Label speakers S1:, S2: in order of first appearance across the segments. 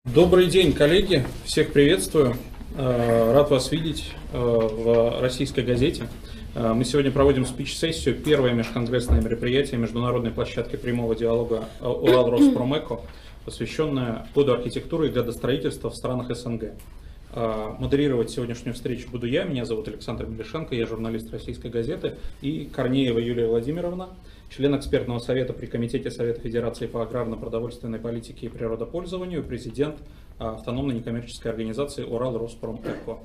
S1: Добрый день, коллеги! Всех приветствую! Рад вас видеть в «Российской газете». Мы сегодня проводим спич-сессию, первое межконгрессное мероприятие международной площадки прямого диалога Урал-Роспромэко, посвященное году архитектуры и градостроительства в странах СНГ. Модерировать сегодняшнюю встречу буду я, меня зовут Александр Мелешенко, я журналист «Российской газеты», и Корнеева Юлия Владимировна, член экспертного совета при Комитете Совета Федерации по аграрно-продовольственной политике и природопользованию, президент автономной некоммерческой организации Урал-Роспромэко.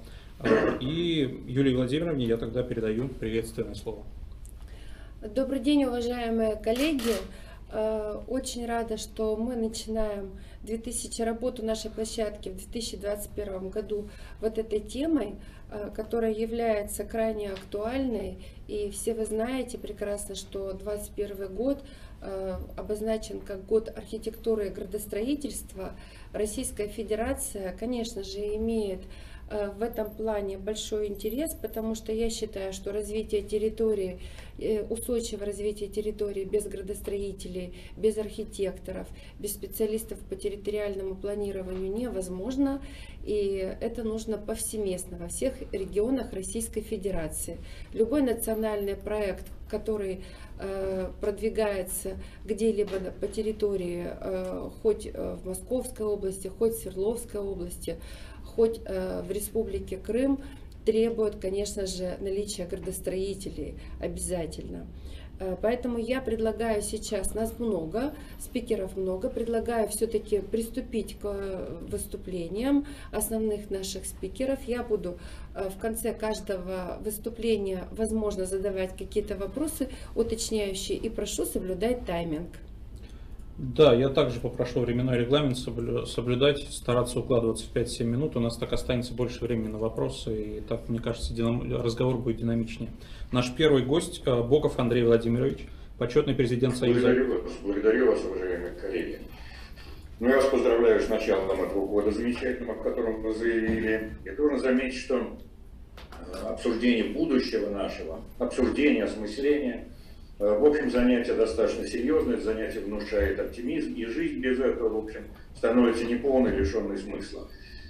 S1: И Юлии Владимировне я тогда передаю приветственное слово.
S2: Добрый день, уважаемые коллеги. Очень рада, что мы начинаем работу нашей площадки в 2021 году вот этой темой, которая является крайне актуальной. И все вы знаете прекрасно, что 2021 год обозначен как год архитектуры и градостроительства. Российская Федерация, конечно же, имеет в этом плане большой интерес, потому что я считаю, что развитие территории, устойчивое развитие территории без градостроителей, без архитекторов, без специалистов по территориальному планированию невозможно. И это нужно повсеместно во всех регионах Российской Федерации. Любой национальный проект, который продвигается где-либо по территории, хоть в Московской области, хоть в Свердловской области, хоть в Республике Крым, требует, конечно же, наличия градостроителей обязательно. Поэтому я предлагаю сейчас, нас много, спикеров много, предлагаю все-таки приступить к выступлениям основных наших спикеров. Я буду в конце каждого выступления, возможно, задавать какие-то вопросы уточняющие и прошу соблюдать тайминг.
S1: Да, я также попрошу временной регламент соблюдать, стараться укладываться в 5-7 минут. У нас так останется больше времени на вопросы, и так, мне кажется, разговор будет динамичнее. Наш первый гость Боков Андрей Владимирович, почетный президент Союза.
S3: Благодарю вас, уважаемые коллеги. Я вас поздравляю с началом этого года замечательного, о котором вы заявили. Я должен заметить, что обсуждение будущего нашего, обсуждение, осмысление, в общем, занятие достаточно серьезное, занятие внушает оптимизм, и жизнь без этого, в общем, становится неполной, лишенной смысла.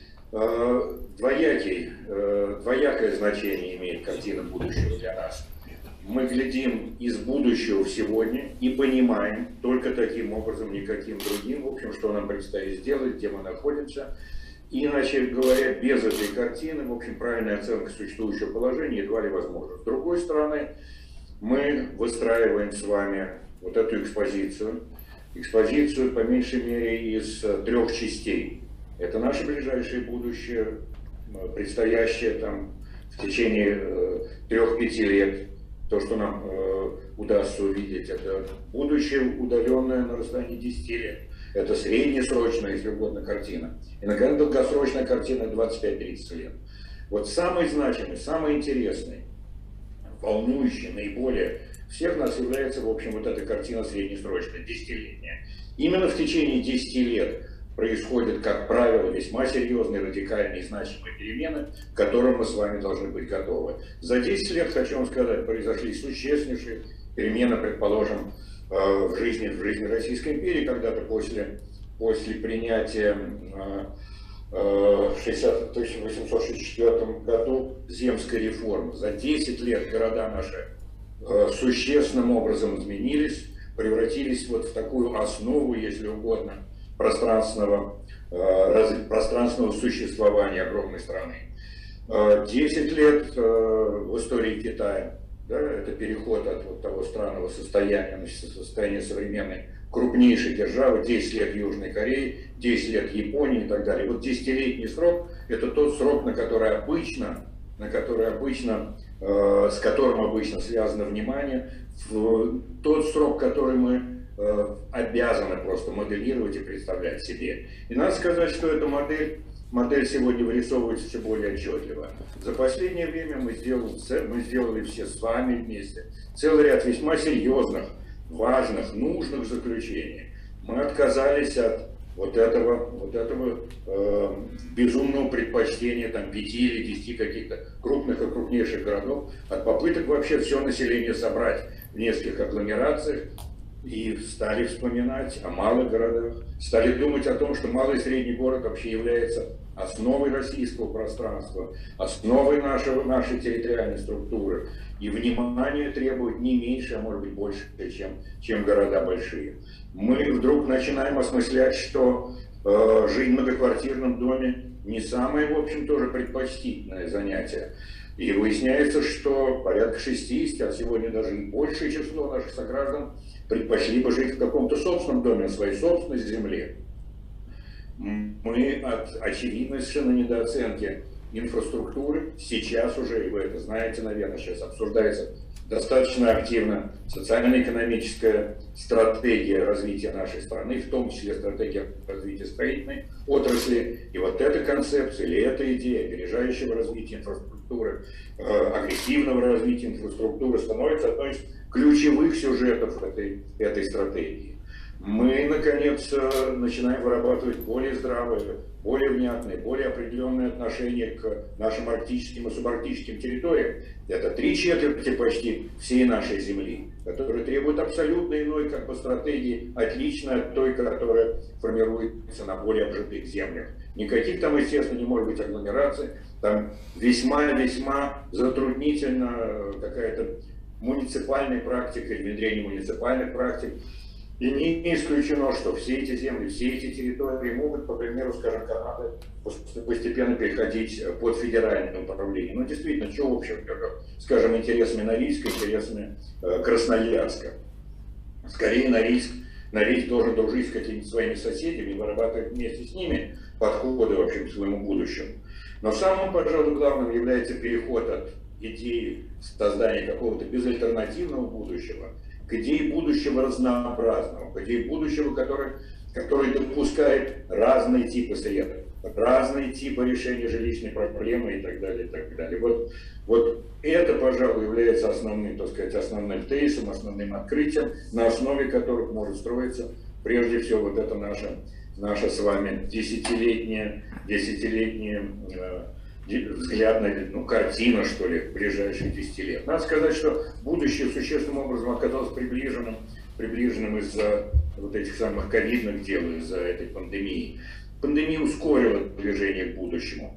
S3: Двоякое значение имеет картина будущего для нас. Мы глядим из будущего в сегодня и понимаем только таким образом, никаким другим, в общем, что нам предстоит сделать, где мы находимся. Иначе говоря, без этой картины, в общем, правильная оценка существующего положения едва ли возможна. С другой стороны, мы выстраиваем с вами вот эту экспозицию, по меньшей мере из 3 частей. Это наше ближайшее будущее, предстоящее там в течение 3-5 лет. То, что нам удастся увидеть, это будущее удаленное на расстоянии 10 лет. Это среднесрочная, если угодно, картина. И, наконец, долгосрочная картина 25-30 лет. Вот самый значимый, самый интересный, волнующий наиболее всех нас является, в общем, вот эта картина среднесрочная, 10-летняя. Именно в течение 10 лет происходят, как правило, весьма серьезные, радикальные и значимые перемены, к которым мы с вами должны быть готовы. За 10 лет, хочу вам сказать, произошли существеннейшие перемены, предположим, в жизни Российской империи, когда-то после принятия в 1864 году земской реформы. За 10 лет города наши существенным образом изменились, превратились вот в такую основу, если угодно, пространственного существования огромной страны. 10 лет в истории Китая, да, это переход от вот того странного состояния на состояние современной крупнейшей державы, 10 лет Южной Кореи, 10 лет Японии и так далее. Вот 10-летний срок – это тот срок, с которым обычно связано внимание, тот срок, который мы обязаны просто моделировать и представлять себе. И надо сказать, что эта модель сегодня вырисовывается все более отчетливо. За последнее время мы сделали все с вами вместе целый ряд весьма серьезных, важных, нужных заключений. Мы отказались от вот этого безумного предпочтения там 5 или 10 каких-то крупных и крупнейших городов, от попыток вообще все население собрать в нескольких агломерациях, и стали вспоминать о малых городах, стали думать о том, что малый и средний город вообще является основой российского пространства, основой нашей территориальной структуры. И внимание требует не меньше, а может быть больше, чем города большие. Мы вдруг начинаем осмыслять, что жить в многоквартирном доме не самое, в общем, тоже предпочтительное занятие. И выясняется, что порядка 60, а сегодня даже и большее число наших сограждан предпочли бы жить в каком-то собственном доме, на своей собственной земле. Мы от очевидной совершенно недооценки инфраструктуры сейчас уже, и вы это знаете, наверное, сейчас обсуждается достаточно активно социально-экономическая стратегия развития нашей страны, в том числе стратегия развития строительной отрасли. И вот эта концепция или эта идея опережающего развития инфраструктуры, агрессивного развития инфраструктуры становится одной из ключевых сюжетов этой стратегии. Мы, наконец, начинаем вырабатывать более здравые, более внятные, более определенные отношения к нашим арктическим и субарктическим территориям. Это 3/4 почти всей нашей Земли, которые требуют абсолютно иной стратегии, отличной от той, которая формируется на более обжитых землях. Никаких там, естественно, не может быть агломераций, там весьма затруднительна какая-то муниципальная практика или внедрение муниципальных практик. И не исключено, что все эти земли, все эти территории могут, по примеру, скажем, Канады, постепенно переходить под федеральное управление. Ну, действительно, что, в общем, скажем, интересами Норильска, интересами Красноярска. Скорее, Норильск должен дружить с какими-то своими соседями и вырабатывать вместе с ними подходы, в общем, к своему будущему. Но самым, пожалуй, главным является переход от идеи создания какого-то безальтернативного будущего к идее будущего разнообразного, к идее будущего, который допускает разные типы средств, разные типы решения жилищной проблемы и так далее, и так далее. Вот это, пожалуй, является основным, так сказать, основным тезисом, основным открытием, на основе которых может строиться, прежде всего, вот это наша с вами десятилетняя взгляд на картина, что ли, ближайшие 10 лет. Надо сказать, что будущее существенным образом оказалось приближенным из-за вот этих самых ковидных дел, из-за этой пандемии. Пандемия ускорила движение к будущему.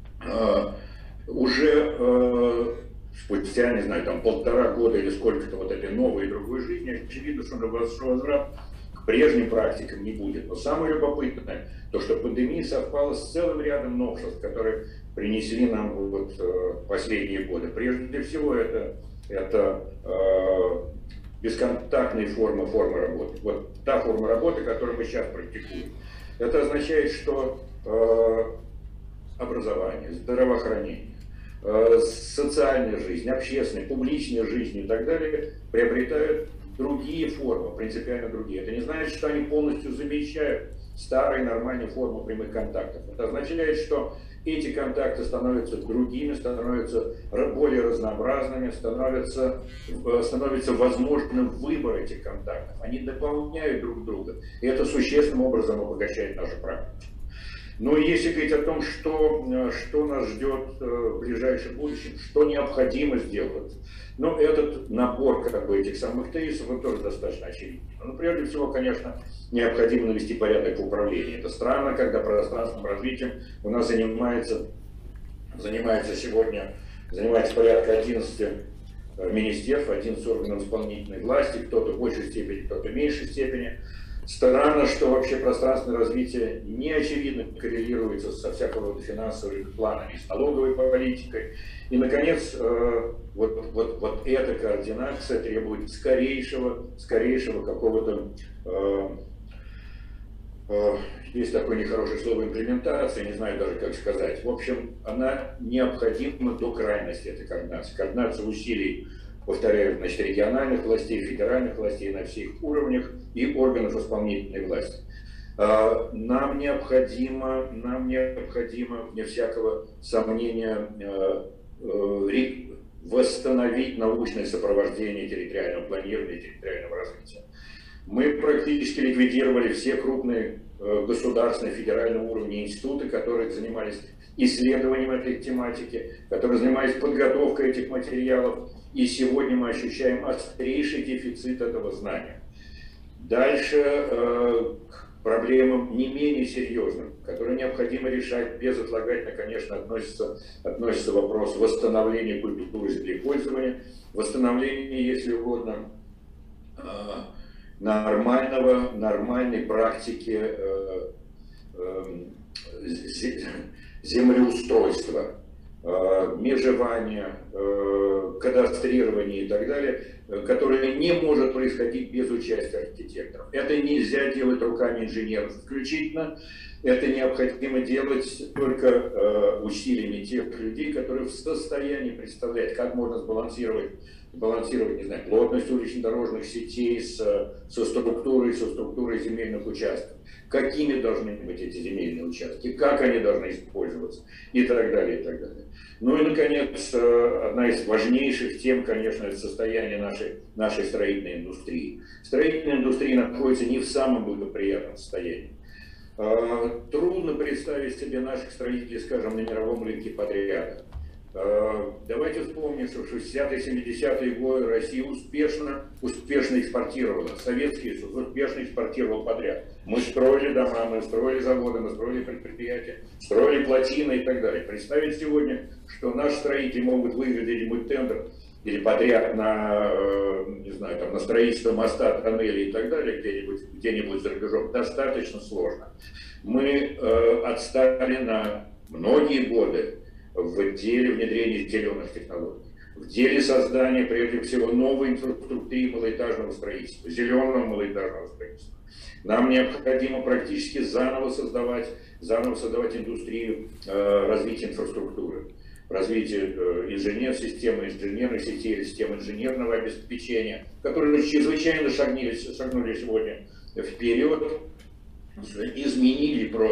S3: Уже спустя, не знаю, там 1,5 года или сколько-то вот этой новой и другой жизни, очевидно, что возврат к прежним практикам не будет. Но самое любопытное, то, что пандемия совпала с целым рядом новшеств, которые принесли нам вот последние годы. Прежде всего, это бесконтактные формы работы. Вот та форма работы, которую мы сейчас практикуем. Это означает, что образование, здравоохранение, социальная жизнь, общественная, публичная жизнь и так далее приобретают другие формы, принципиально другие. Это не значит, что они полностью замещают старые нормальные формы прямых контактов. Это означает, что эти контакты становятся другими, становятся более разнообразными, становится возможным выбор этих контактов. Они дополняют друг друга, и это существенным образом обогащает нашу практику. Но если говорить о том, что нас ждет в ближайшем будущем, что необходимо сделать, ну, этот набор этих самых тезисов, он тоже достаточно очевиден. Но прежде всего, конечно, необходимо навести порядок в управлении. Это странно, когда пространственным развитием у нас занимается порядка 11 министерств, 11 органов исполнительной власти, кто-то в большей степени, кто-то в меньшей степени. Странно, что вообще пространственное развитие не очевидно коррелируется со всякого рода финансовыми планами, с налоговой политикой. И, наконец, вот эта координация требует скорейшего какого-то, есть такое нехорошее слово, имплементация, не знаю даже как сказать. В общем, она необходима до крайности, эта координация. Координация усилий, повторяю, значит, региональных властей, федеральных властей на всех уровнях и органов исполнительной власти. Нам необходимо, вне всякого сомнения, восстановить научное сопровождение территориального планирования, территориального развития. Мы практически ликвидировали все крупные государственные, федерального уровня институты, которые занимались исследованием этой тематики, которые занимались подготовкой этих материалов. И сегодня мы ощущаем острейший дефицит этого знания. Дальше к проблемам не менее серьезным, которые необходимо решать безотлагательно, конечно, относится вопрос восстановления культуры землепользования, восстановления, если угодно, нормальной практики землеустройства, межевания, кадастрирования и так далее, которое не может происходить без участия архитекторов. Это нельзя делать руками инженеров исключительно, это необходимо делать только усилиями тех людей, которые в состоянии представлять, как можно сбалансировать, не знаю, плотность улично-дорожных сетей со структурой земельных участков, какими должны быть эти земельные участки, как они должны использоваться и так далее, и так далее. Ну и, наконец, одна из важнейших тем, конечно, это состояние нашей строительной индустрии. Строительная индустрия находится не в самом благоприятном состоянии. Трудно представить себе наших строителей, скажем, на мировом рынке подряда. Давайте вспомним, что в 60-70-е годы Россия успешно экспортировала. Советский Союз успешно экспортировал подряд. Мы строили дома, мы строили заводы, мы строили предприятия, строили плотины и так далее. Представить сегодня, что наши строители могут выиграть где-нибудь тендер или подряд на, не знаю, там, на строительство моста, тоннелей и так далее, где-нибудь за рубежом, достаточно сложно. Мы отстали на многие годы в деле внедрения зеленых технологий, в деле создания, прежде всего, новой инфраструктуры малоэтажного строительства, зеленого малоэтажного строительства. Нам необходимо практически заново создавать индустрию развития инфраструктуры, развитие инженерной сети, систем инженерного обеспечения, которые чрезвычайно шагнули сегодня вперед, изменили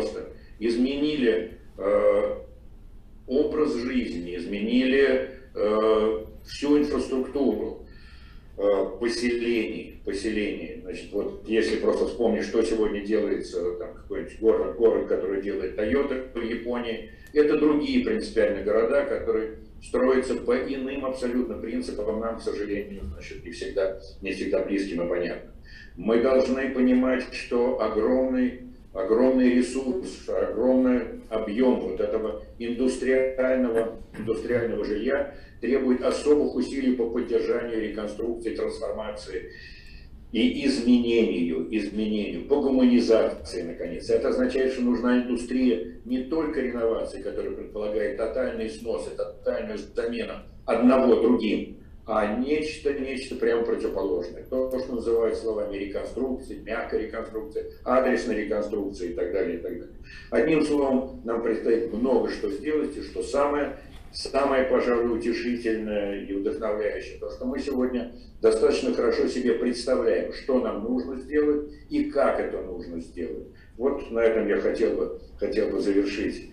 S3: образ жизни, изменили всю инфраструктуру поселений. Значит, вот если просто вспомнить, что сегодня делается, там какой-нибудь город, который делает Toyota в Японии, это другие принципиальные города, которые строятся по иным абсолютно принципам, нам, к сожалению, значит, не всегда близким и понятным. Мы должны понимать, что огромный ресурс, огромный объем вот этого индустриального жилья требует особых усилий по поддержанию, реконструкции, трансформации и изменению, по гуманизации, наконец. Это означает, что нужна индустрия не только реновации, которая предполагает тотальный снос и тотальную замену одного другим, а нечто прямо противоположное. То, что называют словами реконструкции, мягкая реконструкция, адресная реконструкция и так далее, и так далее. Одним словом, нам предстоит много что сделать, и что самое, пожалуй, утешительное и вдохновляющее, то, что мы сегодня достаточно хорошо себе представляем, что нам нужно сделать и как это нужно сделать. Вот на этом я хотел бы завершить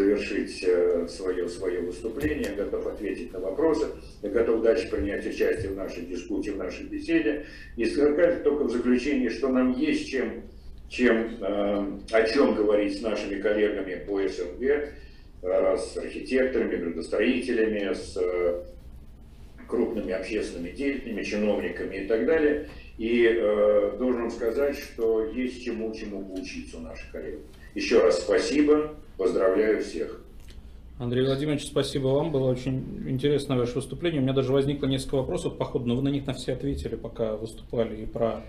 S3: свое выступление. Я готов ответить на вопросы, я готов дальше принять участие в нашей дискуссии, в нашей беседе. И сказать только в заключении, что нам есть о чем говорить с нашими коллегами по СНГ, с архитекторами, градостроителями, с крупными общественными деятелями, чиновниками и так далее. И должен сказать, что есть чему поучиться у наших коллег. Еще раз спасибо, поздравляю всех.
S1: Андрей Владимирович, спасибо вам, было очень интересно ваше выступление. У меня даже возникло несколько вопросов по ходу, но вы на них на все ответили, пока выступали, и про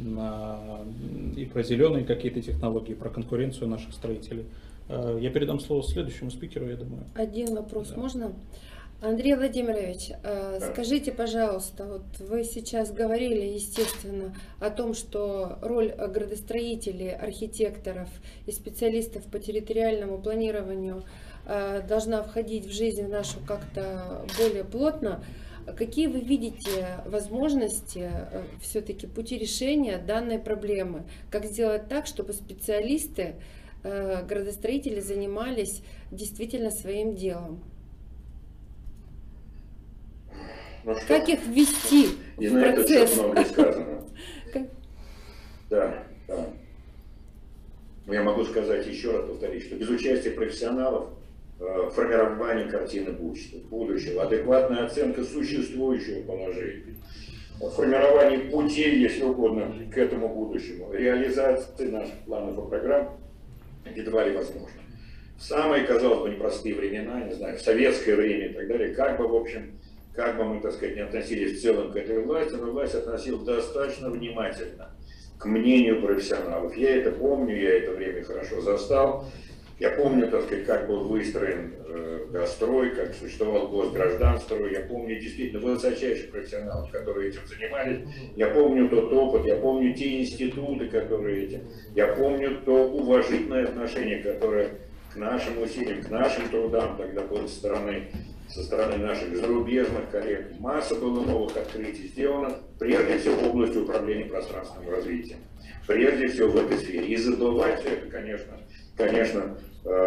S1: зеленые какие-то технологии, и про конкуренцию наших строителей. Я передам слово следующему спикеру, я думаю.
S2: Один вопрос,
S1: да.
S2: Можно? Андрей Владимирович, скажите, пожалуйста, вот вы сейчас говорили, естественно, о том, что роль градостроителей, архитекторов и специалистов по территориальному планированию должна входить в жизнь нашу как-то более плотно. Какие вы видите возможности, все-таки пути решения данной проблемы? Как сделать так, чтобы специалисты, градостроители занимались действительно своим делом?
S3: Ну, что?
S2: Как их ввести
S3: и
S2: в
S3: на
S2: процесс?
S3: это все много сказано. Да. Но я могу сказать еще раз, повторить, что без участия профессионалов формирование картины будущего, адекватная оценка существующего положения, формировании путей, если угодно, к этому будущему, реализации наших планов и программ едва ли возможно. В самые, казалось бы, непростые времена, не знаю, в советское время и так далее, как бы, в общем, как бы мы, так сказать, не относились в целом к этой власти, но власть относилась достаточно внимательно к мнению профессионалов. Я это помню, я это время хорошо застал. Я помню, так сказать, как был выстроен Газстрой, как существовал Госгражданстрой. Я помню действительно высочайших профессионалов, которые этим занимались. Я помню тот опыт, я помню те институты, которые этим. Я помню то уважительное отношение, которое к нашим усилиям, к нашим трудам тогда было со стороны наших зарубежных коллег. Масса было новых открытий сделано, прежде всего в области управления пространственным развитием. Прежде всего в этой сфере. И забывать это, конечно,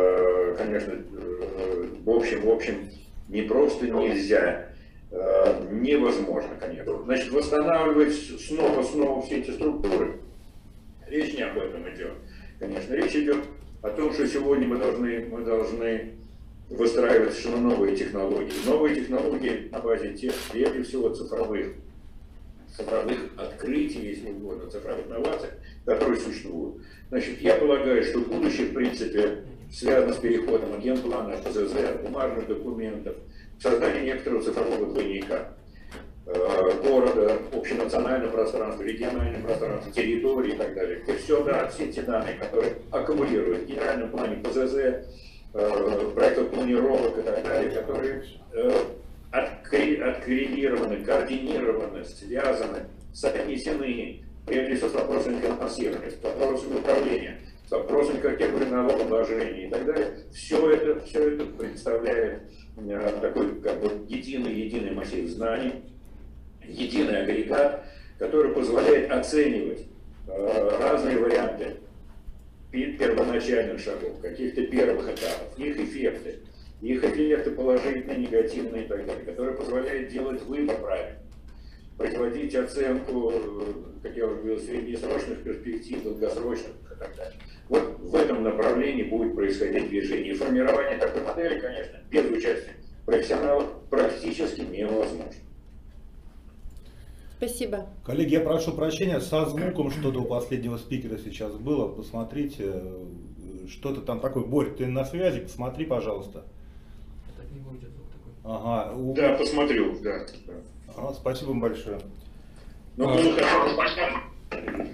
S3: в общем, не просто нельзя, невозможно, конечно. Значит, восстанавливать снова все эти структуры, речь не об этом идет. Конечно, речь идет о том, что сегодня мы должны выстраивать совершенно новые технологии. Новые технологии на базе тех, прежде всего, цифровых открытий, если угодно, цифровых инноваций, которые существуют. Значит, я полагаю, что будущее, в принципе, связано с переходом от генплана, ПЗЗ, бумажных документов, к созданию некоторого цифрового двойника города, общенационального пространства, регионального пространства, территории и так далее. И все эти данные, которые аккумулируют в генеральном плане ПЗЗ, проектов планировок и так далее, которые откоррелированы, координированы, связаны, соотнесены, прежде всего, с вопросами финансирования, с вопросами управления, с вопросами каких-либо налогообложения и так далее. Все это представляет такой как бы единый массив знаний, единый агрегат, который позволяет оценивать разные варианты первоначальных шагов, каких-то первых этапов, их эффекты положительные, негативные и так далее, которые позволяют делать выбор правильно, производить оценку, как я уже говорил, среднесрочных перспектив, долгосрочных и так далее. Вот в этом направлении будет происходить движение. И формирование такой модели, конечно, без участия профессионалов практически невозможно.
S2: Спасибо.
S4: Коллеги, я прошу прощения, со звуком что-то у последнего спикера сейчас было. Посмотрите, что-то там такое. Борь, ты на связи? Посмотри, пожалуйста. Ага.
S3: Да, посмотрю, да.
S4: Ага, спасибо вам большое.
S3: Ну, было хотя бы понятно.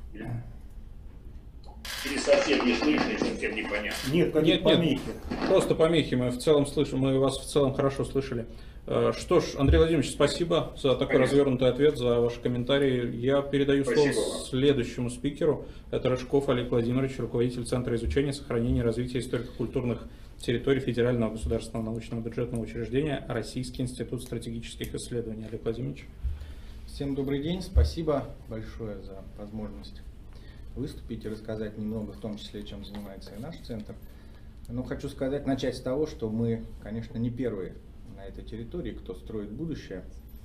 S3: Или совсем не слышно, и совсем непонятно.
S4: Нет, какие помехи.
S1: Просто помехи мы в целом слышим, мы вас в целом хорошо слышали. Что ж, Андрей Владимирович, спасибо за такой развернутый ответ, за ваши комментарии. Я передаю слово следующему спикеру. Это Рыжков Олег Владимирович, руководитель Центра изучения, сохранения и развития историко-культурных территорий Федерального государственного научного бюджетного учреждения Российский институт стратегических исследований. Олег Владимирович.
S5: Всем добрый день, спасибо большое за возможность выступить и рассказать немного, в том числе, чем занимается и наш центр. Но хочу начать с того, что мы, конечно, не первые на этой территории, кто строит будущее.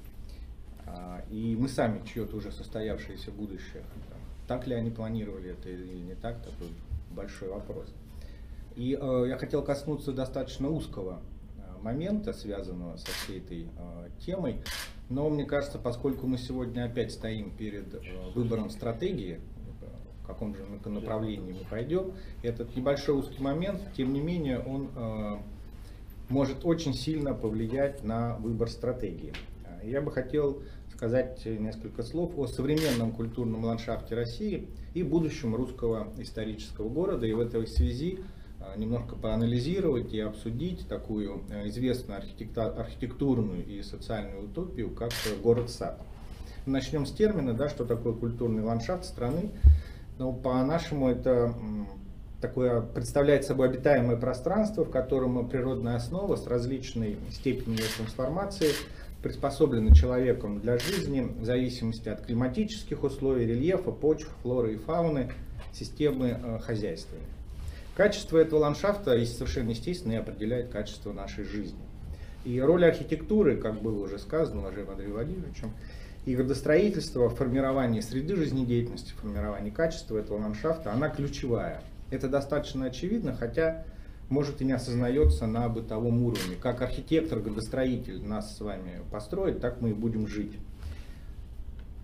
S5: И мы сами чье-то уже состоявшееся будущее. Так ли они планировали это или не так, такой большой вопрос. И я хотел коснуться достаточно узкого момента, связанного со всей этой темой. Но мне кажется, поскольку мы сегодня опять стоим перед выбором стратегии, в каком же направлении мы пойдем, этот небольшой узкий момент, тем не менее, он может очень сильно повлиять на выбор стратегии. Я бы хотел сказать несколько слов о современном культурном ландшафте России и будущем русского исторического города, и в этой связи немножко поанализировать и обсудить такую известную архитектурную и социальную утопию, как город-сад. Начнем с термина, да, что такое культурный ландшафт страны. Но по-нашему это такое представляет собой обитаемое пространство, в котором природная основа с различной степенью трансформации приспособлена человеком для жизни в зависимости от климатических условий, рельефа, почв, флоры и фауны, системы хозяйства. Качество этого ландшафта совершенно естественно и определяет качество нашей жизни. И роль архитектуры, как было уже сказано уважаемым Андреем Владимировичем, и градостроительство в формировании среды жизнедеятельности, в формировании качества этого ландшафта, она ключевая. Это достаточно очевидно, хотя может и не осознается на бытовом уровне. Как архитектор, градостроитель нас с вами построит, так мы и будем жить.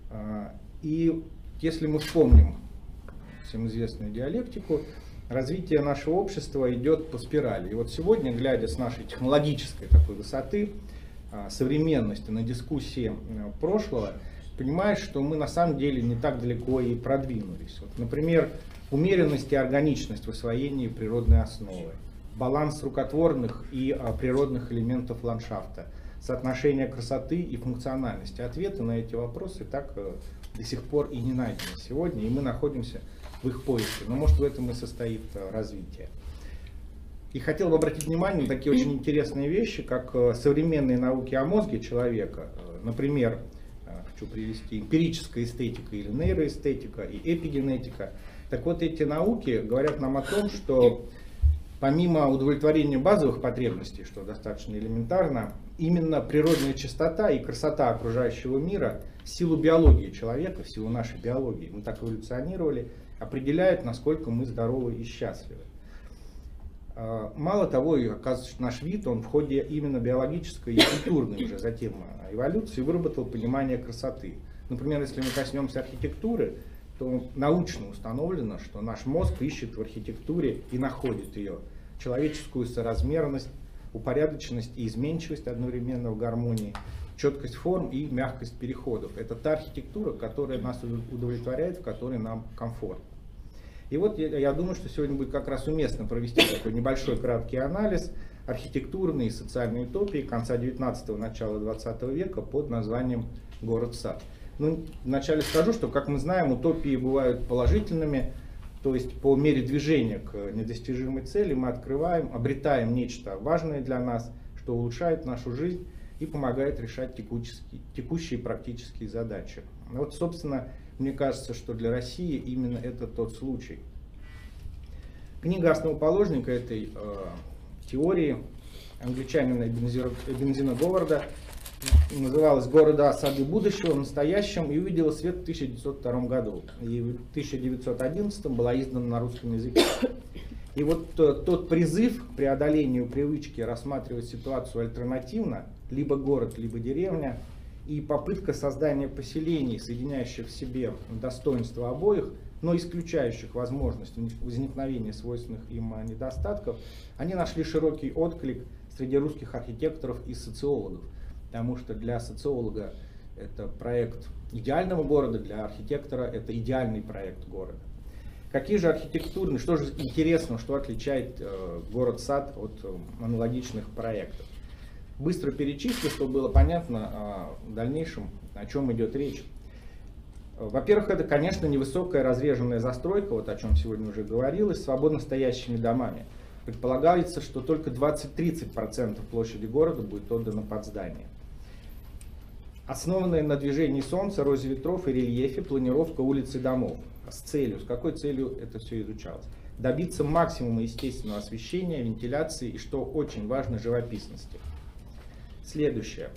S5: И если мы вспомним всем известную диалектику, развитие нашего общества идет по спирали. И вот сегодня, глядя с нашей технологической такой высоты, современности на дискуссии прошлого, понимаешь, что мы на самом деле не так далеко и продвинулись. Вот, например, умеренность и органичность в освоении природной основы, баланс рукотворных и природных элементов ландшафта, соотношение красоты и функциональности. Ответы на эти вопросы так до сих пор и не найдены сегодня, и мы находимся в их поиске. Но может в этом и состоит развитие. И хотел бы обратить внимание на такие очень интересные вещи, как современные науки о мозге человека. Например, хочу привести эмпирическая эстетика или нейроэстетика и эпигенетика. Так вот, эти науки говорят нам о том, что помимо удовлетворения базовых потребностей, что достаточно элементарно, именно природная чистота и красота окружающего мира в силу биологии человека, в силу нашей биологии, мы так эволюционировали, определяют, насколько мы здоровы и счастливы. Мало того, и оказывается, что наш вид, он в ходе именно биологической и культурной уже затем эволюции выработал понимание красоты. Например, если мы коснемся архитектуры, то научно установлено, что наш мозг ищет в архитектуре и находит ее человеческую соразмерность, упорядоченность и изменчивость одновременно в гармонии, четкость форм и мягкость переходов. Это та архитектура, которая нас удовлетворяет, в которой нам комфортно. И вот я думаю, что сегодня будет как раз уместно провести такой небольшой краткий анализ архитектурной и социальной утопии конца 19-го, начала 20 века под названием «Город-сад». Ну, вначале скажу, что, как мы знаем, утопии бывают положительными, то есть по мере движения к недостижимой цели мы обретаем нечто важное для нас, что улучшает нашу жизнь и помогает решать текущие практические задачи. Вот, собственно, мне кажется, что для России именно это тот случай. Книга основоположника этой теории англичанина Эбенезера Говарда называлась «Города, сады будущего» в настоящем и увидела свет в 1902 году. И в 1911 была издана на русском языке. И вот тот призыв к преодолению привычки рассматривать ситуацию альтернативно, либо город, либо деревня, и попытка создания поселений, соединяющих в себе достоинства обоих, но исключающих возможность возникновения свойственных им недостатков, они нашли широкий отклик среди русских архитекторов и социологов. Потому что для социолога это проект идеального города, для архитектора это идеальный проект города. Какие же архитектурные, что же интересного, что отличает город-сад от аналогичных проектов? Быстро перечислю, чтобы было понятно в дальнейшем, о чем идет речь. Во-первых, это, конечно, невысокая разреженная застройка, вот о чем сегодня уже говорилось, свободно стоящими домами. Предполагается, что только 20-30% площади города будет отдано под здание. Основанная на движении солнца, розе ветров и рельефе планировка улиц и домов. С какой целью это все изучалось? Добиться максимума естественного освещения, вентиляции и, что очень важно, живописности. Следующее.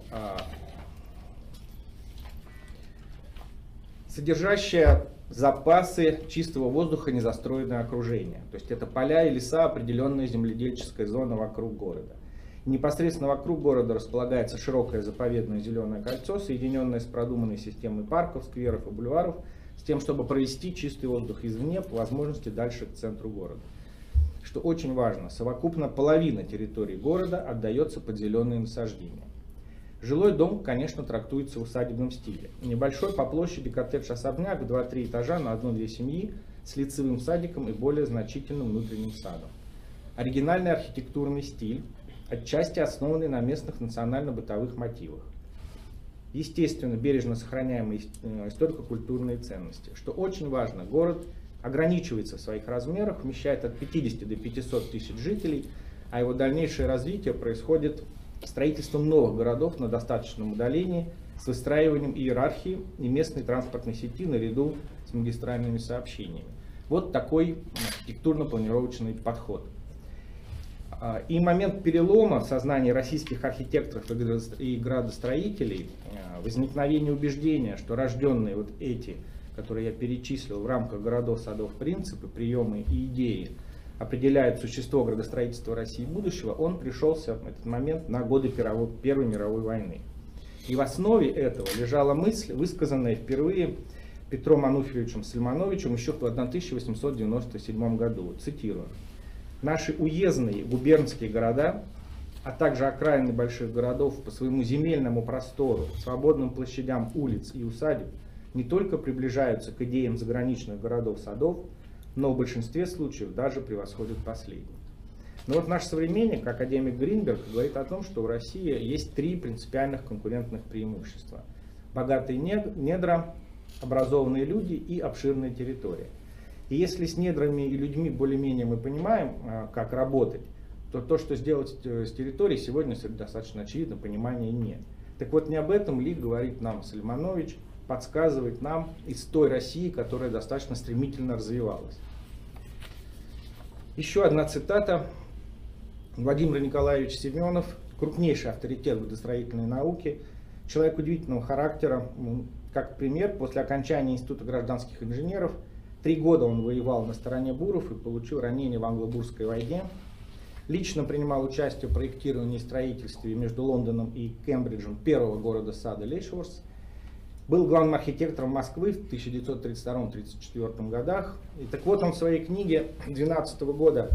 S5: Содержащее запасы чистого воздуха незастроенное окружение. То есть это поля и леса, определенная земледельческая зона вокруг города. Непосредственно вокруг города располагается широкое заповедное зеленое кольцо, соединенное с продуманной системой парков, скверов и бульваров, с тем, чтобы провести чистый воздух извне, по возможности дальше к центру города. Что очень важно, совокупно половина территории города отдается под зеленые насаждения. Жилой дом, конечно, трактуется в усадебном стиле. Небольшой по площади коттедж-особняк, 2-3 этажа на 1-2 семьи, с лицевым садиком и более значительным внутренним садом. Оригинальный архитектурный стиль, отчасти основанный на местных национально-бытовых мотивах. Естественно, бережно сохраняемые историко-культурные ценности. Что очень важно, город ограничивается в своих размерах, вмещает от 50 до 500 тысяч жителей, а его дальнейшее развитие происходит строительством новых городов на достаточном удалении, с выстраиванием иерархии и местной транспортной сети наряду с магистральными сообщениями. Вот такой архитектурно-планировочный подход. И момент перелома в сознании российских архитекторов и градостроителей, возникновение убеждения, что рожденные вот эти, которые я перечислил в рамках городов, садов, принципы, приемы и идеи, определяет существо градостроительства России будущего, он пришелся в этот момент на годы Первой мировой войны. И в основе этого лежала мысль, высказанная впервые Петром Ануфриевичем Сальмановичем еще в 1897 году. Цитирую. «Наши уездные губернские города, а также окраины больших городов по своему земельному простору, свободным площадям улиц и усадеб не только приближаются к идеям заграничных городов-садов, но в большинстве случаев даже превосходят последние». Но вот наш современник, академик Гринберг, говорит о том, что в России есть три принципиальных конкурентных преимущества. Богатые недра, образованные люди и обширная территория. И если с недрами и людьми более-менее мы понимаем, как работать, то то, что сделать с территорией, сегодня достаточно очевидно, понимания нет. Так вот, не об этом ли говорит нам Сальманович, подсказывает нам из той России, которая достаточно стремительно развивалась. Еще одна цитата. Владимир Николаевич Семенов, крупнейший авторитет в градостроительной науке, человек удивительного характера. Как пример, после окончания Института гражданских инженеров 3 года он воевал на стороне буров и получил ранение в Англо-Бурской войне. Лично принимал участие в проектировании и строительстве между Лондоном и Кембриджем первого города-сада Лейшворс. Был главным архитектором Москвы в 1932-1934 годах. И так вот он в своей книге 1912 года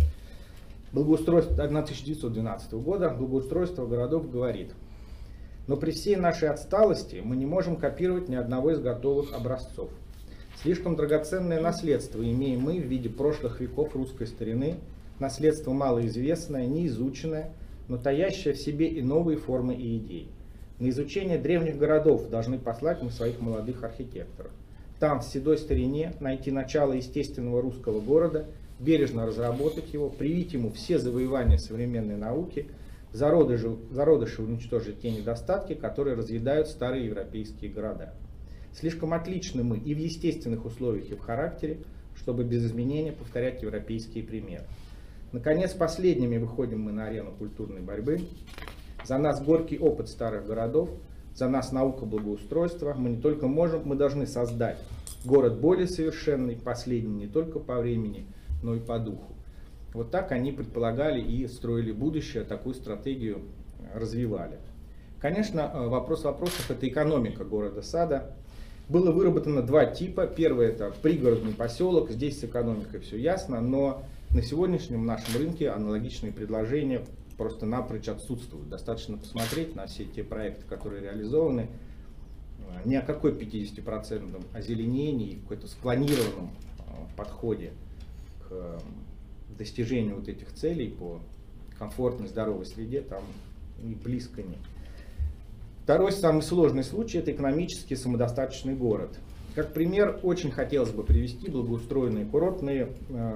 S5: «Благоустройство городов» говорит: «Но при всей нашей отсталости мы не можем копировать ни одного из готовых образцов. Слишком драгоценное наследство имеем мы в виде прошлых веков русской старины, наследство малоизвестное, неизученное, но таящее в себе и новые формы и идеи. На изучение древних городов должны послать мы своих молодых архитекторов. Там, в седой старине, найти начало естественного русского города, бережно разработать его, привить ему все завоевания современной науки, зародыши уничтожить те недостатки, которые разъедают старые европейские города. Слишком отличны мы и в естественных условиях, и в характере, чтобы без изменения повторять европейские примеры. Наконец, последними выходим мы на арену культурной борьбы. За нас горький опыт старых городов, за нас наука благоустройства. Мы не только можем, мы должны создать город более совершенный, последний не только по времени, но и по духу». Вот так они предполагали и строили будущее, такую стратегию развивали. Конечно, вопрос вопросов — это экономика города-сада. Было выработано 2 типа. Первый — это пригородный поселок, здесь с экономикой все ясно, но на сегодняшнем нашем рынке аналогичные предложения просто напрочь отсутствуют. Достаточно посмотреть на все те проекты, которые реализованы. Ни о какой 50% озеленении, какой-то спланированном подходе к достижению вот этих целей по комфортной, здоровой среде там и близко нет. Второй самый сложный случай — это экономически самодостаточный город. Как пример очень хотелось бы привести благоустроенные курортные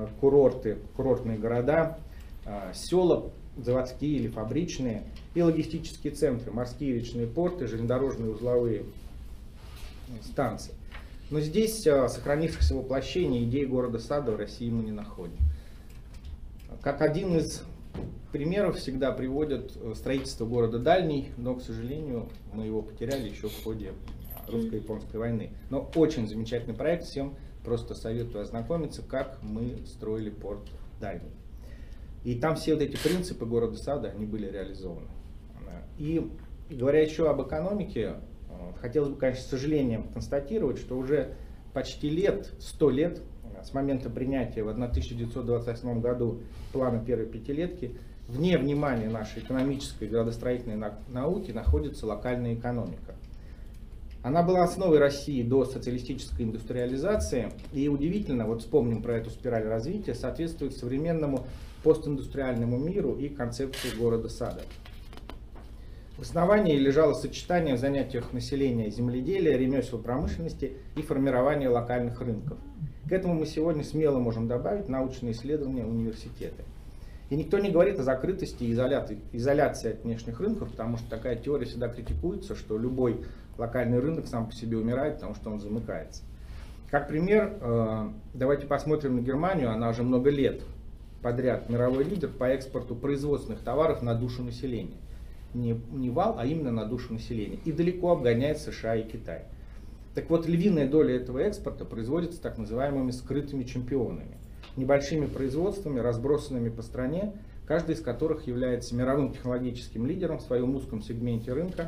S5: города, села заводские или фабричные и логистические центры, морские речные порты, железнодорожные узловые станции. Но здесь сохранившихся воплощений идеи города-сада в России мы не находим. Как один из примеров всегда приводят строительство города Дальний, но, к сожалению, мы его потеряли еще в ходе русско-японской войны. Но очень замечательный проект, всем просто советую ознакомиться, как мы строили порт Дальний. И там все вот эти принципы города-сада, они были реализованы. И говоря еще об экономике, хотелось бы, конечно, с сожалением констатировать, что уже почти 100 лет с момента принятия в 1928 году плана первой пятилетки вне внимания нашей экономической и градостроительной науки находится локальная экономика. Она была основой России до социалистической индустриализации, и удивительно, вот вспомним про эту спираль развития, соответствует современному постиндустриальному миру и концепции города-сада. В основании лежало сочетание в занятиях населения земледелия, ремесел, промышленности и формирования локальных рынков. К этому мы сегодня смело можем добавить научные исследования, университеты. И никто не говорит о закрытости и изоляции от внешних рынков, потому что такая теория всегда критикуется, что любой локальный рынок сам по себе умирает, потому что он замыкается. Как пример, давайте посмотрим на Германию. Она уже много лет подряд мировой лидер по экспорту производственных товаров на душу населения. Не вал, а именно на душу населения. И далеко обгоняет США и Китай. Так вот, львиная доля этого экспорта производится так называемыми скрытыми чемпионами. Небольшими производствами, разбросанными по стране, каждый из которых является мировым технологическим лидером в своем узком сегменте рынка.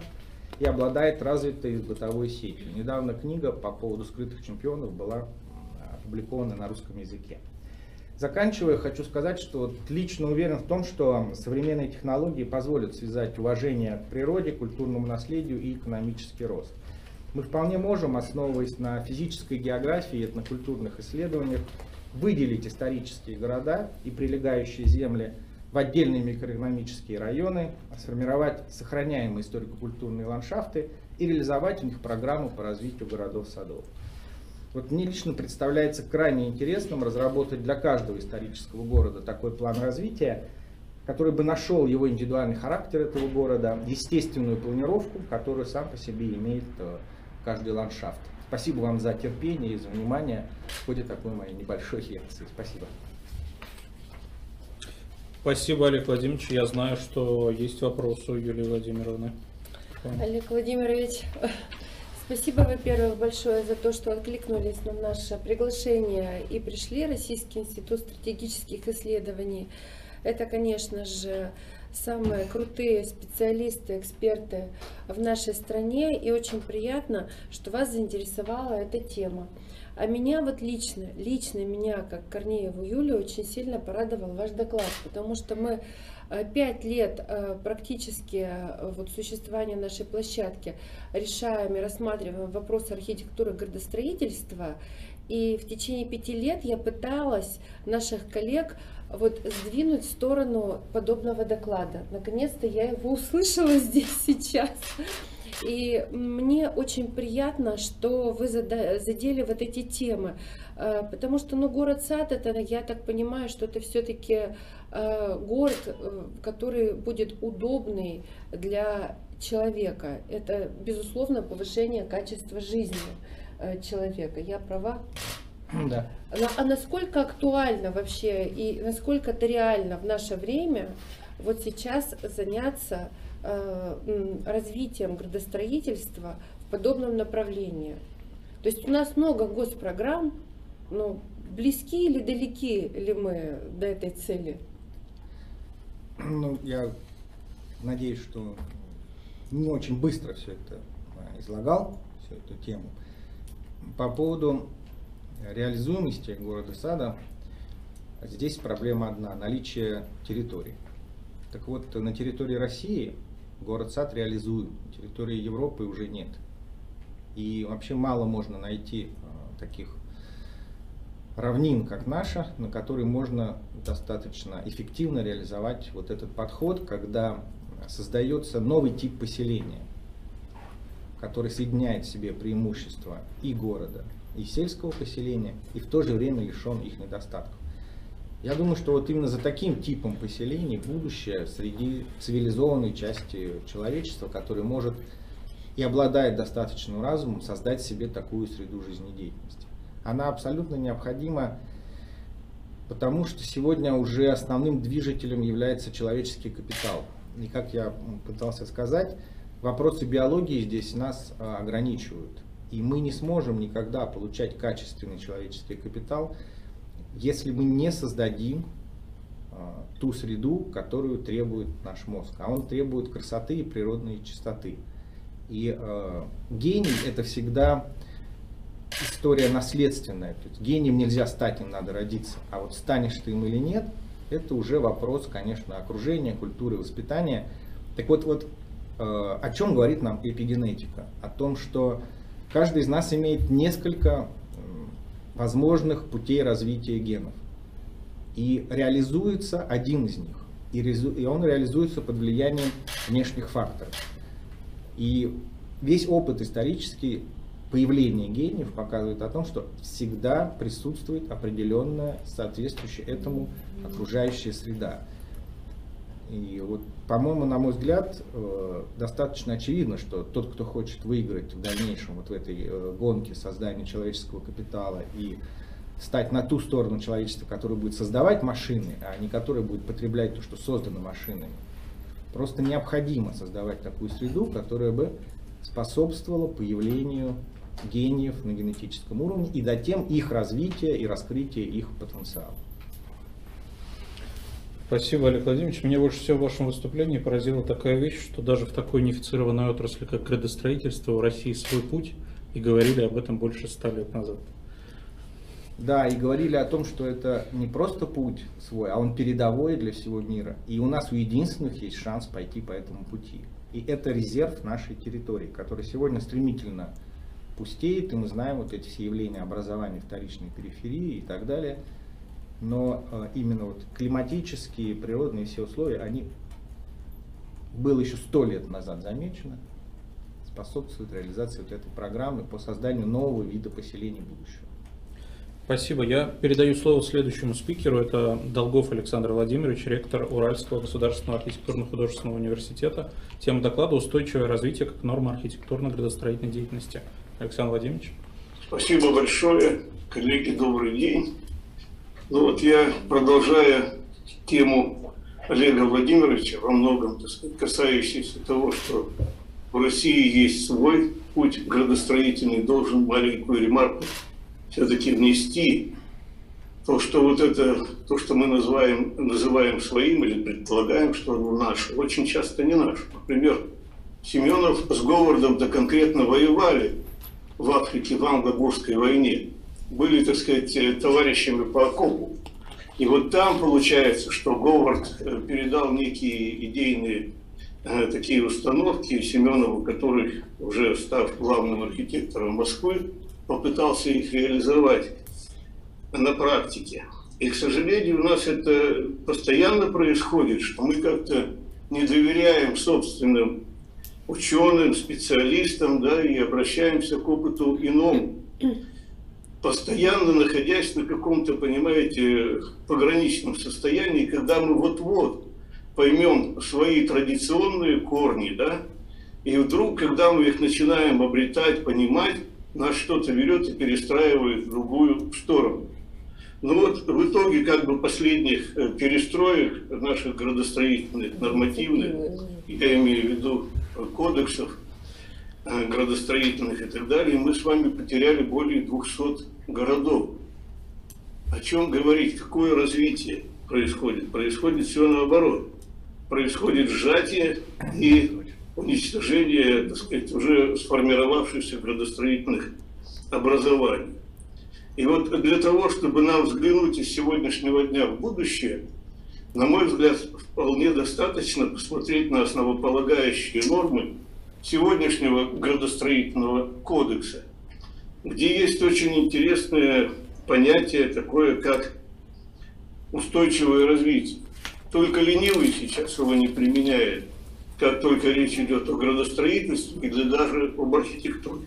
S5: и обладает развитой бытовой сетью. Недавно книга по поводу скрытых чемпионов была опубликована на русском языке. Заканчивая, хочу сказать, что лично уверен в том, что современные технологии позволят связать уважение к природе, культурному наследию и экономический рост. Мы вполне можем, основываясь на физической географии и этнокультурных исследованиях, выделить исторические города и прилегающие земли в отдельные микроэкономические районы, сформировать сохраняемые историко-культурные ландшафты и реализовать у них программу по развитию городов-садов. Вот мне лично представляется крайне интересным разработать для каждого исторического города такой план развития, который бы нашел его индивидуальный характер этого города, естественную планировку, которую сам по себе имеет каждый ландшафт. Спасибо вам за терпение и за внимание в ходе такой моей небольшой лекции. Спасибо.
S1: Спасибо, Олег Владимирович. Я знаю, что есть вопросы у Юлии Владимировны.
S2: Олег Владимирович, спасибо, во-первых, большое за то, что откликнулись на наше приглашение и пришли. Российский институт стратегических исследований. Это, конечно же, самые крутые специалисты, эксперты в нашей стране. И очень приятно, что вас заинтересовала эта тема. А меня вот лично меня, как Корнееву Юлию, очень сильно порадовал ваш доклад, потому что мы 5 лет практически вот существования нашей площадки решаем и рассматриваем вопросы архитектуры градостроительства. И в течение 5 лет я пыталась наших коллег вот сдвинуть в сторону подобного доклада. Наконец-то я его услышала здесь сейчас. И мне очень приятно, что вы задели вот эти темы, потому что, ну, город-сад, это, я так понимаю, что это все-таки город, который будет удобный для человека. Это, безусловно, повышение качества жизни человека. Я права?
S5: Да.
S2: А насколько актуально вообще и насколько это реально в наше время вот сейчас заняться развитием градостроительства в подобном направлении? То есть у нас много госпрограмм, но близки или далеки ли мы до этой цели?
S5: Ну, я надеюсь, что не очень быстро все это излагал, всю эту тему. По поводу реализуемости города-сада, здесь проблема одна – наличие территории. Так вот, на территории России город-сад реализуем, на территории Европы уже нет. И вообще мало можно найти таких равнин, как наша, на которые можно достаточно эффективно реализовать вот этот подход, когда создается новый тип поселения, который соединяет в себе преимущества и города, и сельского поселения, и в то же время лишен их недостатков. Я думаю, что вот именно за таким типом поселений будущее среди цивилизованной части человечества, который может и обладает достаточным разумом создать себе такую среду жизнедеятельности. Она абсолютно необходима, потому что сегодня уже основным движителем является человеческий капитал. И как я пытался сказать, вопросы биологии здесь нас ограничивают. И мы не сможем никогда получать качественный человеческий капитал, если мы не создадим ту среду, которую требует наш мозг. А он требует красоты и природной чистоты. И гений — это всегда история наследственная. То есть гением нельзя стать, им надо родиться. А вот станешь ты им или нет, это уже вопрос, конечно, окружения, культуры, воспитания. Так вот, о чем говорит нам эпигенетика? О том, что каждый из нас имеет несколько возможных путей развития генов. И реализуется один из них. И он реализуется под влиянием внешних факторов. И весь опыт исторический появления гениев показывает о том, что всегда присутствует определенная соответствующая этому окружающая среда. И вот, по-моему, на мой взгляд, достаточно очевидно, что тот, кто хочет выиграть в дальнейшем вот в этой гонке создания человеческого капитала и стать на ту сторону человечества, которое будет создавать машины, а не которое будет потреблять то, что создано машинами, просто необходимо создавать такую среду, которая бы способствовала появлению гениев на генетическом уровне и затем их развития и раскрытия их потенциала.
S1: Спасибо, Олег Владимирович. Меня больше всего в вашем выступлении поразила такая вещь, что даже в такой унифицированной отрасли, как градостроительство, у России свой путь, и говорили об этом больше 100 лет назад.
S5: Да, и говорили о том, что это не просто путь свой, а он передовой для всего мира. И у нас у единственных есть шанс пойти по этому пути. И это резерв нашей территории, который сегодня стремительно пустеет, и мы знаем вот эти все явления образования вторичной периферии и так далее. Но именно вот климатические, природные все условия, они было еще 100 лет назад замечено, способствуют реализации вот этой программы по созданию нового вида поселений будущего.
S1: Спасибо. Я передаю слово следующему спикеру. Это Долгов Александр Владимирович, ректор Уральского государственного архитектурно-художественного университета. Тема доклада «Устойчивое развитие как норма архитектурно-градостроительной деятельности». Александр Владимирович.
S6: Спасибо большое. Коллеги, добрый день. Ну вот я, продолжая тему Олега Владимировича, во многом, так сказать, касающейся того, что в России есть свой путь градостроительный, должен маленькую ремарку все-таки внести. То, что вот это, то, что мы называем своим или предполагаем, что оно наше, очень часто не наше. Например, Семенов с Говардом-то конкретно воевали в Африке в англо-бурской войне. Были, так сказать, товарищами по окопу. И вот там получается, что Говард передал некие идейные такие установки Семенову, который, уже став главным архитектором Москвы, попытался их реализовать на практике. И, к сожалению, у нас это постоянно происходит, что мы как-то не доверяем собственным ученым, специалистам, да, и обращаемся к опыту иному, постоянно находясь на каком-то, понимаете, пограничном состоянии, когда мы вот-вот поймем свои традиционные корни, да, и вдруг, когда мы их начинаем обретать, понимать, нас что-то берет и перестраивает в другую сторону. Ну вот в итоге как бы последних перестроек наших градостроительных, нормативных, я имею в виду кодексов градостроительных и так далее, мы с вами потеряли более 200 городов. О чем говорить? Какое развитие происходит? Происходит все наоборот. Происходит сжатие и уничтожение, так сказать, уже сформировавшихся градостроительных образований. И вот для того, чтобы нам взглянуть из сегодняшнего дня в будущее, на мой взгляд, вполне достаточно посмотреть на основополагающие нормы сегодняшнего градостроительного кодекса, где есть очень интересное понятие, такое как устойчивое развитие. Только ленивый сейчас его не применяет, как только речь идет о градостроительстве или даже об архитектуре.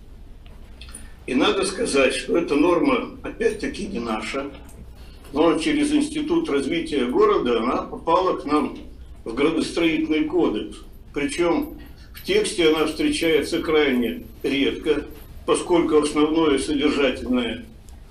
S6: И надо сказать, что эта норма опять-таки не наша, но через Институт развития города она попала к нам в градостроительный кодекс. Причем в тексте она встречается крайне редко, поскольку основное содержание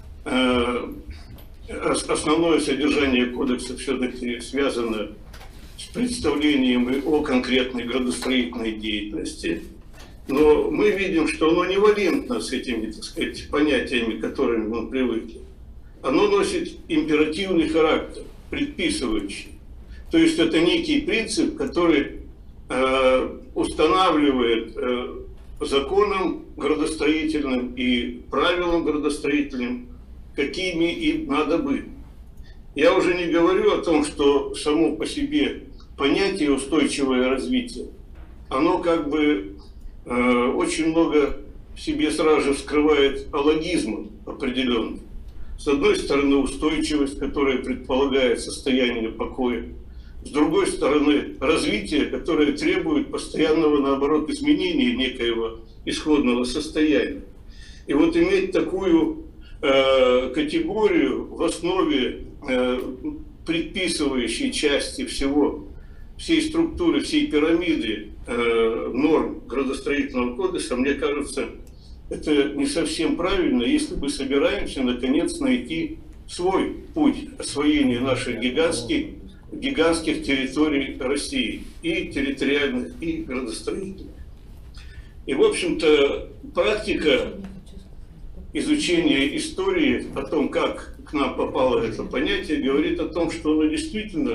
S6: кодекса все-таки связано с представлением о конкретной градостроительной деятельности. Но мы видим, что оно не валентно с этими, так сказать, понятиями, к которым мы привыкли. Оно носит императивный характер, предписывающий. То есть это некий принцип, который устанавливает законом градостроительным и правилам градостроительным, какими им надо быть. Я уже не говорю о том, что само по себе понятие устойчивое развитие, оно как бы очень много в себе сразу же вскрывает алогизмы определенные. С одной стороны, устойчивость, которая предполагает состояние покоя. С другой стороны, развитие, которое требует постоянного, наоборот, изменения некоего исходного состояния. И вот иметь такую категорию в основе предписывающей части всей структуры, всей пирамиды норм градостроительного кодекса, мне кажется, это не совсем правильно, если мы собираемся наконец найти свой путь освоения наших гигантских территорий России, и территориальных, и градостроительных. И, в общем-то, практика изучения истории о том, как к нам попало это понятие, говорит о том, что оно действительно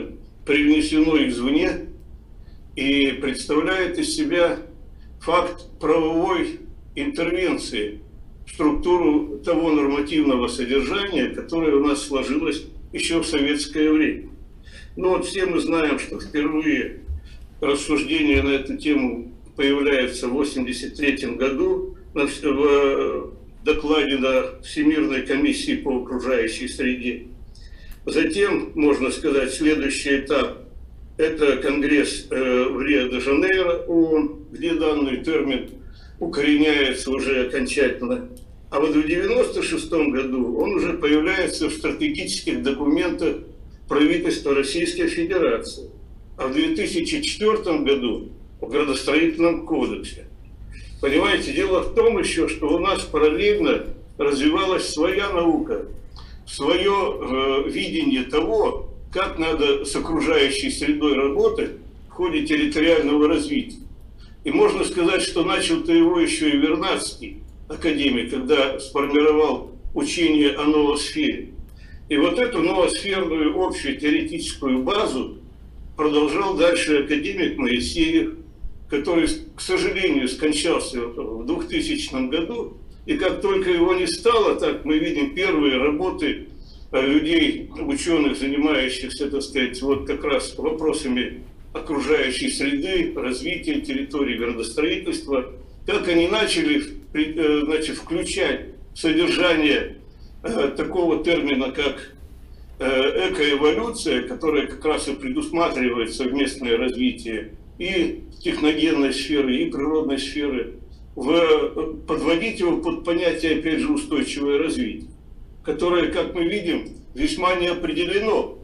S6: привнесено извне и представляет из себя факт правовой интервенции в структуру того нормативного содержания, которое у нас сложилось еще в советское время. Но вот все мы знаем, что впервые рассуждения на эту тему появляются в 1983 году в докладе на Всемирной комиссии по окружающей среде. Затем, можно сказать, следующий этап – это Конгресс в Рио-де-Жанейро ООН, где данный термин укореняется уже окончательно. А вот в 1996 году он уже появляется в стратегических документах правительства Российской Федерации. А в 2004 году в Градостроительном кодексе. Понимаете, дело в том еще, что у нас параллельно развивалась своя наука, свое видение того, как надо с окружающей средой работать в ходе территориального развития. И можно сказать, что начал-то его еще и Вернадский, академик, когда сформировал учение о ноосфере. И вот эту ноосферную общую теоретическую базу продолжал дальше академик Моисеев, который, к сожалению, скончался в 2000 году. И как только его не стало, так мы видим первые работы людей, ученых, занимающихся, так сказать, вот как раз вопросами окружающей среды, развития территории, градостроительства, как они начали, значит, включать содержание такого термина, как экоэволюция, которая как раз и предусматривает совместное развитие и техногенной сферы, и природной сферы, подводить его под понятие, опять же, устойчивое развитие, которое, как мы видим, весьма не определено,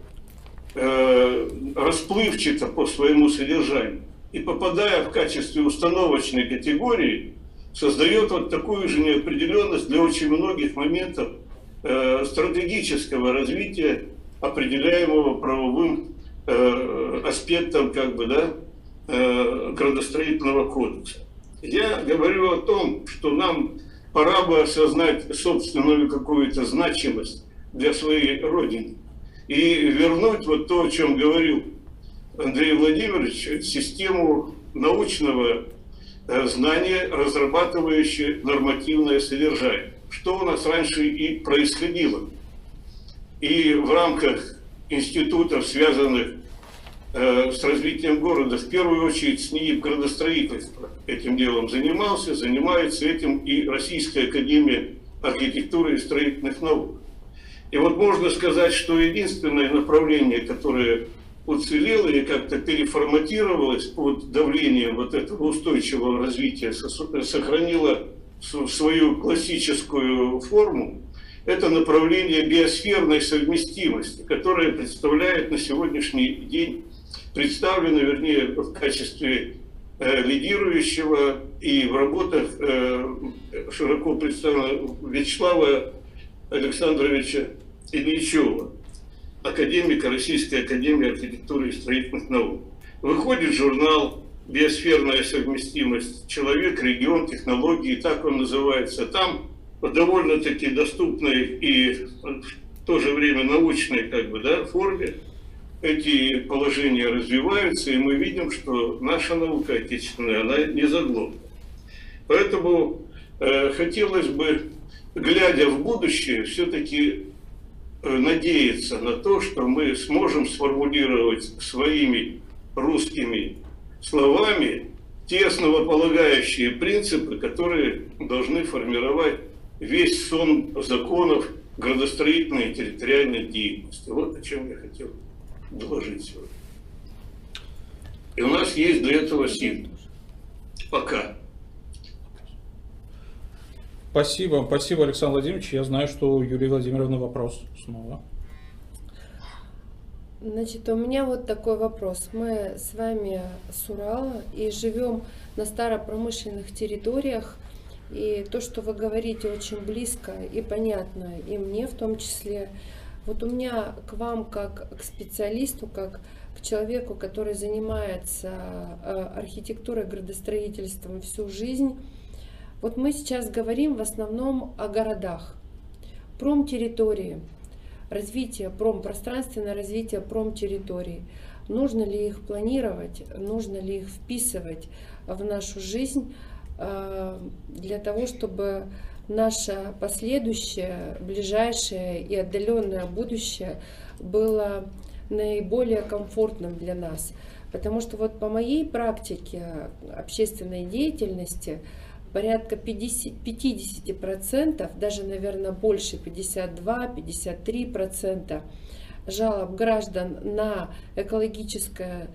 S6: расплывчато по своему содержанию. И попадая в качестве установочной категории, создает вот такую же неопределенность для очень многих моментов стратегического развития, определяемого правовым аспектом, как бы, да, градостроительного кодекса. Я говорю о том, что нам пора бы осознать собственную какую-то значимость для своей Родины и вернуть вот то, о чем говорил Андрей Владимирович, систему научного знания, разрабатывающее нормативное содержание, что у нас раньше и происходило. И в рамках институтов, связанных с развитием города, в первую очередь с НИИП градостроительства этим делом занимался, занимается этим и Российская академия архитектуры и строительных наук. И вот можно сказать, что единственное направление, которое уцелело и как-то переформатировалось под давлением вот этого устойчивого развития, сохранило свою классическую форму, это направление биосферной совместимости, которое представляет на сегодняшний день, представлено, вернее, в качестве лидирующего и в работах широко представлено Вячеслава Александровича Ильичева, академика Российской академии архитектуры и строительных наук. Выходит журнал «Биосферная совместимость. Человек, регион, технологии», так он называется. Там в довольно-таки доступной и в то же время научной, как бы, да, форме эти положения развиваются, и мы видим, что наша наука отечественная, она не заглохла. Поэтому хотелось бы, глядя в будущее, все-таки надеяться на то, что мы сможем сформулировать своими русскими словами те основополагающие принципы, которые должны формировать весь сон законов градостроительной и территориальной деятельности. Вот о чем я хотел доложить сегодня. И у нас есть для этого силы. Пока.
S1: Спасибо, спасибо, Александр Владимирович. Я знаю, что у Юлии Владимировны вопрос снова.
S2: Значит, у меня вот такой вопрос. Мы с вами с Урала и живем на старопромышленных территориях. И то, что вы говорите, очень близко и понятно, и мне в том числе. Вот у меня к вам, как к специалисту, как к человеку, который занимается архитектурой, градостроительством всю жизнь. Вот мы сейчас говорим в основном о городах, промтерритории, развитие пространственное развитие промтерритории. нужно ли их планировать, нужно ли их вписывать в нашу жизнь для того, чтобы наше последующее, ближайшее и отдаленное будущее было наиболее комфортным для нас. Потому что вот по моей практике общественной деятельности порядка 50%, даже, наверное, больше, 52-53% жалоб граждан на экологическое,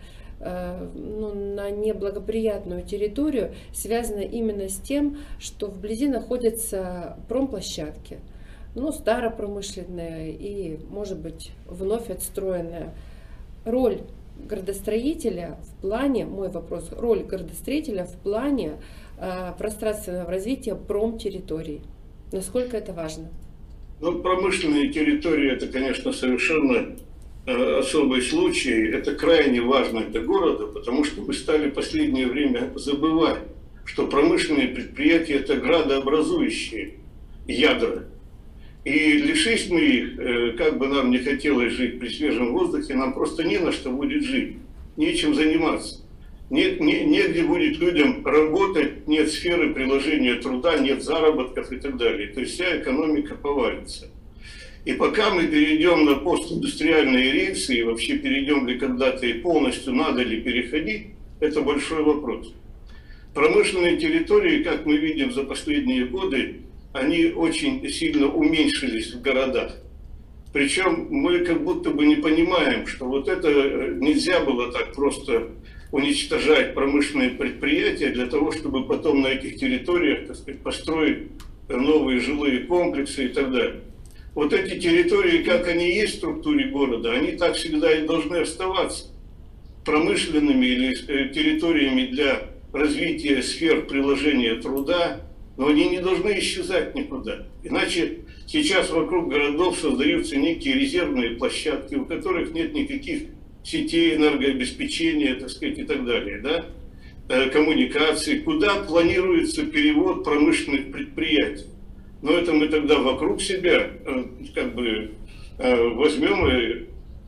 S2: на неблагоприятную территорию связано именно с тем, что вблизи находятся промплощадки, старопромышленные и, может быть, вновь отстроенные. Роль градостроителя в плане, мой вопрос, роль градостроителя в плане пространственного развития промтерриторий. Насколько это важно?
S6: Промышленные территории — это, конечно, совершенно особый случай. Это крайне важно для города, потому что мы стали в последнее время забывать, что промышленные предприятия — это градообразующие ядра. И лишись мы их, как бы нам не хотелось жить при свежем воздухе, нам просто не на что будет жить, нечем заниматься. Негде будет людям работать, нет сферы приложения труда, нет заработков и так далее. То есть вся экономика повалится. И пока мы перейдем на постиндустриальные рельсы, и вообще перейдем ли когда-то и полностью, надо ли переходить, это большой вопрос. Промышленные территории, как мы видим за последние годы, они очень сильно уменьшились в городах. Причем мы как будто бы не понимаем, что вот это нельзя было так просто уничтожать промышленные предприятия для того, чтобы потом на этих территориях, так сказать, построить новые жилые комплексы и так далее. Вот эти территории, как они есть в структуре города, они так всегда и должны оставаться промышленными или территориями для развития сфер приложения труда, но они не должны исчезать никуда. Иначе сейчас вокруг городов создаются некие резервные площадки, у которых нет никаких сетей энергообеспечения, так сказать, и так далее, да? Коммуникации, куда планируется перевод промышленных предприятий. Но это мы тогда вокруг себя как бы возьмем и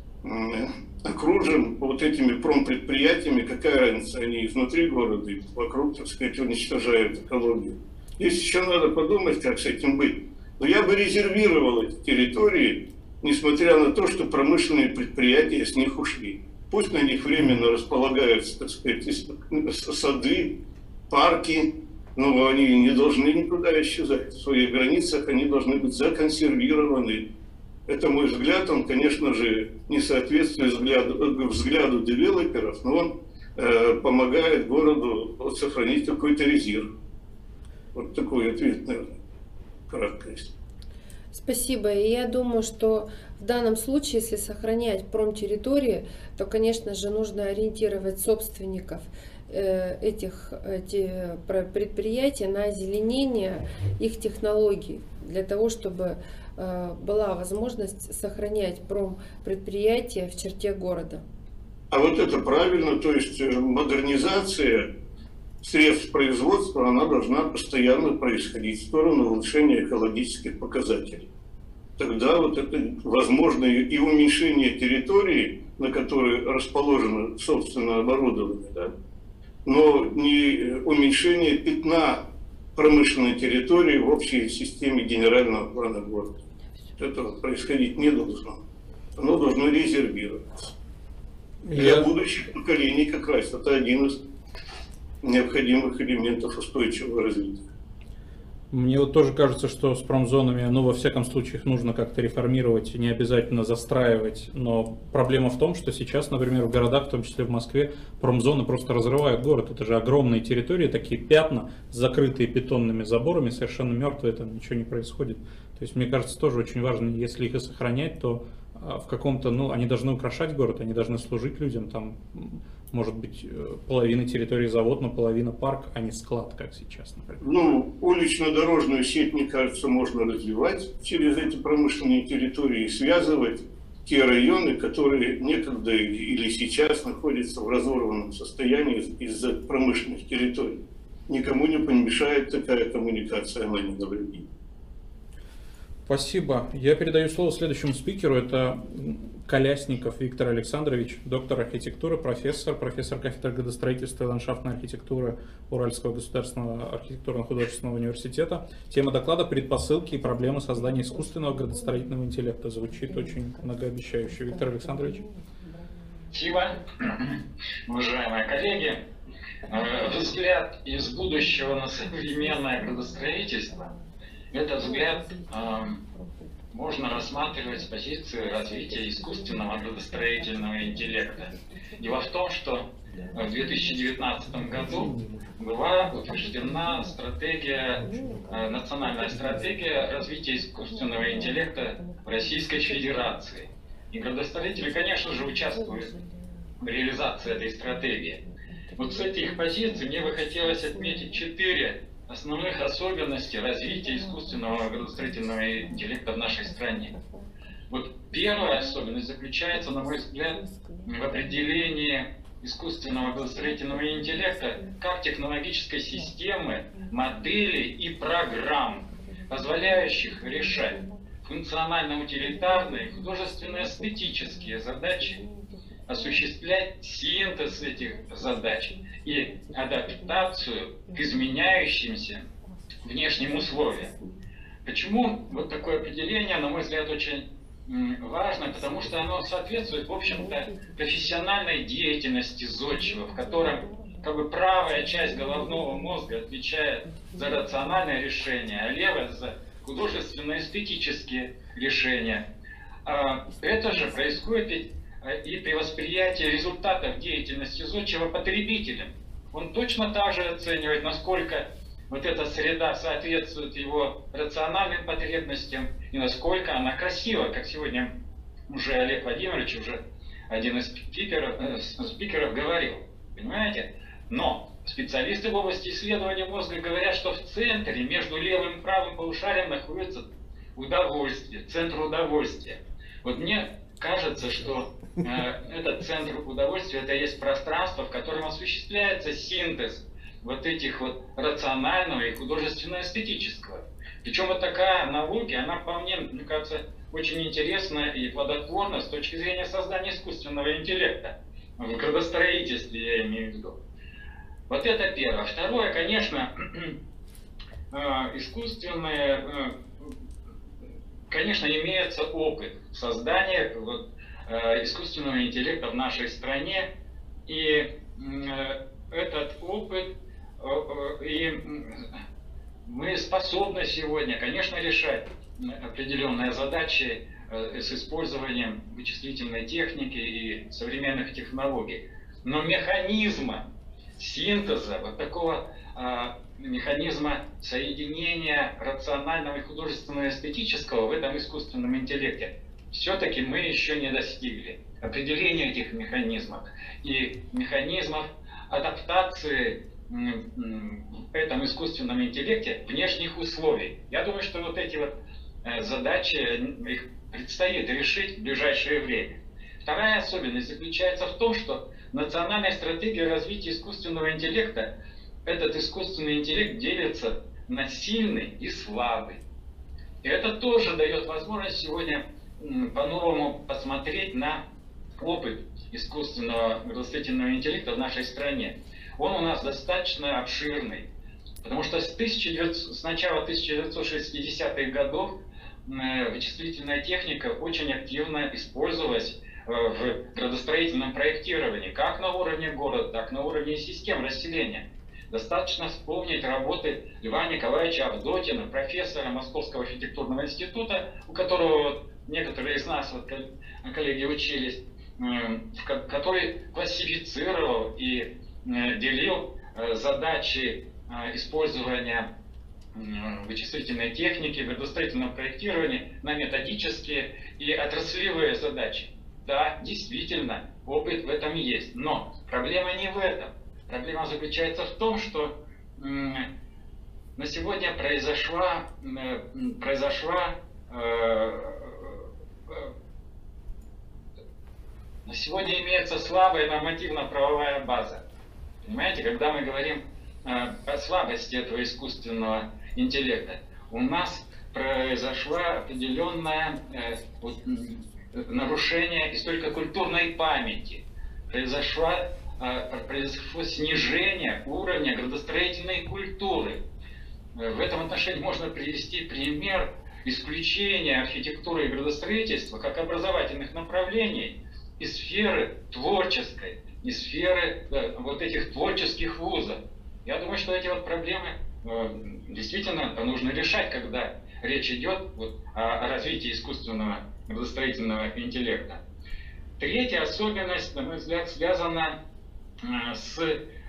S6: окружим вот этими промпредприятиями, какая разница, они изнутри города и вокруг, так сказать, уничтожают экологию. Здесь еще надо подумать, как с этим быть. Но я бы резервировал эти территории, несмотря на то, что промышленные предприятия с них ушли. Пусть на них временно располагаются, так сказать, сады, парки, но они не должны никуда исчезать. В своих границах они должны быть законсервированы. Это мой взгляд, он, конечно же, не соответствует взгляду девелоперов, но он помогает городу сохранить какой-то резерв. Вот такой ответ, наверное, краткость.
S2: Спасибо. И я думаю, что в данном случае, если сохранять промтерритории, то, конечно же, нужно ориентировать собственников этих предприятий на озеленение их технологий, для того, чтобы была возможность сохранять промпредприятия в черте города.
S6: А вот это правильно, то есть модернизация средств производства, она должна постоянно происходить в сторону улучшения экологических показателей. Тогда вот это возможно и уменьшение территории, на которой расположено собственное оборудование, да? Но не уменьшение пятна промышленной территории в общей системе генерального плана города. Этого происходить не должно. Оно должно резервироваться. Для будущих поколений как раз это один из необходимых элементов устойчивого развития.
S1: Мне вот тоже кажется, что с промзонами, во всяком случае, их нужно как-то реформировать, не обязательно застраивать. Но проблема в том, что сейчас, например, в городах, в том числе в Москве, промзоны просто разрывают город. Это же огромные территории, такие пятна, закрытые бетонными заборами, совершенно мертвые, там ничего не происходит. То есть, мне кажется, тоже очень важно, если их и сохранять, то в каком-то, они должны украшать город, они должны служить людям, там, может быть, половина территории завод, но половина парк, а не склад, как сейчас, например.
S6: Улично-дорожную сеть, мне кажется, можно развивать через эти промышленные территории, связывать те районы, которые некогда или сейчас находятся в разорванном состоянии из-за промышленных территорий. Никому не помешает такая коммуникация, она не навредит.
S1: Спасибо. Я передаю слово следующему спикеру. Это Колясников Виктор Александрович, доктор архитектуры, профессор кафедры градостроительства и ландшафтной архитектуры Уральского государственного архитектурно-художественного университета. Тема доклада «Предпосылки и проблемы создания искусственного градостроительного интеллекта». Звучит очень многообещающе. Виктор Александрович.
S7: Спасибо, уважаемые коллеги. Взгляд из будущего на современное градостроительство – это взгляд можно рассматривать с позиции развития искусственного градостроительного интеллекта. Дело в том, что в 2019 году была утверждена национальная стратегия развития искусственного интеллекта в Российской Федерации. И градостроители, конечно же, участвуют в реализации этой стратегии. Вот с этих позиций мне бы хотелось отметить 4 основных особенности развития искусственного градостроительного интеллекта в нашей стране. Вот первая особенность заключается, на мой взгляд, в определении искусственного градостроительного интеллекта как технологической системы, модели и программ, позволяющих решать функционально-утилитарные, художественно-эстетические задачи, осуществлять синтез этих задач и адаптацию к изменяющимся внешним условиям. Почему вот такое определение, на мой взгляд, очень важно? Потому что оно соответствует, в общем-то, профессиональной деятельности зодчего, в котором как бы правая часть головного мозга отвечает за рациональное решение, а левая за художественно-эстетические решения. Это же происходит и при восприятии результатов деятельности зодчего потребителем. Он точно так же оценивает, насколько вот эта среда соответствует его рациональным потребностям и насколько она красива, как сегодня уже Олег Владимирович, уже один из спикеров говорил. Понимаете? Но специалисты в области исследования мозга говорят, что в центре между левым и правым полушарием находится удовольствие, центр удовольствия. Вот мне кажется, что этот центр удовольствия — это есть пространство, в котором осуществляется синтез вот этих вот рационального и художественно-эстетического. Причем вот такая аналогия, она вполне, мне кажется, очень интересна и плодотворна с точки зрения создания искусственного интеллекта. В градостроительстве я имею в виду. Вот это первое. Второе, конечно, искусственное, конечно, имеется опыт создания искусственного интеллекта в нашей стране, и этот опыт, и мы способны сегодня, конечно, решать определенные задачи с использованием вычислительной техники и современных технологий. Но механизма синтеза, вот такого механизма соединения рационального и художественно-эстетического в этом искусственном интеллекте все-таки мы еще не достигли. Определения этих механизмов и механизмов адаптации в этом искусственном интеллекте внешних условий. Я думаю, что вот эти вот задачи, их предстоит решить в ближайшее время. Вторая особенность заключается в том, что национальная стратегия развития искусственного интеллекта, этот искусственный интеллект делится на сильный и слабый. И это тоже дает возможность сегодня по-новому посмотреть на опыт искусственного градостроительного интеллекта в нашей стране. Он у нас достаточно обширный, потому что с начала 1960-х годов вычислительная техника очень активно использовалась в градостроительном проектировании, как на уровне города, так и на уровне систем расселения. Достаточно вспомнить работы Льва Николаевича Авдотина, профессора Московского архитектурного института, у которого некоторые из нас, коллеги, учились, который классифицировал и делил задачи использования вычислительной техники в градостроительном проектировании на методические и отраслевые задачи. Да, действительно, опыт в этом есть, но проблема не в этом. Проблема заключается в том, что на сегодня на сегодня имеется слабая нормативно-правовая база. Понимаете, когда мы говорим о слабости этого искусственного интеллекта, у нас произошла определенная нарушение историко-культурной памяти, произошло снижение уровня градостроительной культуры. В этом отношении можно привести пример исключения архитектуры и градостроительства как образовательных направлений из сферы творческой, из сферы вот этих творческих вузов. Я думаю, что эти вот проблемы действительно нужно решать, когда речь идет вот о развитии искусственного градостроительного интеллекта. Третья особенность, на мой взгляд, связана с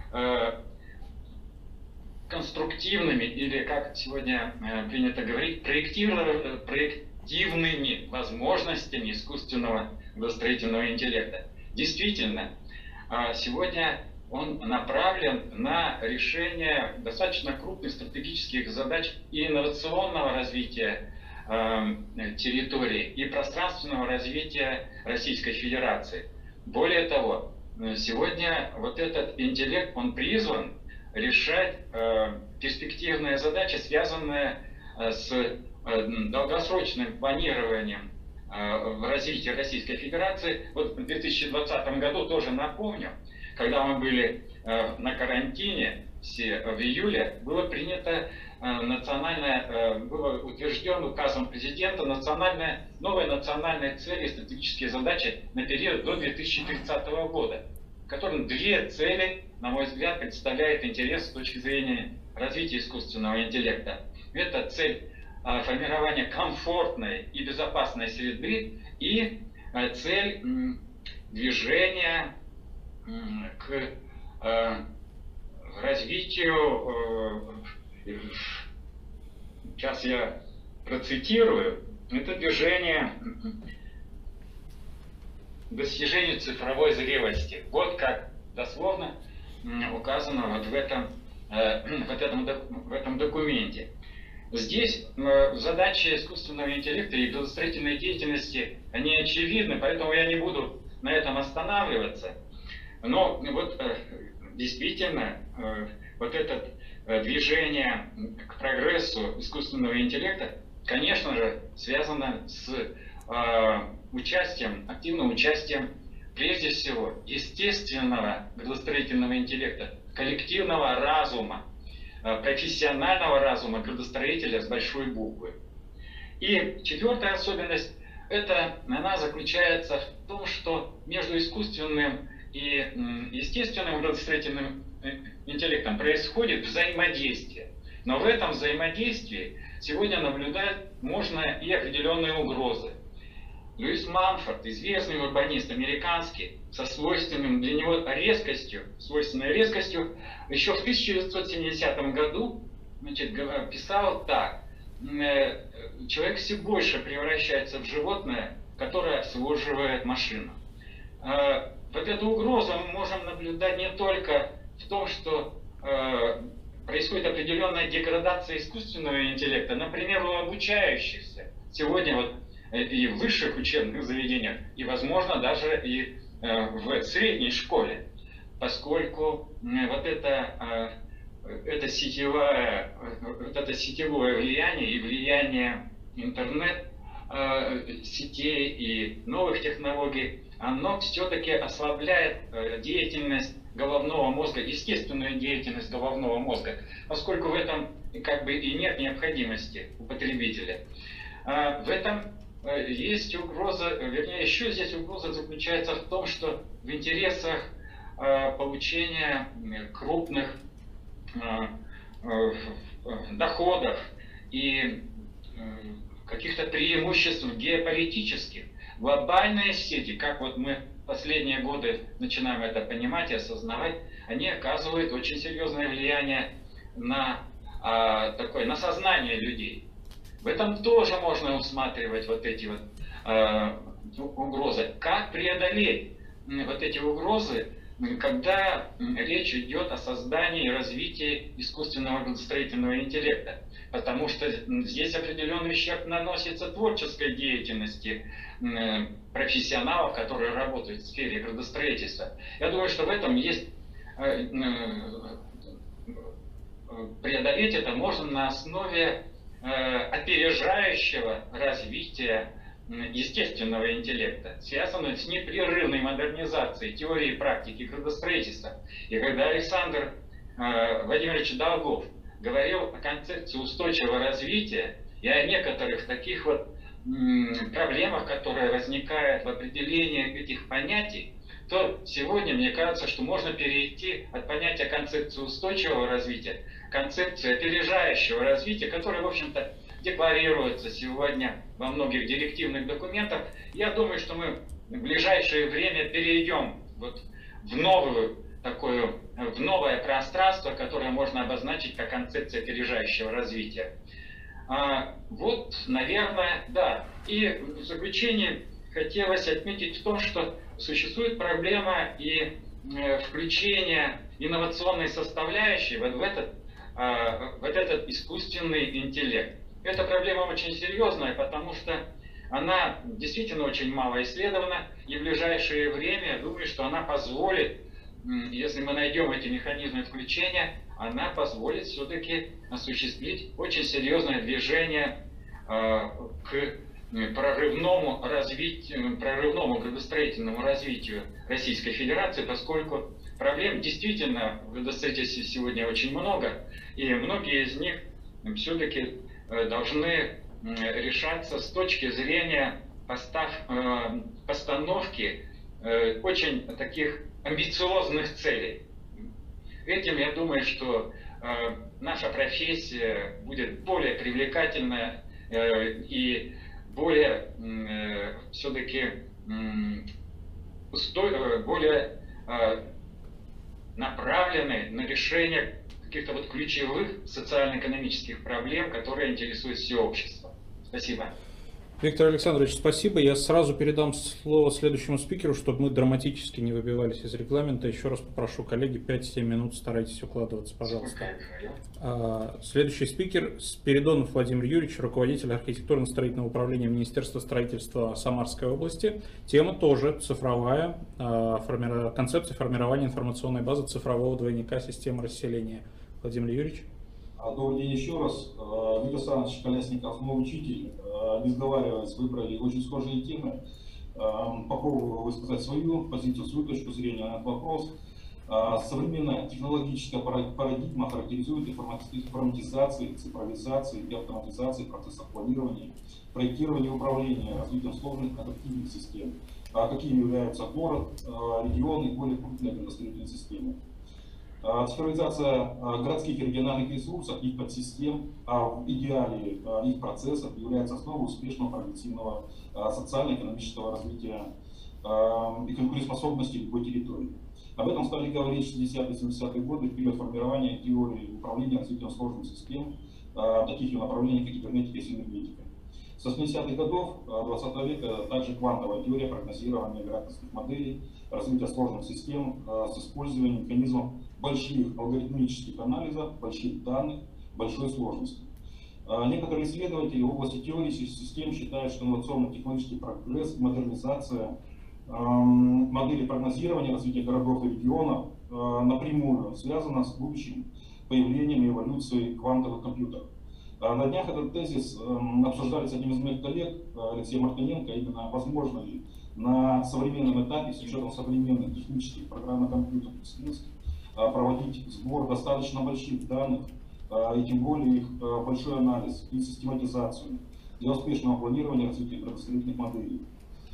S7: конструктивными, или, как сегодня принято говорить, проективными возможностями искусственного градостроительного интеллекта. Действительно, сегодня он направлен на решение достаточно крупных стратегических задач и инновационного развития территории, и пространственного развития Российской Федерации. Более того, сегодня вот этот интеллект, он призван решать перспективные задачи, связанные с долгосрочным планированием в развитии Российской Федерации. Вот в 2020 году, тоже напомню, когда мы были на карантине все в июле, было принято было утвержден указом президента новые национальные цели и стратегические задачи на период до 2030 года, которым две цели, на мой взгляд, представляет интерес с точки зрения развития искусственного интеллекта. Это цель формирования комфортной и безопасной среды и цель движения к развитию, сейчас я процитирую, это движение к достижению цифровой зрелости. Вот как дословно указано вот в этом документе. Здесь задачи искусственного интеллекта и градостроительной деятельности, они очевидны, поэтому я не буду на этом останавливаться. Но вот действительно вот это движение к прогрессу искусственного интеллекта, конечно же, связано с активным участием, прежде всего, естественного градостроительного интеллекта, коллективного разума, профессионального разума градостроителя с большой буквы. И четвертая особенность, она заключается в том, что между искусственным и естественным градостроительным интеллектом происходит взаимодействие. Но в этом взаимодействии сегодня наблюдать можно и определенные угрозы. Льюис Манфорд, известный урбанист американский, со свойственной для него резкостью, еще в 1970 году писал так: человек все больше превращается в животное, которое обслуживает машину. Вот эту угрозу мы можем наблюдать не только в том, что происходит определенная деградация искусственного интеллекта, например, у обучающихся сегодня вот и в высших учебных заведениях, и, возможно, даже и в средней школе, поскольку вот это сетевое влияние и влияние интернет-сетей и новых технологий, оно все-таки ослабляет деятельность головного мозга, естественную деятельность головного мозга, поскольку в этом как бы и нет необходимости у потребителя. В этом есть угроза, вернее, еще здесь угроза заключается в том, что в интересах получения крупных доходов и каких-то преимуществ геополитических, глобальные сети, как вот мы последние годы начинаем это понимать и осознавать, они оказывают очень серьезное влияние на сознание людей. В этом тоже можно усматривать вот эти вот угрозы. Как преодолеть вот эти угрозы, когда речь идет о создании и развитии искусственного градостроительного интеллекта? Потому что здесь определенный ущерб наносится творческой деятельности профессионалов, которые работают в сфере градостроительства. Я думаю, что в этом есть преодолеть это можно на основе опережающего развития естественного интеллекта, связанную с непрерывной модернизацией теории и практики градостроительства. И когда Александр Владимирович Долгов говорил о концепции устойчивого развития и о некоторых таких вот проблемах, которые возникают в определении этих понятий, то сегодня мне кажется, что можно перейти от понятия концепции устойчивого развития к концепции опережающего развития, которая, в общем-то, декларируется сегодня во многих директивных документах. Я думаю, что мы в ближайшее время перейдем вот в новое пространство, которое можно обозначить как концепция опережающего развития. Вот, наверное, да. И в заключение хотелось отметить в том, что существует проблема и включения инновационной составляющей вот в этот искусственный интеллект. Эта проблема очень серьезная, потому что она действительно очень мало исследована, и в ближайшее время, я думаю, что она позволит, если мы найдем эти механизмы включения, она позволит все-таки осуществить очень серьезное движение к прорывному градостроительному развитию Российской Федерации, поскольку проблем действительно в градостроительстве сегодня очень много, и многие из них все-таки должны решаться с точки зрения постановки очень таких амбициозных целей. Этим, я думаю, что наша профессия будет более привлекательная и более все-таки более направленной на решение каких-то вот ключевых социально-экономических проблем, которые интересуют все общество. Спасибо.
S1: Виктор Александрович, спасибо. Я сразу передам слово следующему спикеру, чтобы мы драматически не выбивались из регламента. Еще раз попрошу, коллеги, 5-7 минут старайтесь укладываться, пожалуйста. Следующий спикер Спиридонов Владимир Юрьевич, руководитель архитектурно-строительного управления Министерства строительства Самарской области. Тема тоже цифровая, концепция формирования информационной базы цифрового двойника системы расселения. Владимир Юрьевич.
S8: Добрый день еще раз. Виктор Александрович Колясников, мой учитель. Не сговариваясь, выбрали очень схожие темы. Попробую высказать свою позицию, свою точку зрения на этот вопрос. Современная технологическая парадигма характеризует информатизацией, цифровизацией и автоматизацией процессов планирования, проектирования и управления развитием сложных адаптивных систем, какими являются город, регионы и более крупные градостроительные системы. Цифровизация городских и региональных ресурсов, их подсистем, а в идеале их процессов является основой успешного прогрессивного социально-экономического развития и конкурентоспособности любой территории. Об этом стали говорить в 60-70-е годы в период формирования теории управления развитием сложных систем, таких направлений, как кибернетика и энергетика. С 80-х годов 20 века также квантовая теория прогнозирования вероятностных моделей, развития сложных систем с использованием механизмов больших алгоритмических анализов, больших данных, большой сложности. Некоторые исследователи в области теории систем считают, что инновационно-технологический прогресс, модернизация модели прогнозирования развития городов и регионов напрямую связана с будущим появлением и эволюцией квантовых компьютеров. На днях этот тезис обсуждали с одним из моих коллег, Алексеем Мартыненко, именно возможно ли на современном этапе, с учетом современных технических программно-компьютерных средств, проводить сбор достаточно больших данных, и тем более их большой анализ и систематизацию для успешного планирования развития градостроительных моделей.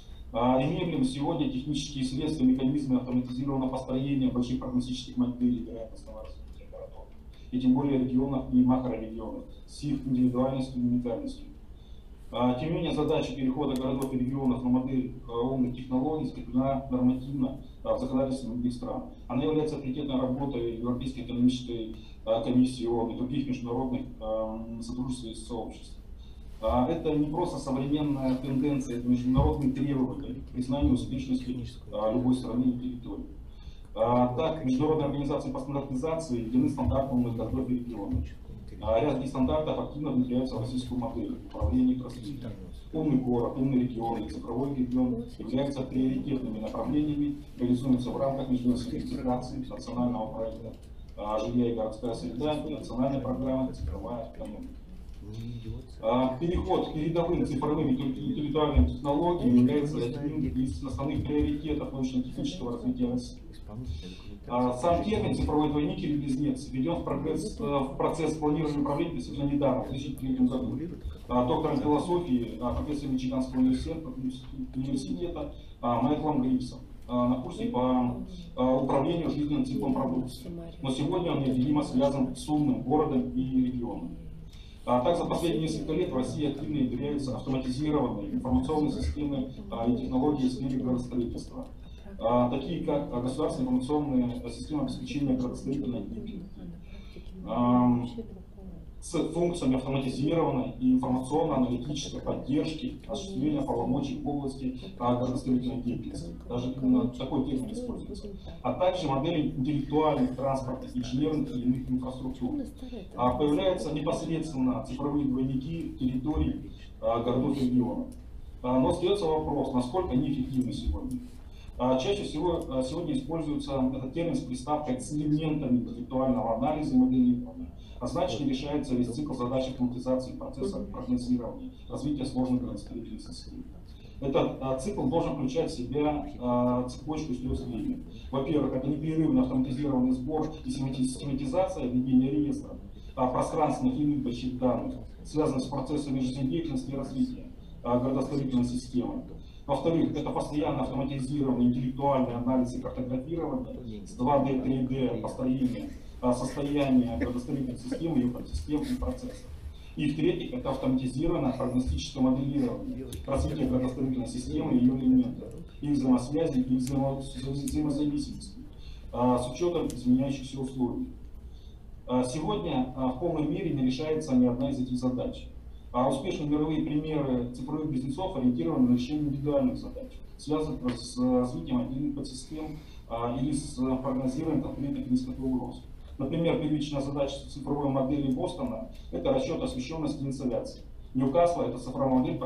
S8: Имеем ли мы сегодня технические средства, механизмы автоматизированного построения больших прогностических моделей вероятностного развития городов, и тем более регионов и макрорегионов, с их индивидуальностью и уникальностью. Тем не менее, задача перехода городов и регионов на модель умных технологий закреплена нормативно в законодательстве других стран. Она является приоритетной работой Европейской экономической комиссии ООН и других международных сотрудничеств и сообществ. Это не просто современная тенденция, это международные требования к признанию успешности любой страны и территории. Так, международные организации по стандартизации введены стандарты умных городов и регионов. Ряд этих стандартов активно внедряются в российскую модель управления и развития. Умный город, умный регион и цифровой регион являются приоритетными направлениями, реализуются в рамках международных интеграций национального проекта «Жилья и городская среда» и национальной программы «Цифровая экономика». Переход к передовым цифровым интеллектуальным технологиям является одним из основных приоритетов научно-технического развития России. Сам термин «цифровой двойник» или «близнец» введен в процесс планирования управления относительно недавно, в 2003 году. Доктором философии, профессором Мичиганского университета Майклом Грипсом на курсе по управлению жизненным циклом продукции. Но сегодня он неотделимо связан с умным городом и регионом. Так, за последние несколько лет в России активно внедряются автоматизированные информационные системы и технологии в сфере градостроительства, такие как государственная информационная система обеспечения градостроительной деятельности, с функциями автоматизированной и информационно-аналитической поддержки осуществления полномочий в области градостроительной деятельности. Даже именно такой термин используется. А также модели интеллектуальных, транспортных, инженерных и иных инфраструктур. Появляются непосредственно цифровые двойники территорий городов и регионов. Но остается вопрос, насколько они эффективны сегодня. Чаще всего сегодня используется этот термин с приставкой с элементами интеллектуального анализа и моделирования. А значит, не решается весь цикл задач автоматизации процесса прогнозирования, развития сложных градостроительных систем. Этот цикл должен включать в себя цепочку из 3 звеньев. Во-первых, это непрерывный автоматизированный сбор и систематизация введения реестра пространственных и иных больших данных, связанных с процессами жизнедеятельности и развития градостроительной системы. Во-вторых, это постоянно автоматизированный интеллектуальный анализ и картографирование с 2D, 3D построения состояния градостроительной системы, ее подсистем и процессов. И в-третьих, это автоматизированное прогностическое моделирование, развитие градостроительной системы и ее элементов, их взаимосвязи и взаимозависимости, с учетом изменяющихся условий. Сегодня в полной мере не решается ни одна из этих задач. Успешные мировые примеры цифровых близнецов ориентированы на решение индивидуальных задач, связанных с развитием отдельных подсистем или с прогнозированием конкретных рисков и угроз. Например, первичная задача цифровой модели Бостона – это расчет освещенности и инсоляции. Ньюкасла – это цифровая модель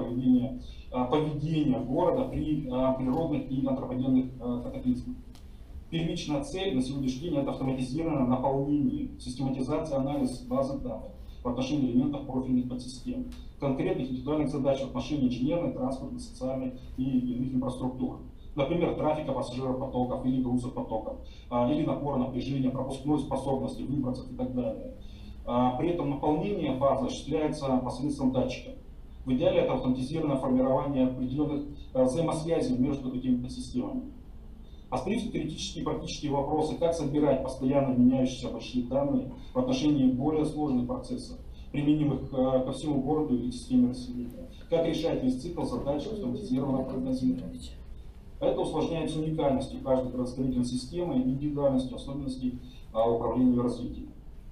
S8: поведения города при природных и антропогенных катаклизмах. Первичная цель на сегодняшний день – это автоматизированное наполнение, систематизация, анализ базы данных в отношении элементов профильных подсистем, конкретных индивидуальных задач в отношении инженерной, транспортной, социальной и иных инфраструктур. Например, трафика пассажиропотоков или грузопотоков, или напора напряжения, пропускной способности, выбросов и так далее. При этом наполнение базы осуществляется посредством датчиков. В идеале это автоматизированное формирование определенных взаимосвязей между этими подсистемами. Остаются теоретические и практические вопросы, как собирать постоянно меняющиеся большие данные в отношении более сложных процессов, применимых ко всему городу или системе расселения. Как решать весь цикл задач автоматизированного прогнозирования. Это усложняется уникальностью каждой градостроительной системы и индивидуальностью особенностей управления и развития.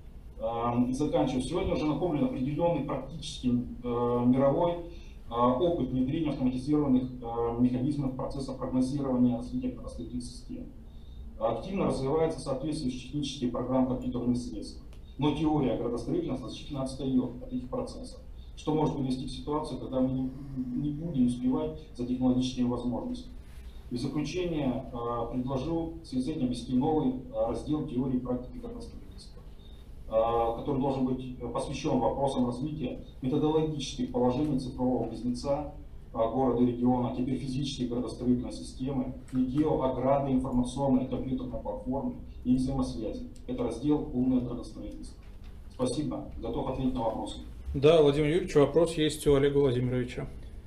S8: И заканчиваю. Сегодня уже накоплен определенный практический мировой опыт внедрения автоматизированных механизмов процесса прогнозирования развития градостроительных систем. Активно развивается соответствующие технические программы компьютерных средств. Но теория градостроительства значительно отстает от этих процессов, что может привести к ситуации, когда мы не будем успевать за технологическими возможностями. И в заключение предложу в связи с этим ввести новый раздел теории и практики градостроительства, который должен быть посвящен вопросам развития методологических положений цифрового близнеца города и региона, теперь физической градостроительной системы, и геоаграрной информационной компьютерной платформы и взаимосвязи. Это раздел «Умное градостроительство». Спасибо. Готов ответить на вопросы.
S1: Да, Владимир Юрьевич, вопрос есть у Олега Владимировича.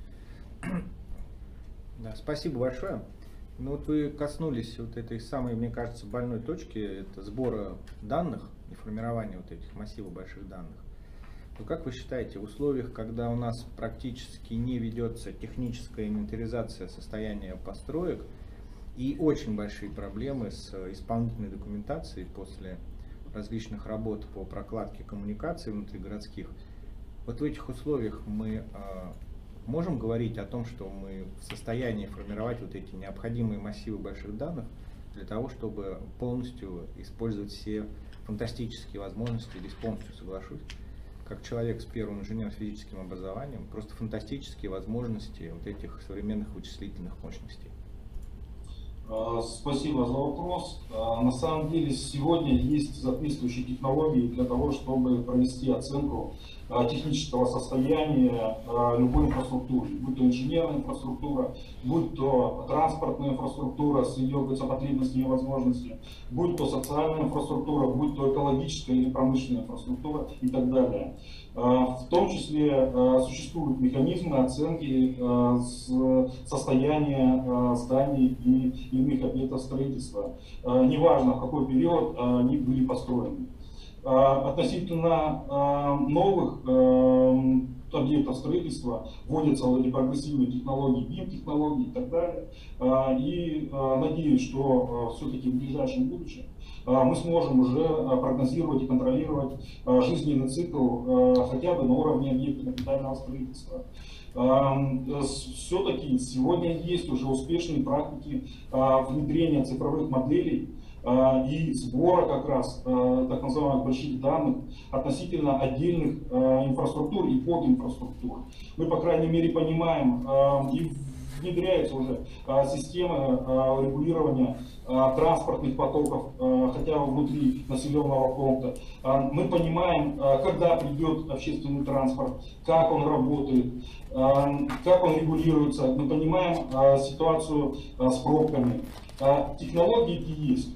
S5: Да, спасибо большое. Ну вот вы коснулись вот этой самой, мне кажется, больной точки, это сбора данных и формирования вот этих массивов больших данных. Но как вы считаете, в условиях, когда у нас практически не ведется техническая инвентаризация состояния построек и очень большие проблемы с исполнительной документацией после различных работ по прокладке коммуникаций внутригородских, вот в этих условиях мы можем говорить о том, что мы в состоянии формировать вот эти необходимые массивы больших данных для того, чтобы полностью использовать все фантастические возможности, здесь полностью соглашусь, как человек с первым инженерно-физическим образованием, просто фантастические возможности вот этих современных вычислительных мощностей.
S8: Спасибо за вопрос. На самом деле сегодня есть соответствующие технологии для того, чтобы провести оценку технического состояния любой инфраструктуры, будь то инженерная инфраструктура, будь то транспортная инфраструктура с ее потребностями и возможностями, будь то социальная инфраструктура, будь то экологическая или промышленная инфраструктура и так далее. В том числе существуют механизмы оценки состояния зданий и иных объектов строительства, неважно в какой период они были построены. Относительно новых объектов строительства вводятся вот эти прогрессивные технологии, BIM-технологии и так далее. И надеюсь, что все-таки в ближайшем будущем мы сможем уже прогнозировать и контролировать жизненный цикл хотя бы на уровне объекта капитального строительства. Все-таки сегодня есть уже успешные практики внедрения цифровых моделей и сбора как раз так называемых больших данных относительно отдельных инфраструктур и подинфраструктур. Мы, по крайней мере, понимаем и внедряется уже система регулирования транспортных потоков, хотя бы внутри населенного пункта. Мы понимаем, когда придет общественный транспорт, как он работает, как он регулируется. Мы понимаем ситуацию с пробками. Технологии эти есть.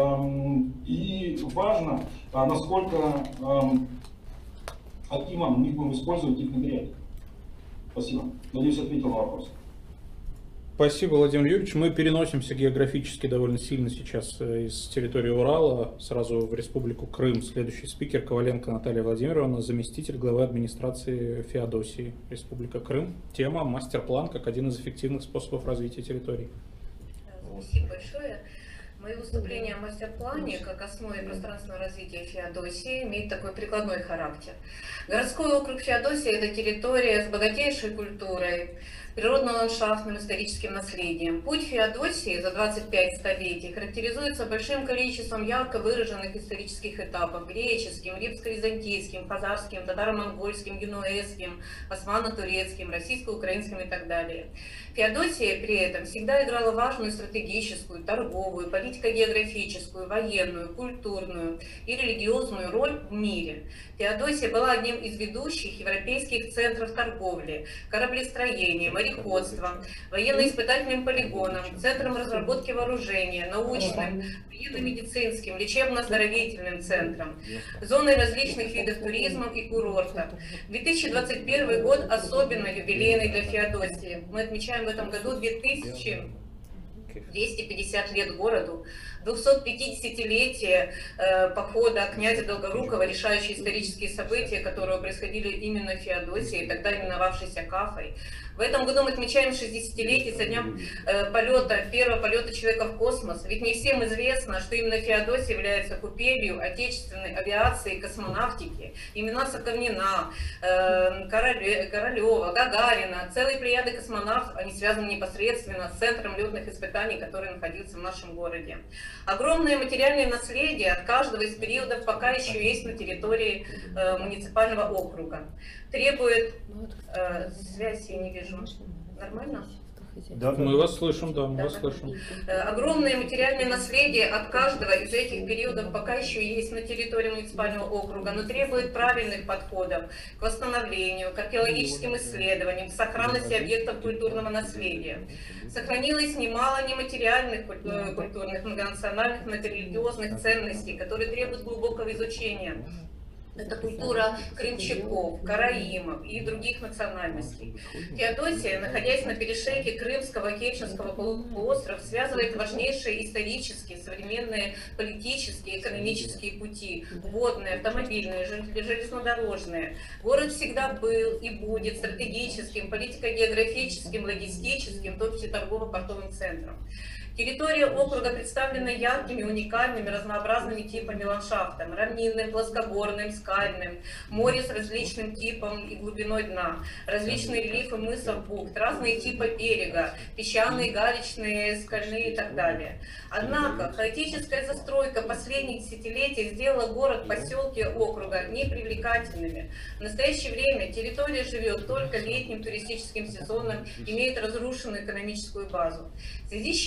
S8: И важно, насколько активно мы будем использовать их внедрять. Спасибо. Надеюсь, ответил на вопрос.
S1: Спасибо, Владимир Юрьевич. Мы переносимся географически довольно сильно сейчас из территории Урала сразу в Республику Крым. Следующий спикер Коваленко Наталья Владимировна, заместитель главы администрации Феодосии, Республика Крым. Тема «Мастер-план как один из эффективных способов развития территорий».
S9: Спасибо большое. Мое выступление о мастер-плане как основе пространственного развития Феодосии имеет такой прикладной характер. Городской округ Феодосия – это территория с богатейшей культурой, природно-ландшафтным историческим наследием. Путь Феодосии за 25 столетий характеризуется большим количеством ярко выраженных исторических этапов: греческим, римско-византийским, хазарским, татаро-монгольским, генуэзским, османо-турецким, российско-украинским и так далее. Феодосия при этом всегда играла важную стратегическую, торговую, политико-географическую, военную, культурную и религиозную роль в мире. Феодосия была одним из ведущих европейских центров торговли, кораблестроения, мореходства, военно-испытательным полигоном, центром разработки вооружения, научным, военно-медицинским, лечебно-оздоровительным центром, зоной различных видов туризма и курорта. 2021 год особенно юбилейный для Феодосии. Мы отмечаем в этом году 2250 лет городу, 250-летие похода князя Долгорукова, решающие исторические события, которые происходили именно в Феодосии, тогда именовавшейся Кафой. В этом году мы отмечаем 60-летие со дня первого полета человека в космос. Ведь не всем известно, что именно Феодосия является купелью отечественной авиации и космонавтики. Имена Соковнина, Королева, Гагарина, целые плеяды космонавтов, они связаны непосредственно с центром летных испытаний, который находился в нашем городе. Огромное материальное наследие от каждого из периодов пока еще есть на территории муниципального округа. Требует... связь я не вижу. Нормально?
S1: Да, мы вас слышим, да, мы вас слышим.
S9: Огромное материальное наследие от каждого из этих периодов пока еще есть на территории муниципального округа, но требует правильных подходов к восстановлению, к археологическим исследованиям, к сохранности объектов культурного наследия. Сохранилось немало нематериальных культурных, многонациональных, многорелигиозных ценностей, которые требуют глубокого изучения. Это культура крымчаков, караимов и других национальностей. Феодосия, находясь на перешейке Крымского Керченского полуострова, связывает важнейшие исторические, современные политические, экономические пути: водные, автомобильные, железнодорожные. Город всегда был и будет стратегическим, политико-географическим, логистическим, в том числе торгово-портовым центром. Территория округа представлена яркими, уникальными, разнообразными типами ландшафта: равнинным, плоскогорным, скальным, море с различным типом и глубиной дна, различные рельефы мысов, бухт, разные типы берега, песчаные, галечные, скальные и так далее. Однако хаотическая застройка последних десятилетий сделала город, поселки округа непривлекательными. В настоящее время территория живет только летним туристическим сезоном, имеет разрушенную экономическую базу, в связи с чем администрация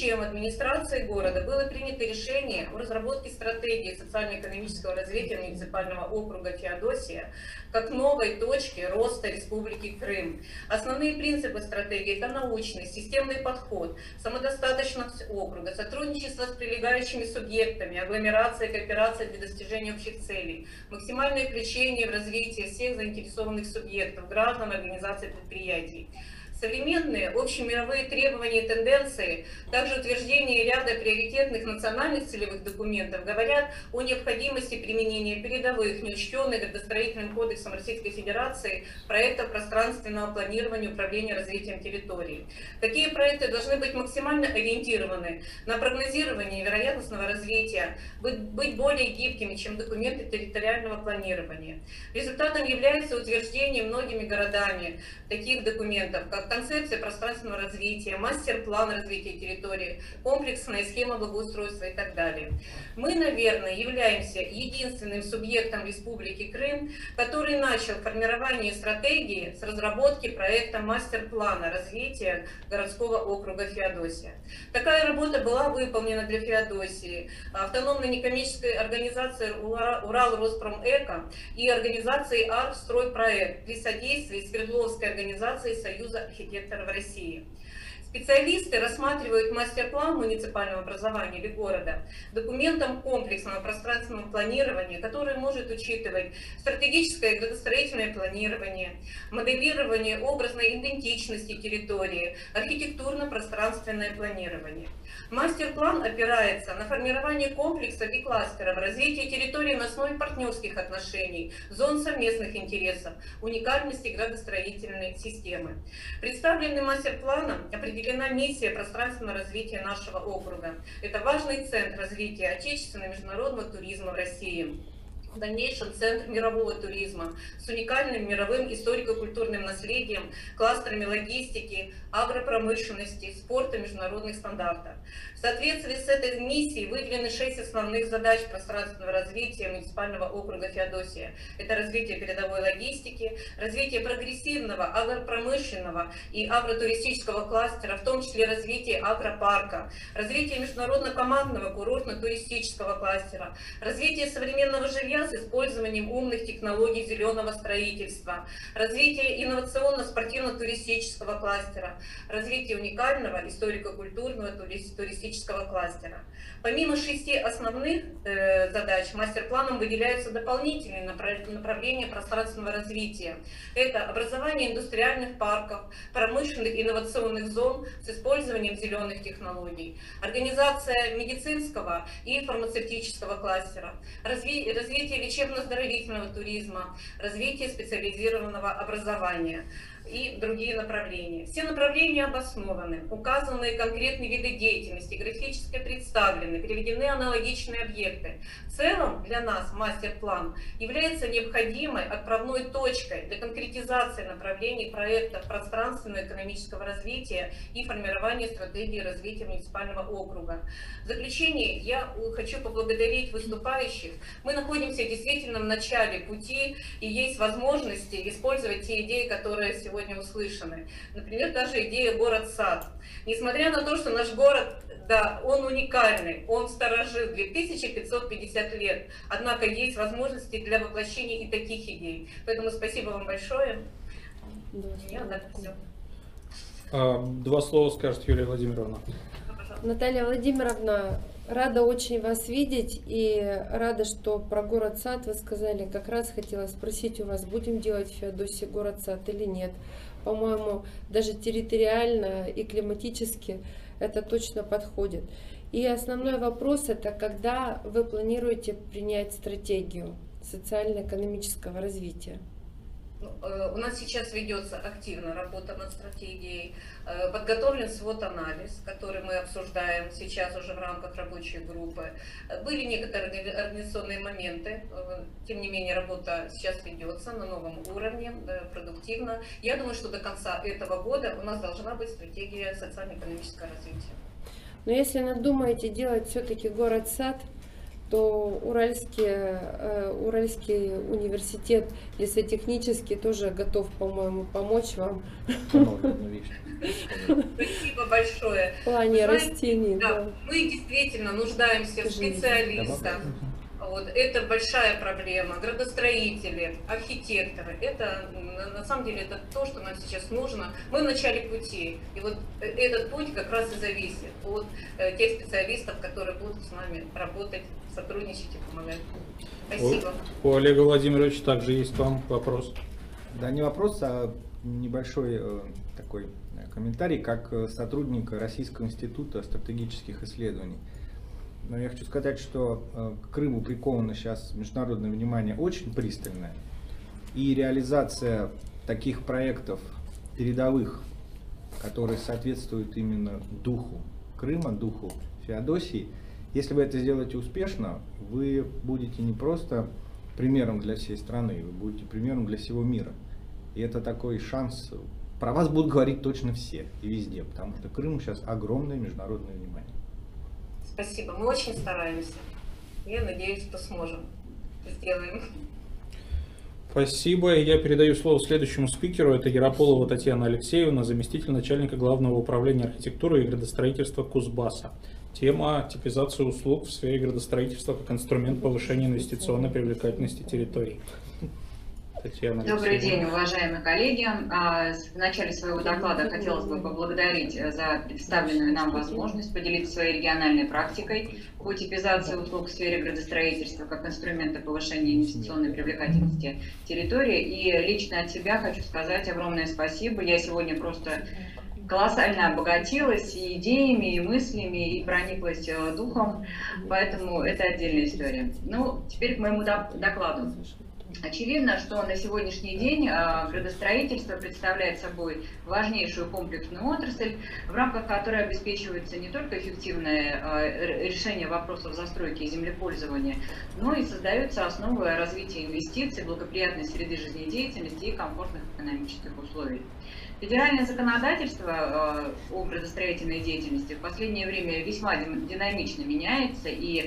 S9: администрацией города было принято решение о разработке стратегии социально-экономического развития муниципального округа Феодосия как новой точки роста Республики Крым. Основные принципы стратегии – это научный, системный подход, самодостаточность округа, сотрудничество с прилегающими субъектами, агломерация, кооперация для достижения общих целей, максимальное включение в развитие всех заинтересованных субъектов, граждан, организаций, предприятий. Современные общемировые требования и тенденции, также утверждение ряда приоритетных национальных целевых документов говорят о необходимости применения передовых, неучтенных градостроительным кодексом Российской Федерации проектов пространственного планирования и управления развитием территории. Такие проекты должны быть максимально ориентированы на прогнозирование вероятностного развития, быть более гибкими, чем документы территориального планирования. Результатом является утверждение многими городами таких документов, как концепция пространственного развития, мастер-план развития территории, комплексная схема благоустройства и так далее. Мы, наверное, являемся единственным субъектом Республики Крым, который начал формирование стратегии с разработки проекта мастер-плана развития городского округа Феодосия. Такая работа была выполнена для Феодосии автономной некоммерческой организацией Урал-Роспромэко и организацией «Арстройпроект» при содействии Свердловской организации Союза архитекторов России. Специалисты рассматривают мастер-план муниципального образования или города документом комплексного пространственного планирования, который может учитывать стратегическое градостроительное планирование, моделирование образной идентичности территории, архитектурно-пространственное планирование. Мастер-план опирается на формирование комплексов и кластеров, развитие территории на основе партнерских отношений, зон совместных интересов, уникальности градостроительной системы. Представленным мастер-планом определена миссия пространственного развития нашего округа. Это важный центр развития отечественного и международного туризма в России. В дальнейшем центр мирового туризма с уникальным мировым историко-культурным наследием, кластерами логистики, агропромышленности, спорта и международных стандартов. В соответствии с этой миссией выделены 6 основных задач пространственного развития муниципального округа Феодосия. Это развитие передовой логистики, развитие прогрессивного агропромышленного и агротуристического кластера, в том числе развитие агропарка, развитие международно-командного курортно-туристического кластера, развитие современного жилья с использованием умных технологий зеленого строительства, развитие инновационно-спортивно-туристического кластера, развитие уникального историко-культурного туристического кластера. Помимо 6 основных задач, мастер-планом выделяются дополнительные направления пространственного развития. Это образование индустриальных парков, промышленных инновационных зон с использованием зеленых технологий, организация медицинского и фармацевтического кластера, развитие лечебно-оздоровительного туризма, развитие специализированного образования и другие направления. Все направления обоснованы, указаны конкретные виды деятельности, графически представлены, приведены аналогичные объекты. В целом для нас мастер-план является необходимой отправной точкой для конкретизации направлений проектов пространственного экономического развития и формирования стратегии развития муниципального округа. В заключение я хочу поблагодарить выступающих. Мы находимся действительно в начале пути и есть возможности использовать те идеи, которые сегодня услышаны. Например, даже идея город-сад. Несмотря на то, что наш город, да, он уникальный, он старожил 2550 лет, однако есть возможности для воплощения и таких идей. Поэтому спасибо вам большое.
S1: Два слова скажет Юлия Владимировна.
S2: Наталья Владимировна, рада очень вас видеть и рада, что про город-сад вы сказали. Как раз хотела спросить у вас, будем делать в Феодосии город-сад или нет. По-моему, даже территориально и климатически это точно подходит. И основной вопрос — это когда вы планируете принять стратегию социально-экономического развития?
S9: У нас сейчас ведется активная работа над стратегией. Подготовлен свод-анализ, который мы обсуждаем сейчас уже в рамках рабочей группы. Были некоторые организационные моменты, тем не менее работа сейчас ведется на новом уровне, продуктивно. Я думаю, что до конца этого года у нас должна быть стратегия социально-экономического развития.
S2: Но если надумаете делать все-таки город-сад, что Уральский университет лесотехнический тоже готов, по-моему, помочь вам
S9: Спасибо большое.
S2: в плане
S9: Знаете,
S2: растений.
S9: да, мы действительно нуждаемся в специалистах. Вот, это большая проблема. Градостроители, архитекторы, это на самом деле это то, что нам сейчас нужно. Мы в начале пути, и вот этот путь как раз и зависит от тех специалистов, которые будут с нами работать, сотрудничать и помогать. Спасибо.
S1: У Олега Владимировича также есть к вам вопрос.
S5: Да, не вопрос, а небольшой такой комментарий, как сотрудник Российского института стратегических исследований. Но я хочу сказать, что к Крыму приковано сейчас международное внимание очень пристальное, и реализация таких проектов передовых, которые соответствуют именно духу Крыма, духу Феодосии, если вы это сделаете успешно, вы будете не просто примером для всей страны, вы будете примером для всего мира. И это такой шанс, про вас будут говорить точно все и везде, потому что Крыму сейчас огромное международное внимание.
S9: Спасибо, мы очень стараемся. Я надеюсь, что сможем. Сделаем.
S1: Спасибо. Я передаю слово следующему спикеру. Это Ярополова Татьяна Алексеевна, заместитель начальника Главного управления архитектуры и градостроительства Кузбасса. Тема типизации услуг в сфере градостроительства как инструмент повышения инвестиционной привлекательности территорий. Татьяна
S10: Добрый
S1: Алексеевна.
S10: день, уважаемые коллеги. В начале своего доклада хотелось бы поблагодарить за представленную нам возможность поделиться своей региональной практикой по типизации услуг в сфере градостроительства как инструмента повышения инвестиционной привлекательности территории. И лично от себя хочу сказать огромное спасибо. Я сегодня просто колоссально обогатилась и идеями, и мыслями, и прониклась духом, поэтому это отдельная история. Ну, теперь к моему докладу. Очевидно, что на сегодняшний день градостроительство представляет собой важнейшую комплексную отрасль, в рамках которой обеспечивается не только эффективное решение вопросов застройки и землепользования, но и создаются основы развития инвестиций, благоприятной среды жизнедеятельности и комфортных экономических условий. Федеральное законодательство о градостроительной деятельности в последнее время весьма динамично меняется, и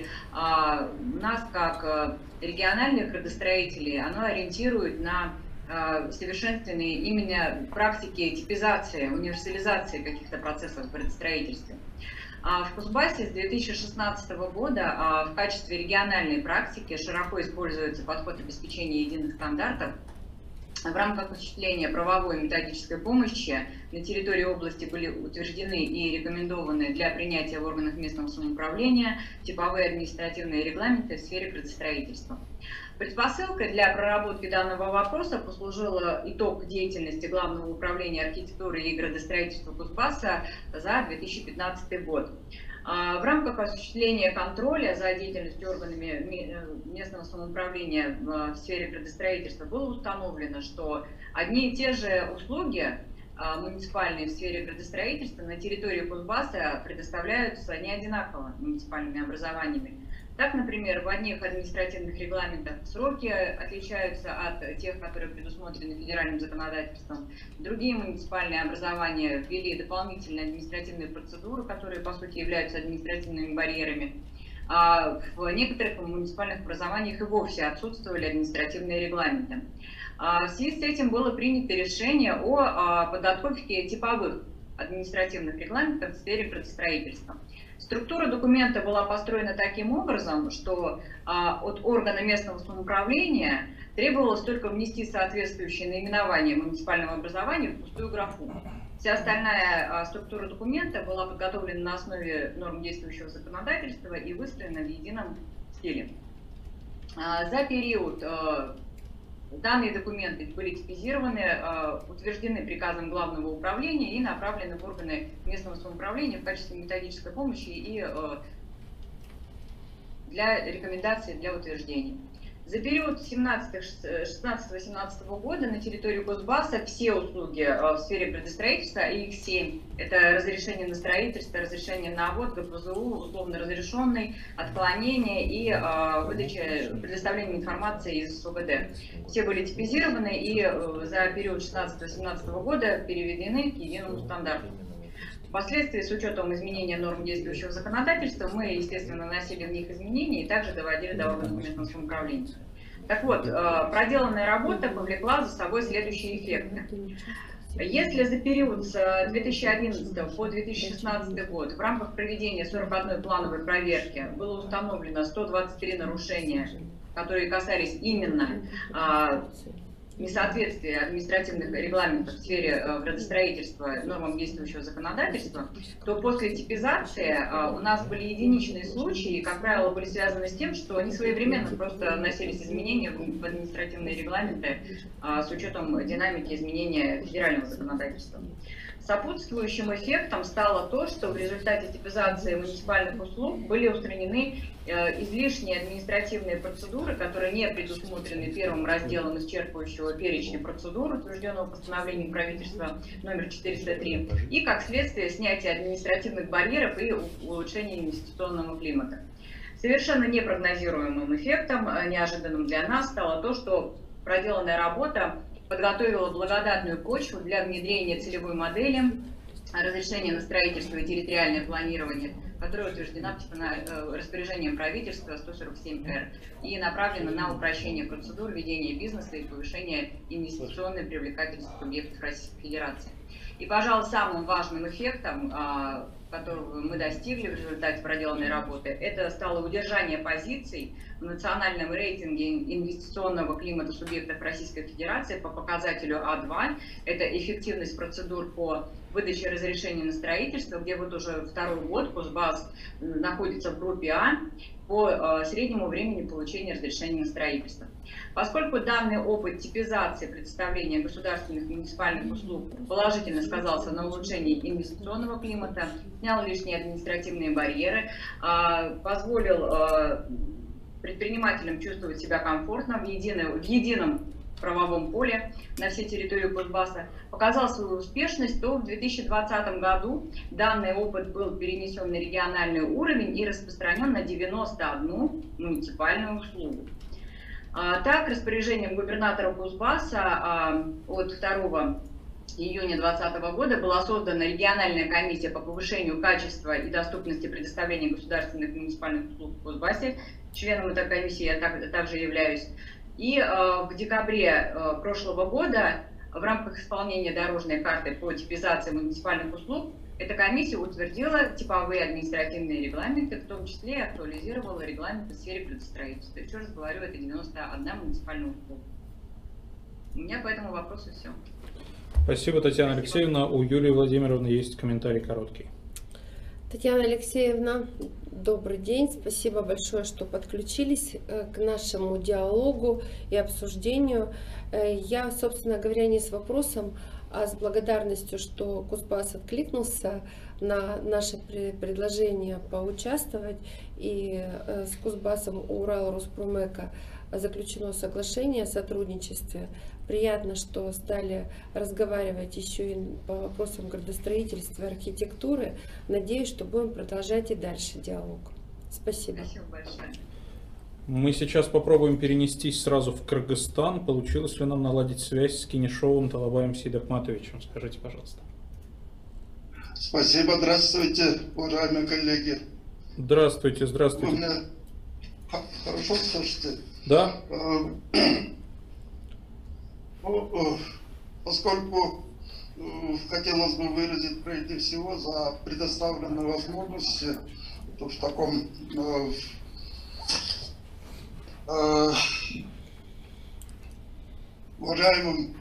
S10: нас, как региональных градостроителей, оно ориентирует на совершенствование именно практики типизации, универсализации каких-то процессов в градостроительстве. В Кузбассе с 2016 года в качестве региональной практики широко используется подход обеспечения единых стандартов. В рамках осуществления правовой и методической помощи на территории области были утверждены и рекомендованы для принятия в органах местного самоуправления типовые административные регламенты в сфере градостроительства. Предпосылкой для проработки данного вопроса послужил итог деятельности Главного управления архитектуры и градостроительства Кузбасса за 2015 год. В рамках осуществления контроля за деятельностью органами местного самоуправления в сфере градостроительства было установлено, что одни и те же услуги муниципальные в сфере градостроительства на территории Кузбасса предоставляются не одинаково муниципальными образованиями. Так, например, в одних административных регламентах сроки отличаются от тех, которые предусмотрены федеральным законодательством. Другие муниципальные образования ввели дополнительные административные процедуры, которые, по сути, являются административными барьерами. А в некоторых муниципальных образованиях и вовсе отсутствовали административные регламенты. В связи с этим было принято решение о подготовке типовых административных регламентов в сфере градостроительства. Структура документа была построена таким образом, что от органа местного самоуправления требовалось только внести соответствующее наименование муниципального образования в пустую графу. Вся остальная структура документа была подготовлена на основе норм действующего законодательства и выстроена в едином стиле. За период данные документы были типизированы, утверждены приказом Главного управления и направлены в органы местного самоуправления в качестве методической помощи и для рекомендаций для утверждения. За период 16-17 года на территории Кузбасса все услуги в сфере градостроительства, и их 7, это разрешение на строительство, разрешение на ОВОД, ГПЗУ, условно разрешенный, отклонение и предоставление информации из СУГД. Все были типизированы и за период 16-17 года переведены к единому стандарту. Впоследствии, с учетом изменения норм действующего законодательства, мы, естественно, вносили в них изменения и также доводили до органов местного самоуправления. Так вот, проделанная работа повлекла за собой следующие эффекты. Если за период с 2011 по 2016 год в рамках проведения 41 плановой проверки было установлено 123 нарушения, которые касались именно несоответствия административных регламентов в сфере градостроительства нормам действующего законодательства, то после типизации у нас были единичные случаи, как правило, были связаны с тем, что несвоевременно просто вносились изменения в административные регламенты с учетом динамики изменения федерального законодательства. Сопутствующим эффектом стало то, что в результате типизации муниципальных услуг были устранены излишние административные процедуры, которые не предусмотрены первым разделом исчерпывающего перечня процедур, утвержденного постановлением правительства номер 403, и, как следствие, снятие административных барьеров и улучшение инвестиционного климата. Совершенно непрогнозируемым эффектом, неожиданным для нас, стало то, что проделанная работа подготовила благодатную почву для внедрения целевой модели разрешения на строительство и территориальное планирование, которая утверждена распоряжением правительства 147-Р и направлена на упрощение процедур ведения бизнеса и повышение инвестиционной привлекательности субъектов Российской Федерации. И, пожалуй, самым важным эффектом, которого мы достигли в результате проделанной работы, это стало удержание позиций в национальном рейтинге инвестиционного климата субъектов Российской Федерации по показателю А2. Это эффективность процедур по выдаче разрешения на строительство, где вот уже второй год Кузбасс находится в группе А по среднему времени получения разрешения на строительство. Поскольку данный опыт типизации предоставления государственных и муниципальных услуг положительно сказался на улучшении инвестиционного климата, снял лишние административные барьеры, позволил предпринимателям чувствовать себя комфортно в едином правовом поле на всей территории Кузбасса, показал свою успешность, то в 2020 году данный опыт был перенесен на региональный уровень и распространен на 91 муниципальную услугу. Так, распоряжением губернатора Кузбасса от 2 июня 2020 года была создана региональная комиссия по повышению качества и доступности предоставления государственных и муниципальных услуг в Кузбассе. Членом этой комиссии я также являюсь. И в декабре прошлого года в рамках исполнения дорожной карты по типизации муниципальных услуг эта комиссия утвердила типовые административные регламенты, в том числе актуализировала регламенты в сфере градостроительства. Еще раз говорю, это 91 муниципальная услуга. У меня по этому вопросу все.
S1: Спасибо, Татьяна Алексеевна. У Юлии Владимировны есть комментарий короткий.
S2: Татьяна Алексеевна, добрый день. Спасибо большое, что подключились к нашему диалогу и обсуждению. Я, собственно говоря, не с вопросом, а с благодарностью, что Кузбасс откликнулся на наше предложение поучаствовать. И с Кузбассом у Урал-Руспромека заключено соглашение о сотрудничестве. Приятно, что стали разговаривать еще и по вопросам градостроительства и архитектуры. Надеюсь, что будем продолжать и дальше диалог. Спасибо.
S10: Спасибо большое.
S1: Мы сейчас попробуем перенестись сразу в Кыргызстан. Получилось ли нам наладить связь с Кенешовым Талабаем Сейдахматовичем? Скажите, пожалуйста.
S11: Спасибо. Здравствуйте, уважаемые коллеги.
S1: Здравствуйте, здравствуйте.
S11: Вы меня хорошо слышите?
S1: Да.
S11: Поскольку хотелось бы выразить прежде всего за предоставленные возможности в таком уважаемым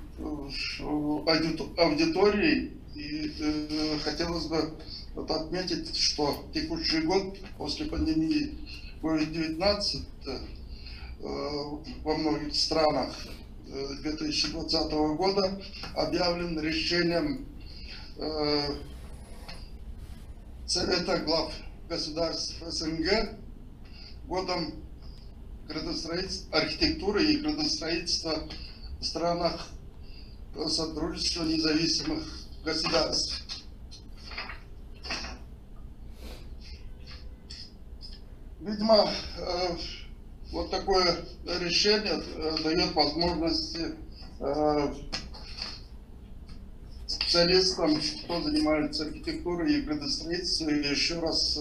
S11: аудитории, и хотелось бы отметить, что текущий год после пандемии COVID-19 во многих странах 2020 года объявлен решением Совета глав государств СНГ годом архитектуры и градостроительства в странах Содружества независимых государств. Видимо, вот такое решение дает возможности специалистам, кто занимается архитектурой и градостроительством, и еще раз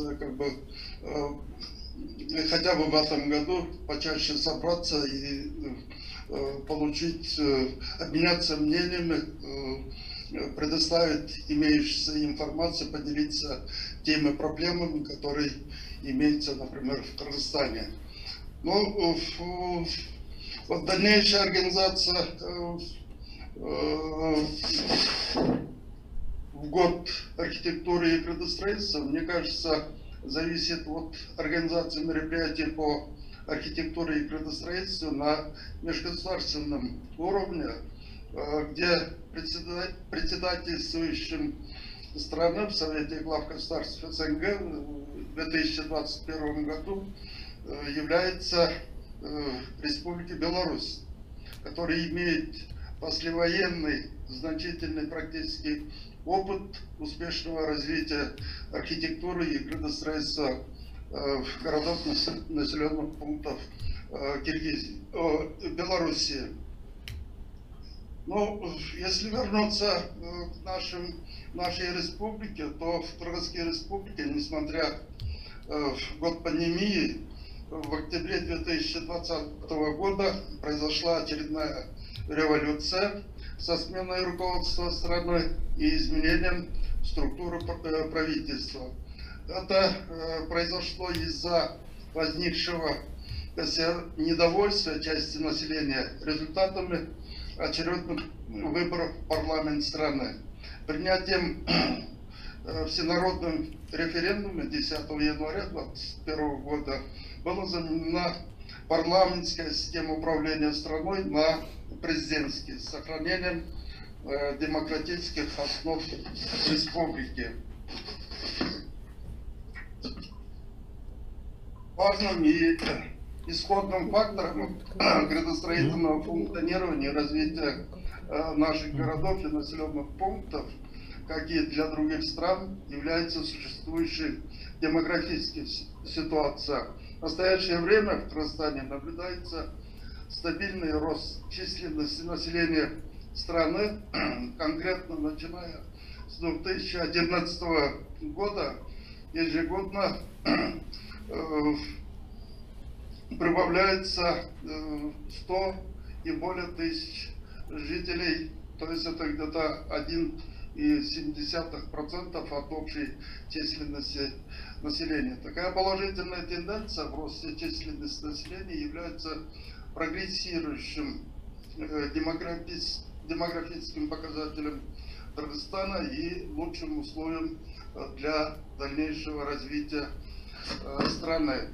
S11: хотя бы в этом году почаще собраться и получить, обменяться мнениями, предоставить имеющуюся информацию, поделиться теми проблемами, которые имеются, например, в Кыргызстане. Ну, вот дальнейшая организация в год архитектуры и градостроительства, мне кажется, зависит от организации мероприятий по архитектуре и градостроительству на межгосударственном уровне, где председательствующим страны в Совете глав государств СНГ в 2021 году является Республика Беларусь, которая имеет послевоенный значительный практический опыт успешного развития архитектуры и градостроительства в городах населенных пунктов Белоруссии. Ну, если вернуться к нашей республике, то в Кыргызской республике, несмотря в год пандемии, в октябре 2020 года произошла очередная революция со сменой руководства страны и изменением структуры правительства. Это произошло из-за возникшего недовольства части населения результатами очередных выборов в парламент страны. Принятием всенародным референдума 10 января 2021 года была заменена парламентская система управления страной на президентский, с сохранением демократических основ республики. Важным и исходным фактором градостроительного функционирования и развития наших городов и населенных пунктов, как и для других стран, является существующая демографическая ситуация. В настоящее время в Кыргызстане наблюдается стабильный рост численности населения страны, конкретно начиная с 2011 года ежегодно прибавляется 100 и более тысяч жителей, то есть это где-то 1,7% от общей численности населения. Такая положительная тенденция в росте численности населения является прогрессирующим демографическим показателем Кыргызстана и лучшим условием для дальнейшего развития страны.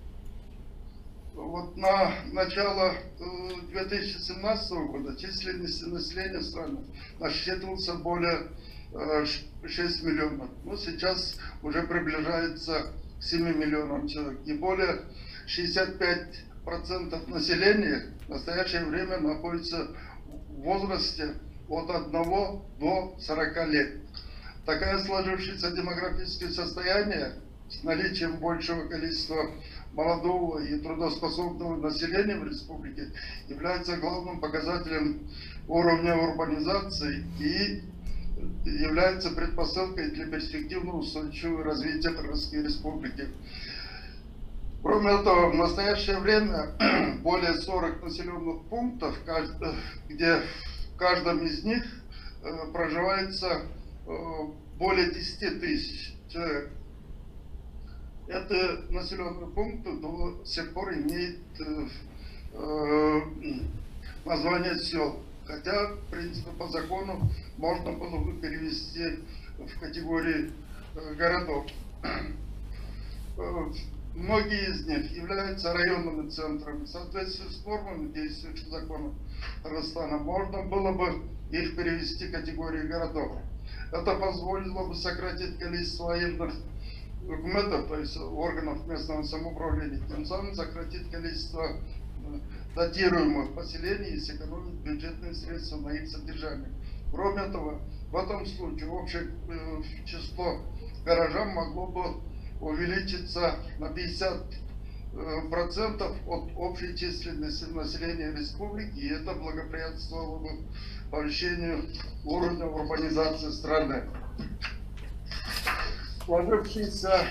S11: Вот на начало 2017 года численность населения страны насчитывался более 6 миллионов. Но сейчас уже приближается к 7 миллионам человек. И более 65% населения в настоящее время находится в возрасте от 1 до 40 лет. Такое сложившееся демографическое состояние с наличием большего количества молодого и трудоспособного населения в республике является главным показателем уровня урбанизации и является предпосылкой для перспективного устойчивого развития Кыргызской республики. Кроме этого, в настоящее время более 40 населенных пунктов, где в каждом из них проживается более 10 тысяч человек. Это населенные пункты до сих пор имеют название сел. Хотя, в принципе, по закону можно было бы перевести в категории городов. Многие из них являются районными центрами. В соответствии с нормами действующих законов Кыргызстана можно было бы их перевести в категории городов. Это позволило бы сократить количество военных документов, то есть органов местного самоуправления, тем самым сократить количество датируемых поселений и сэкономить бюджетные средства на их содержание. Кроме того, в этом случае общее число горожан могло бы увеличиться на 50 от общей численности населения республики, и это благоприятствовало бы повышению уровня урбанизации страны. Сложившаяся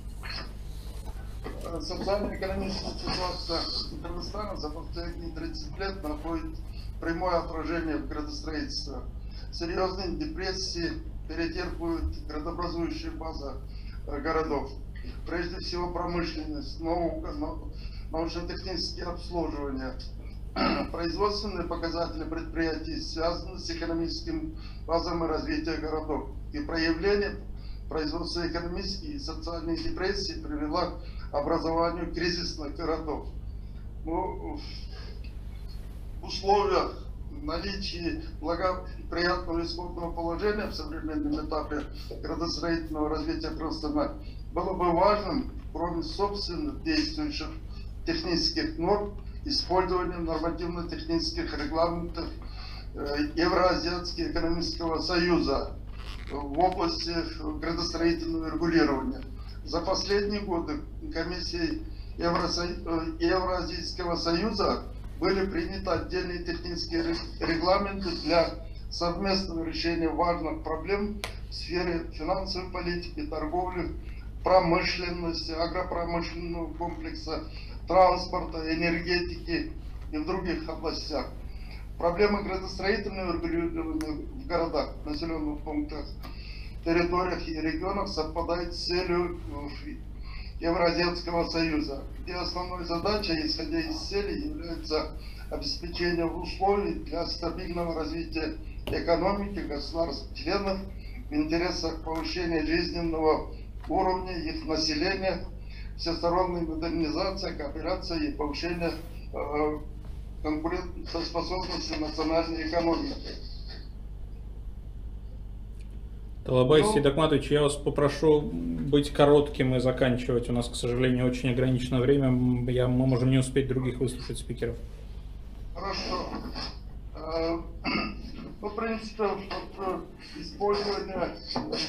S11: социально-экономическая ситуация Кыргызстана за последние 30 лет находит прямое отражение в градостроительстве. Серьезные депрессии перетерпывают градообразующие базы городов. Прежде всего промышленность, наука, научно-технические обслуживания. Производственные показатели предприятий связаны с экономическим базами развития городов. И проявление производственно-экономических и социальных депрессий привело к образованию кризисных городов. В условиях наличия благоприятного исходного положения в современном этапе градостроительного развития Кыргызстана было бы важным, кроме собственных действующих технических норм, использование нормативно-технических регламентов Евразийского экономического союза в области градостроительного регулирования. За последние годы комиссией Евразийского союза были приняты отдельные технические регламенты для совместного решения важных проблем в сфере финансовой политики, торговли, промышленности, агропромышленного комплекса, транспорта, энергетики и в других областях. Проблемы градостроительного регулирования в городах, населенных пунктах, территориях и регионах совпадают с целью Евразийского союза, где основной задачей, исходя из цели, является обеспечение условий для стабильного развития экономики государств-членов в интересах повышения жизненного уровня их населения, всесторонней модернизации, кооперации и повышения конкурентоспособности национальной экономики.
S1: Талабай Сейдакматович, я вас попрошу быть коротким и заканчивать. У нас, к сожалению, очень ограниченное время. Мы можем не успеть других выслушать спикеров.
S11: Хорошо. В принципе, использование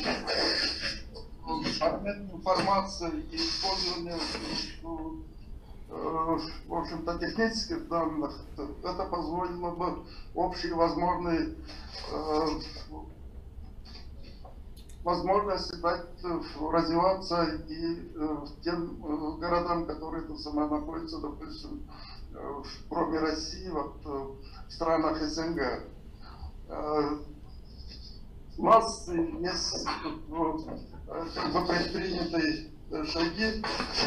S11: информации и использование, в общем-то, технических данных, это позволило бы общие возможности дать развиваться и тем городам, которые находятся, допустим, кроме России, в странах СНГ. У нас есть предпринятые шаги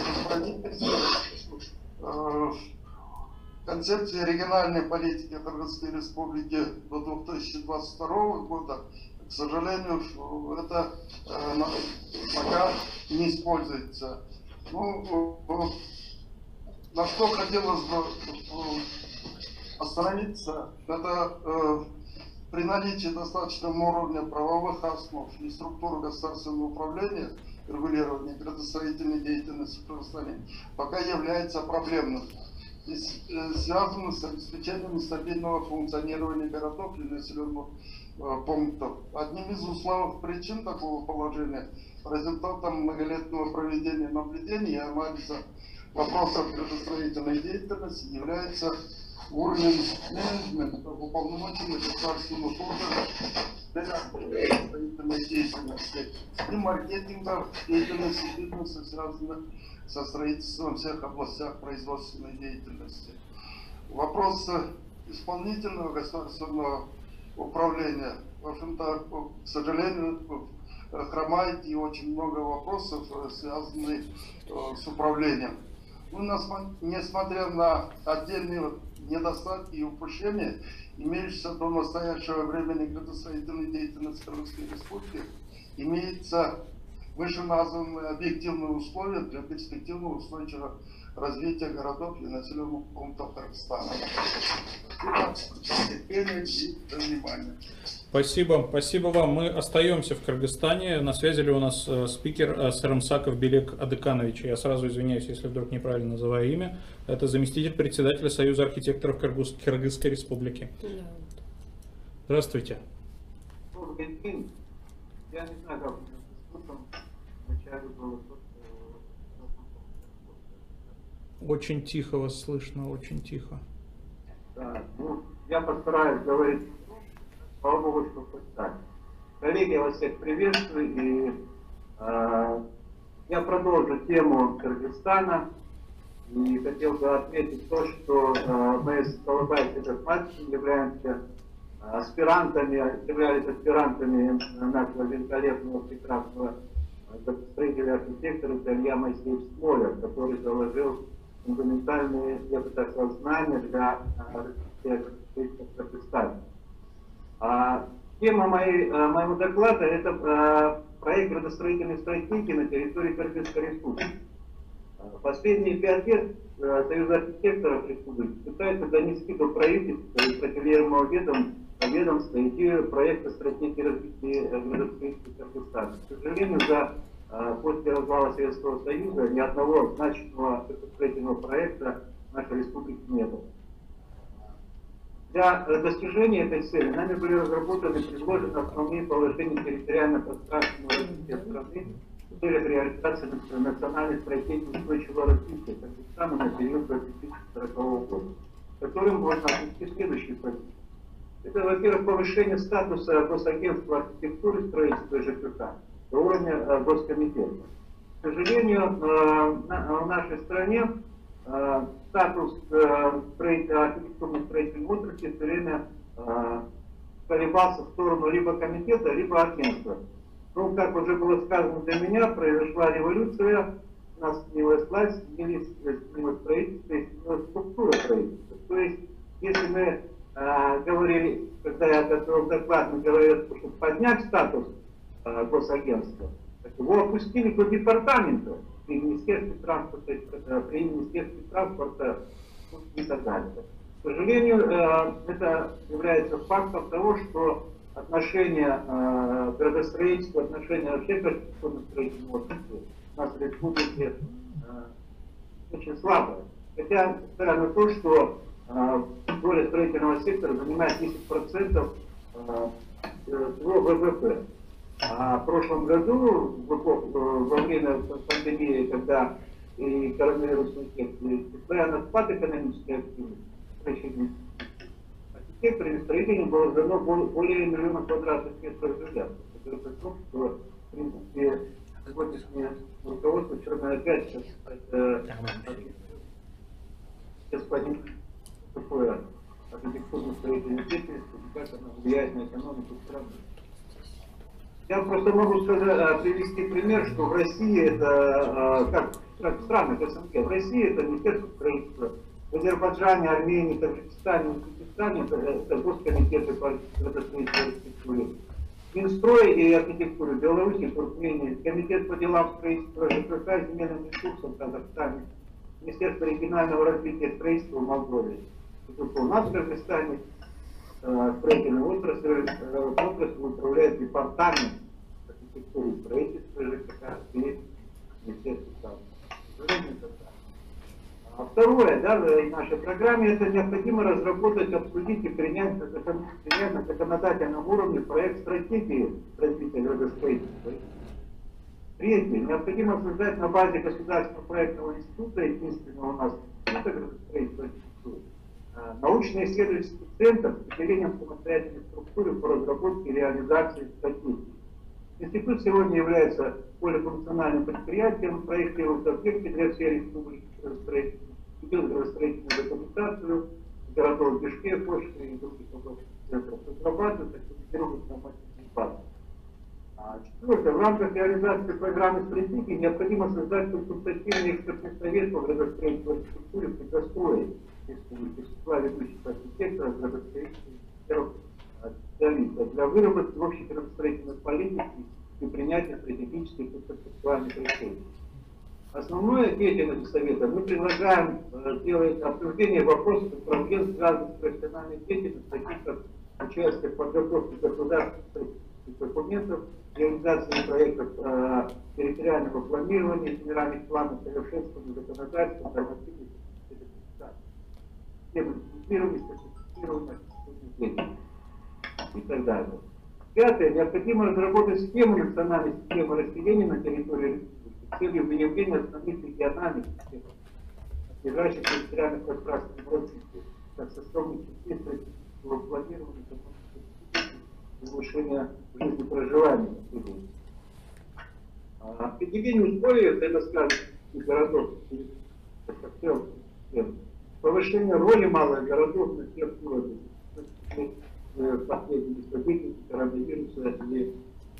S11: концепции региональной политики Кыргызской Республики до 2022 года. К сожалению, это пока не используется. На что хотелось бы остановиться, это при наличии достаточного уровня правовых основ и структуры государственного управления, регулирования градостроительной деятельности в Кыргызстане пока является проблемным. И связано с обеспечением стабильного функционирования городов и населенных пунктов. Одним из условных причин такого положения, результатом многолетнего проведения наблюдений и анализа вопросов градостроительной деятельности является уровень менеджмента уполномоченных государственных органов для градостроительной деятельности и маркетинга деятельности бизнеса, связанных со строительством всех областях производственной деятельности. Вопросы исполнительного государственного управления, в общем-то, к сожалению, хромает, и очень много вопросов, связанных с управлением. Несмотря на отдельные недостатки и упущения, имеющиеся до настоящего времени градостроительной деятельности Кыргызской Республики, имеется вышеназванные объективные условия для перспективного устойчивого развития городов и населенных пунктов Кыргызстана.
S1: Спасибо вам. Мы остаемся в Кыргызстане. На связи ли у нас спикер Сарымсаков Белек Адыканович? Я сразу извиняюсь, если вдруг неправильно называю имя. Это заместитель председателя Союза архитекторов Кыргызской Республики. Здравствуйте.
S12: Я не знаю, как вначале было
S1: Очень тихо вас слышно, очень тихо.
S12: Да, ну, я постараюсь говорить, слава Богу, что хоть так. Коллеги, я вас всех приветствую, и я продолжу тему Кыргызстана. И хотел бы отметить то, что мы с Талабай Сидорфатовичем являлись аспирантами нашего великолепного, прекрасного строителя архитектора Илья Моисеевич Смолер, который заложил фундаментальные, я бы так сказал, знания для развития Кыргызстана. Тема моего доклада – это проект градостроительной стратегии на территории Кыргызской республики. Последние 5 лет Союз архитекторов республики пытается донести до правительства и профилируемого ведомства идею проекта стратегии развития градостроительства Кыргызстана. К сожалению, после развала Советского Союза ни одного значительного градостроительного проекта в нашей республике не было. Для достижения этой цели нами были разработаны и предложены основные положения территориально-пространственного развития страны в целях реализации национальной стратегии устойчивого развития Кыргызстана на период 2040 года, которым можно отнести следующие позиции. Это, во-первых, повышение статуса Госагентства архитектуры, строительства и ЖКХ до уровня Госкомитета. К сожалению, в нашей стране статус архитектурной строительной отрасли все время колебался в сторону либо комитета, либо агентства. Ну, как уже было сказано для меня, произошла революция, у нас сменилась власть, сменилось строительство и сменилась структура строительства. То есть, если мы говорили, когда я готовил доклад, мы говорили, что поднять статус госагентства, его опустили по департаменту при Министерстве транспорта, и так далее. К сожалению, это является фактом того, что отношение градостроительства, отношение вообще к архитектурному строительству у нас в республике очень слабое. Хотя, несмотря на то, что доля строительного сектора занимает 10% всего ВВП. А в прошлом году, во время пандемии, когда и коронавирусная инфекция, несмотря на спад экономической активности, архитекторами строителям было сдано более 1 миллиона квадратных метров жилья. Это говорит о том, что, в принципе, сегодняшнее руководство вчера опять сейчас поднимет такое архитектурно-строительное деятельность, как она влияет на экономику страны. Я просто могу привести пример, что в России это, как в странах СНГ, в России это Министерство строительства, в Азербайджане, Армении, Таджикистане, Узбекистане это госкомитеты по градостроительству и архитектуре. Минстрой и архитектуры в Беларуси, Туркмении, Комитет по делам строительства, ЖКХ, земельным ресурсам в Казахстане, Министерство регионального развития строительства в Молдове. У нас в Кыргызстане строительной отрасль управляет департамент архитектуры и строительства ЖКХ и Министерство транспорта. Второе, в нашей программе это необходимо разработать, обсудить и принять на законодательном уровне проект стратегии развития градостроительства. Третье, необходимо создать на базе Государственного проектного института, единственного у нас градостроительства архитектуры, научно-исследовательский центр с определением самостоятельной структуры по разработке и реализации стратегии. Институт сегодня является полифункциональным предприятием, проектирует объекты для всей республики, ведет градостроительную документацию, городов Бишкек, Польши и других областных центров, разрабатывает, активизирует нормативные базы. Четвертое. В рамках реализации программы стратегии необходимо создать консультативный экспертный совет по градостроительной архитектуре при Гострое республики, числа ведущих архитекторов, градостроительных специалистов для выработки общей градостроительной политики и принятия стратегических и концептуальных решений. Основное деятельность совета мы предлагаем делать обсуждение вопросов и проблем, связанных с профессиональной деятельностью, таких как участие в подготовке государственных документов, реализации проектов территориального планирования, генеральных планов, совершенствования законодательства, нормативных и так далее. Пятое. Необходимо разработать схему национальной системы расселения на территории республики с целью выявления основных региональных систем. лежащих территориальных пространственных развития, как составных частей стратегического планирования, улучшения жизни проживания населения. Эпидемия условий, это скажем, городов, повышение роли малых городов на всех уровнях, последние события коронавируса и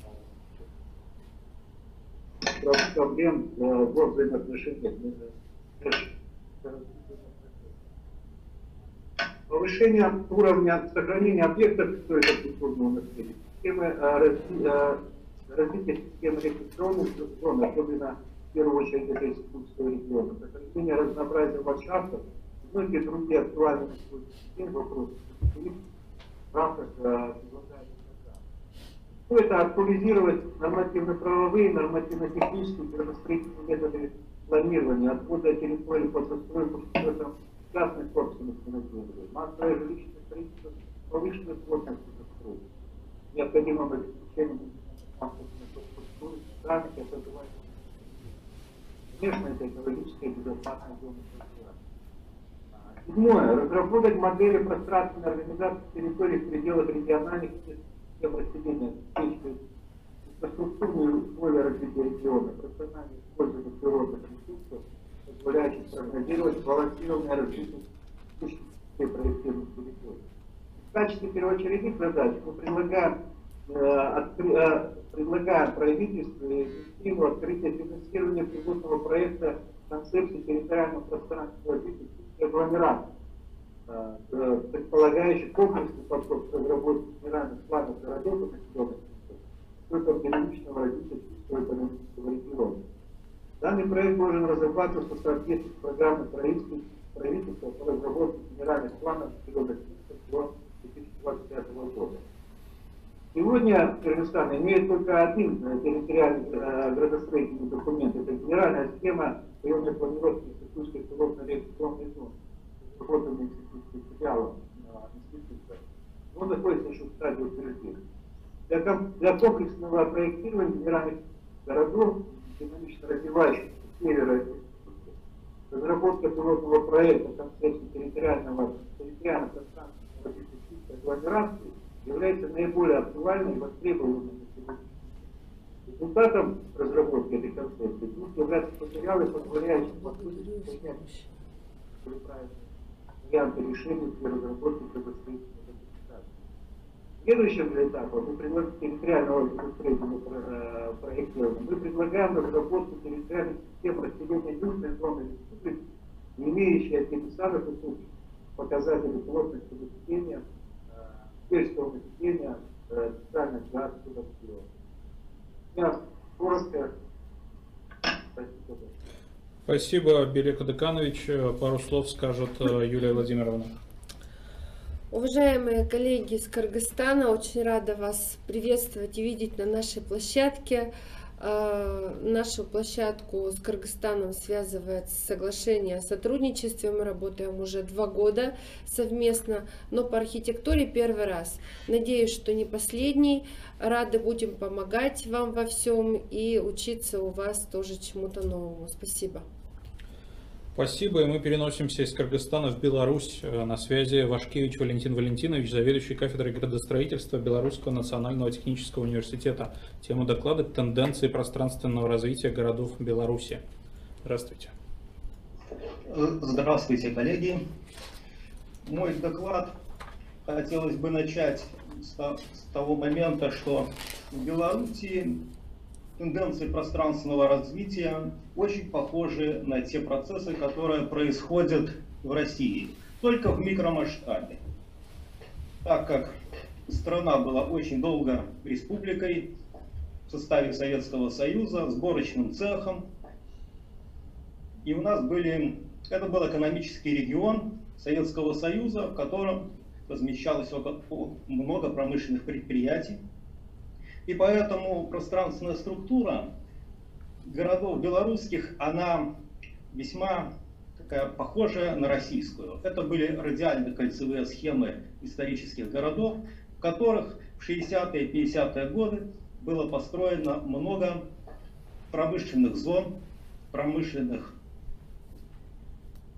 S12: проблем во взаимоотношениях. Повышение уровня сохранения объектов историко-культурного наследия, развитие системы рекреационных зон, особенно в первую очередь это Иркутского региона, сохранение разнообразия ландшафтов, многие другие актуальные вопросы в рамках предлагаемых программ. Все это актуализировать нормативно-правовые, нормативно-технические и градостроительные методы планирования, отвода территории под застройку с учетом частной собственности на землю, массовое жилищное строительство, повышенной плотности застройки, необходимым обеспечением инфраструктуры, данных и образования. Конечно, это экологическая безопасная зона пространства. Седьмое. Разработать модели пространственной организации территории в пределах региональных систем расселения, инфраструктурные условия развития региона, рациональное использование природных ресурсов, позволяющих прогнозировать сбалансированное развитие проектированных территорий. В качестве первоочередных задач мы предлагаем правительству инициативу открытия финансирования пилотного проекта концепции территориального пространства развития агломерации, предполагающий комплексный подход к разработке генеральных планов городов и населенных пунктов с учетом динамичного развития экономического региона. Данный проект должен разрабатываться в соответствии с программой правительства по разработке генеральных планов населенных пунктов до 2025 года. Сегодня Кыргызстан имеет только один территориальный градостроительный документ. Это генеральная схема районной планировки институтской пилотно-реакционной зоны, разработанной институтским филиалом института. Он находится еще в стадии утверждения. Для комплексного проектирования генеральных городов, динамично развивающихся севера, разработка пилотного проекта концепции территориального пространственного агломерации является наиболее актуальной и востребованной на сегодня. Результатом разработки этой концепции будут являться материалы, позволяющие принять варианты решений при разработке градостроительной документации. Следующим этапом территориального градостроительного проектирования мы предлагаем разработку территориальных систем расселения южной зоны республики, имеющие одним из самых высоких показателей плотности населения, сельского населения, социальных гражданских. Я коротко.
S1: Спасибо, Берек Адыканович. Пару слов скажет Юлия Владимировна.
S2: Уважаемые коллеги из Кыргызстана, очень рада вас приветствовать и видеть на нашей площадке. Нашу площадку с Кыргызстаном связывает соглашение о сотрудничестве. Мы работаем уже 2 года совместно, но по архитектуре первый раз. Надеюсь, что не последний. Рады будем помогать вам во всем и учиться у вас тоже чему-то новому. Спасибо.
S1: Спасибо, и мы переносимся из Кыргызстана в Беларусь. На связи Вашкевич Валентин Валентинович, заведующий кафедрой градостроительства Белорусского национального технического университета. Тема доклада «Тенденции пространственного развития городов Беларуси». Здравствуйте.
S13: Здравствуйте, коллеги. Мой доклад хотелось бы начать с того момента, что в Беларуси тенденции пространственного развития очень похожи на те процессы, которые происходят в России, только в микромасштабе. Так как страна была очень долго республикой в составе Советского Союза, сборочным цехом, и у нас это был экономический регион Советского Союза, в котором размещалось много промышленных предприятий. И поэтому пространственная структура городов белорусских, она весьма такая похожая на российскую. Это были радиально-кольцевые схемы исторических городов, в которых в 60-е и 50-е годы было построено много промышленных зон, промышленных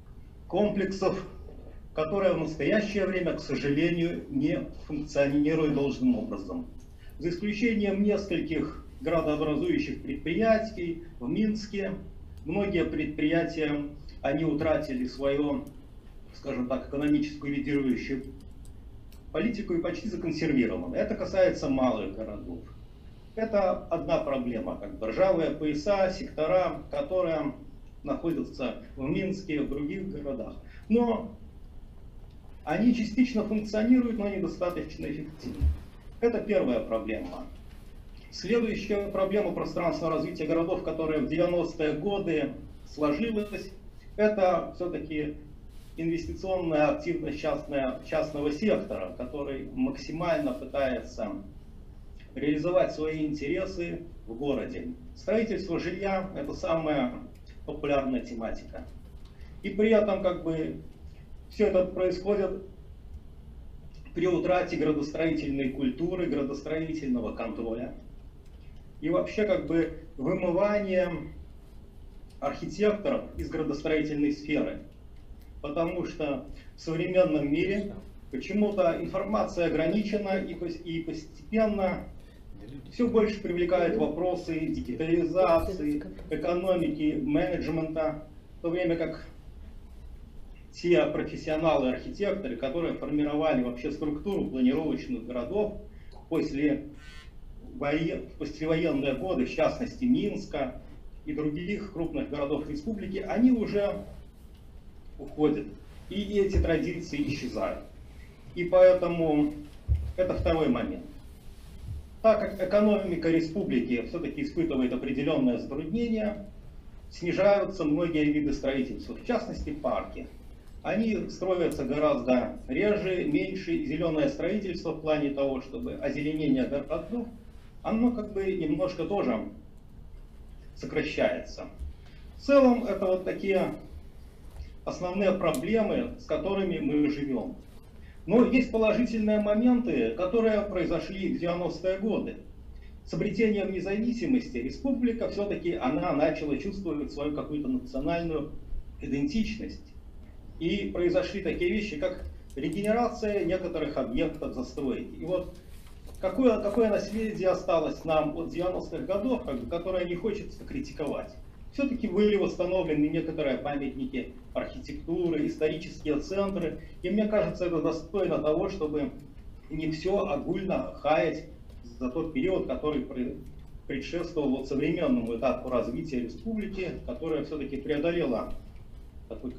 S13: комплексов, которые в настоящее время, к сожалению, не функционируют должным образом. За исключением нескольких градообразующих предприятий в Минске, многие предприятия, они утратили свою, скажем так, экономическую лидирующую политику и почти законсервированы. Это касается малых городов. Это одна проблема, как бы ржавые пояса, сектора, которые находятся в Минске, в других городах. Но они частично функционируют, но недостаточно эффективно. Это первая проблема. Следующая проблема пространственного развития городов, которая в 90-е годы сложилась, это все-таки инвестиционная активность частного сектора, который максимально пытается реализовать свои интересы в городе. Строительство жилья – это самая популярная тематика. И при этом как бы все это происходит при утрате градостроительной культуры, градостроительного контроля. И вообще как бы вымывание архитекторов из градостроительной сферы. Потому что в современном мире почему-то информация ограничена и постепенно все больше привлекают вопросы дигитализации, экономики, менеджмента, в то время как те профессионалы-архитекторы, которые формировали вообще структуру планировочных городов послевоенные годы, в частности Минска и других крупных городов республики, они уже уходят. И эти традиции исчезают. И поэтому это второй момент. Так как экономика республики все-таки испытывает определенное затруднение, снижаются многие виды строительства, в частности парки. Они строятся гораздо реже, меньше, и зеленое строительство в плане того, чтобы озеленение городов, оно как бы немножко тоже сокращается. В целом это вот такие основные проблемы, с которыми мы живем. Но есть положительные моменты, которые произошли в 90-е годы. С обретением независимости республика все-таки она начала чувствовать свою какую-то национальную идентичность. И произошли такие вещи, как регенерация некоторых объектов застройки. И вот какое наследие осталось нам от 90-х годов, которое не хочется критиковать. Все-таки были восстановлены некоторые памятники архитектуры, исторические центры. И мне кажется, это достойно того, чтобы не все огульно хаять за тот период, который предшествовал вот современному этапу развития республики, которая все-таки преодолела такой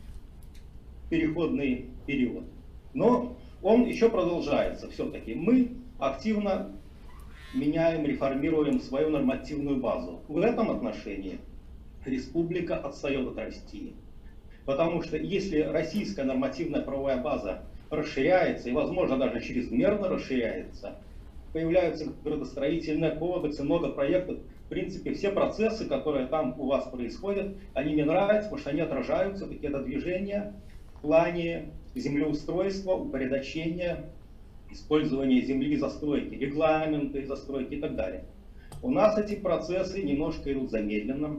S13: переходный период. Но он еще продолжается все-таки. Мы активно меняем, реформируем свою нормативную базу. В этом отношении республика отстает от России. Потому что если российская нормативная правовая база расширяется, и возможно даже чрезмерно расширяется, появляются градостроительные кодексы, много проектов, в принципе все процессы, которые там у вас происходят, они мне нравятся, потому что они отражают все-таки это движение в плане землеустройства, упорядочения, использования земли застройки, регламенты застройки и так далее. У нас эти процессы немножко идут замедленно,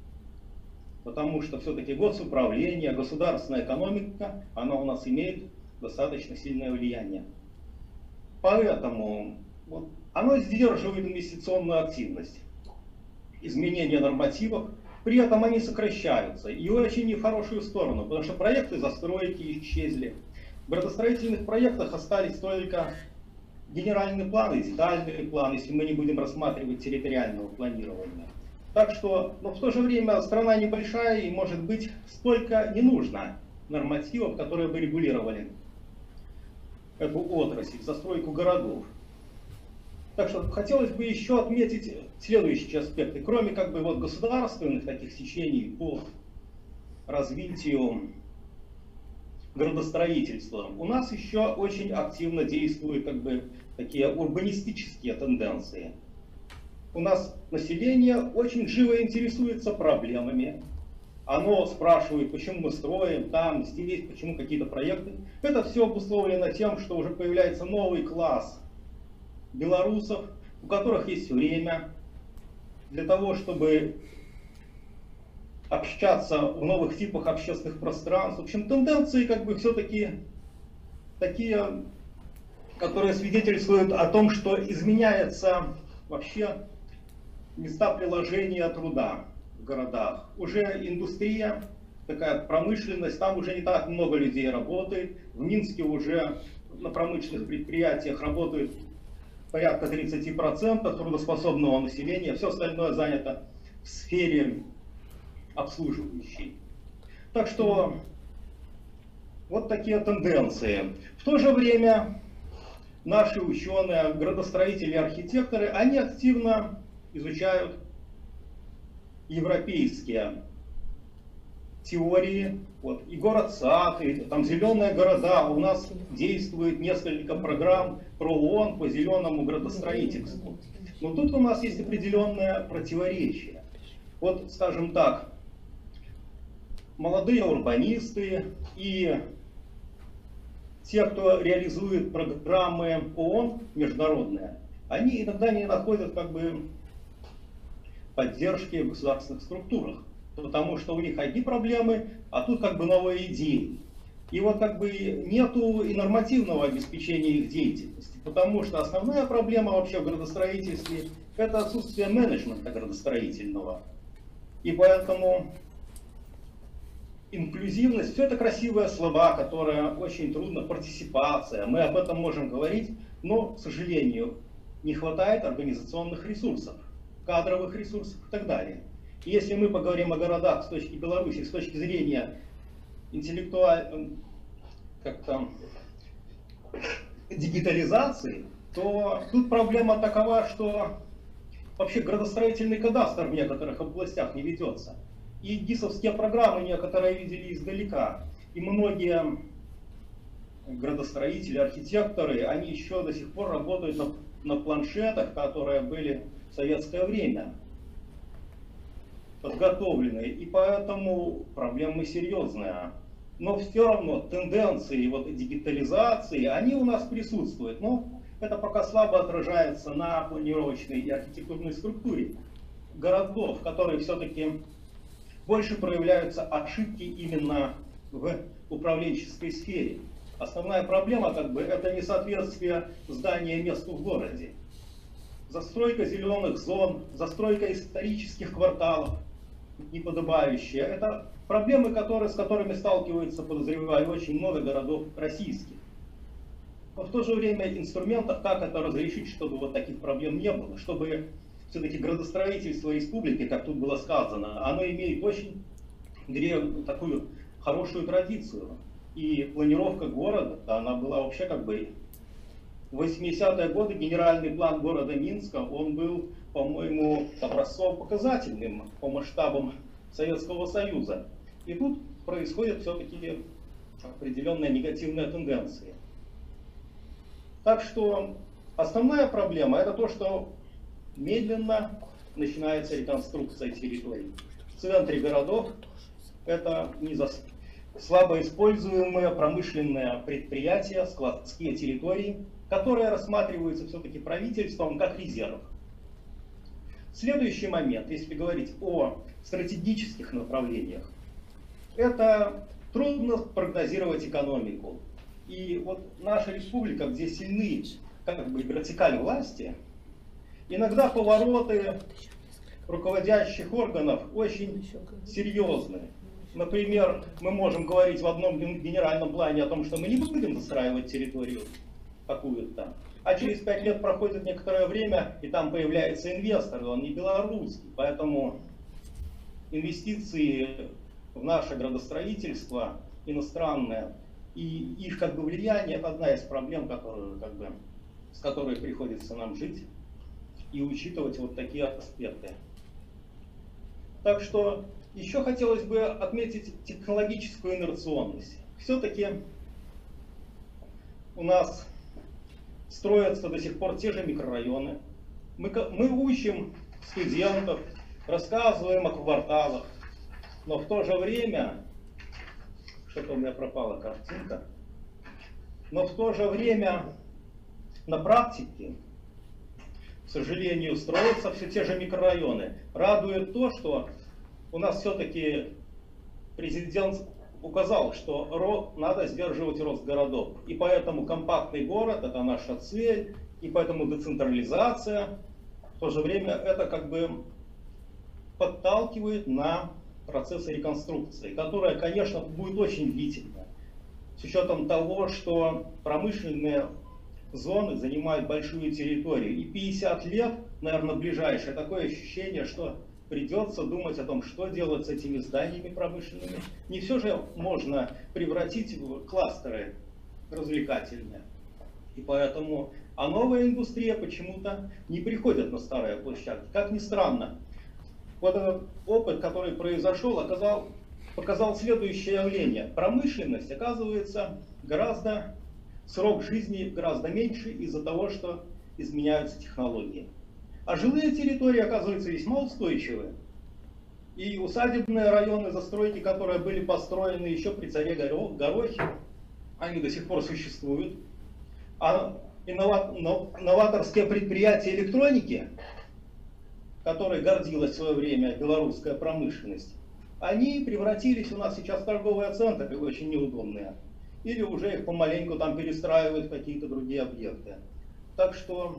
S13: потому что все-таки госуправление, государственная экономика, она у нас имеет достаточно сильное влияние. Поэтому вот, оно сдерживает инвестиционную активность, изменения нормативов, при этом они сокращаются, и очень не в хорошую сторону, потому что проекты застройки исчезли. В градостроительных проектах остались только генеральный план и детальный план, если мы не будем рассматривать территориального планирования. Так что, но в то же время страна небольшая, и может быть столько не нужно нормативов, которые бы регулировали эту отрасль, застройку городов. Так что хотелось бы еще отметить следующие аспекты. Кроме как бы вот государственных таких течений по развитию градостроительства, у нас еще очень активно действуют как бы такие урбанистические тенденции. У нас население очень живо интересуется проблемами. Оно спрашивает, почему мы строим там, здесь, почему какие-то проекты. Это все обусловлено тем, что уже появляется новый класс белорусов, у которых есть время для того, чтобы общаться в новых типах общественных пространств. В общем, тенденции как бы все-таки такие, которые свидетельствуют о том, что изменяется вообще места приложения труда в городах. Уже индустрия, такая промышленность, там уже не так много людей работает. В Минске уже на промышленных предприятиях работает порядка 30% трудоспособного населения, все остальное занято в сфере обслуживающей. Так что вот такие тенденции. В то же время наши ученые, градостроители и архитекторы, они активно изучают европейские теории. Вот, и город-сад, и там зеленые города. У нас действует несколько программ ПРООН по зеленому градостроительству. Но тут у нас есть определенное противоречие. Вот, скажем так, молодые урбанисты и те, кто реализует программы ООН международные, они иногда не находят как бы поддержки в государственных структурах, потому что у них одни проблемы, а тут как бы новые идеи. И вот как бы нету и нормативного обеспечения их деятельности, потому что основная проблема вообще в градостроительстве — это отсутствие менеджмента градостроительного. И поэтому инклюзивность — все это красивые слова, которые очень трудно, партиципация, мы об этом можем говорить, но, к сожалению, не хватает организационных ресурсов, кадровых ресурсов и так далее. И если мы поговорим о городах с точки Беларуси, с точки зрения интеллектуальной дигитализации, то тут проблема такова, что вообще градостроительный кадастр в некоторых областях не ведется. И ГИСовские программы некоторые видели издалека. И многие градостроители, архитекторы, они еще до сих пор работают на планшетах, которые были в советское время подготовлены. И поэтому проблемы серьезные. Но все равно тенденции вот дигитализации, они у нас присутствуют. Но это пока слабо отражается на планировочной и архитектурной структуре городов, которые все-таки больше проявляются ошибки именно в управленческой сфере. Основная проблема как бы это несоответствие здания месту в городе. Застройка зеленых зон, застройка исторических кварталов неподобающая. Это проблемы, с которыми сталкиваются, подозреваю, очень много городов российских. Но в то же время инструментов, как это разрешить, чтобы вот таких проблем не было, чтобы все-таки градостроительство республики, как тут было сказано, оно имеет очень такую хорошую традицию. И планировка города, она была вообще как бы... В 80-е годы генеральный план города Минска, он был, по-моему, образцово-показательным по масштабам Советского Союза. И тут происходят все-таки определенные негативные тенденции. Так что основная проблема это то, что медленно начинается реконструкция территорий. В центре городов это слабо используемые промышленные предприятия, складские территории, которые рассматриваются все-таки правительством как резерв. Следующий момент, если говорить о стратегических направлениях, это трудно прогнозировать экономику. И вот наша республика, где сильны как бы вертикаль власти, иногда повороты руководящих органов очень серьезные. Например, мы можем говорить в одном генеральном плане о том, что мы не будем застраивать территорию какую-то, а через 5 лет проходит некоторое время, и там появляется инвестор, и он не белорусский, поэтому инвестиции в наше градостроительство иностранные, и их как бы влияние — это одна из проблем, с которой приходится нам жить и учитывать вот такие аспекты. Так что еще хотелось бы отметить технологическую инерционность. Все-таки у нас строятся до сих пор те же микрорайоны. Мы учим студентов, рассказываем о кварталах, но в то же время, что-то у меня пропала картинка, но в то же время на практике, к сожалению, строятся все те же микрорайоны. Радует то, что у нас все-таки президент указал, что надо сдерживать рост городов. И поэтому компактный город — это наша цель, и поэтому децентрализация. В то же время это как бы подталкивает на процессы реконструкции, которая, конечно, будет очень длительная. С учетом того, что промышленные зоны занимают большую территорию. И 50 лет, наверное, ближайшее, такое ощущение, что придется думать о том, что делать с этими зданиями промышленными. Не все же можно превратить в кластеры развлекательные. И поэтому, а новая индустрия почему-то не приходит на старые площадки. Как ни странно, вот этот опыт, который произошел, показал следующее явление. Промышленность, оказывается, срок жизни гораздо меньше из-за того, что изменяются технологии. А жилые территории, оказывается, весьма устойчивы. И усадебные районы, застройки, которые были построены еще при царе Горохе, они до сих пор существуют. А новаторские предприятия электроники, которой гордилась в свое время белорусская промышленность, они превратились у нас сейчас в торговые центры, очень неудобные. Или уже их помаленьку там перестраивают в какие-то другие объекты. Так что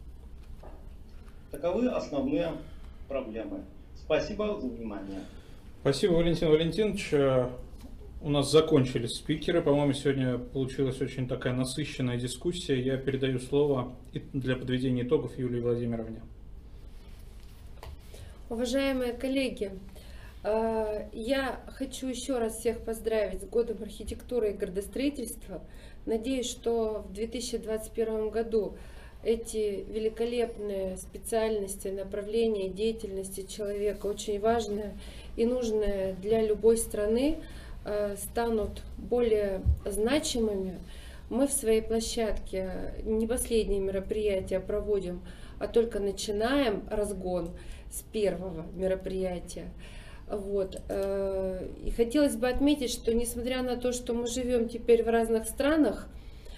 S13: таковы основные проблемы. Спасибо за внимание.
S1: Спасибо, Валентин Валентинович. У нас закончились спикеры. По-моему, сегодня получилась очень такая насыщенная дискуссия. Я передаю слово для подведения итогов Юлии Владимировне.
S2: Уважаемые коллеги, я хочу еще раз всех поздравить с Годом архитектуры и градостроительства. Надеюсь, что в 2021 году эти великолепные специальности, направления деятельности человека, очень важные и нужные для любой страны, станут более значимыми. Мы в своей площадке не последние мероприятия проводим, а только начинаем разгон с первого мероприятия. Вот. И хотелось бы отметить, что несмотря на то, что мы живем теперь в разных странах,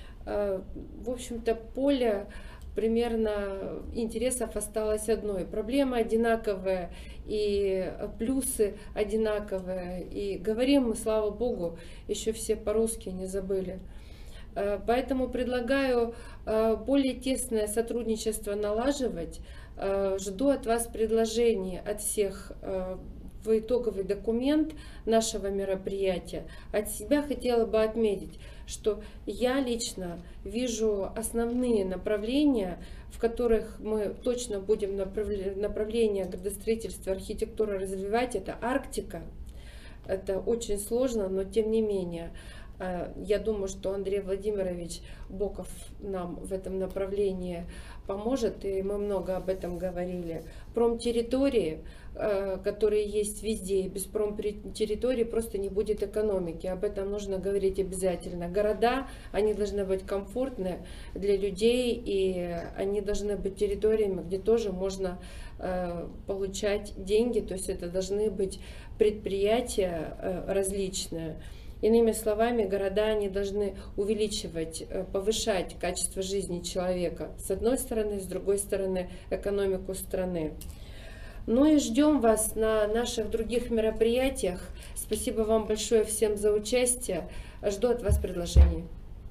S2: в общем-то поле примерно интересов осталось одной. Проблема одинаковая и плюсы одинаковые. И говорим мы, слава богу, еще все по-русски не забыли. Поэтому предлагаю более тесное сотрудничество налаживать. Жду от вас предложений от всех в итоговый документ нашего мероприятия. От себя хотела бы отметить, что я лично вижу основные направления, в которых мы точно будем направление градостроительства, архитектуры развивать. Это Арктика. Это очень сложно, но тем не менее. Я думаю, что Андрей Владимирович Боков нам в этом направлении поможет, и мы много об этом говорили. Промтерритории, которые есть везде, и без промтерритории просто не будет экономики. Об этом нужно говорить обязательно. Города, они должны быть комфортны для людей, и они должны быть территориями, где тоже можно получать деньги, то есть это должны быть предприятия различные. Иными словами, города они должны увеличивать, повышать качество жизни человека с одной стороны, с другой стороны экономику страны. Ну и ждем вас на наших других мероприятиях. Спасибо вам большое всем за участие. Жду от вас предложений.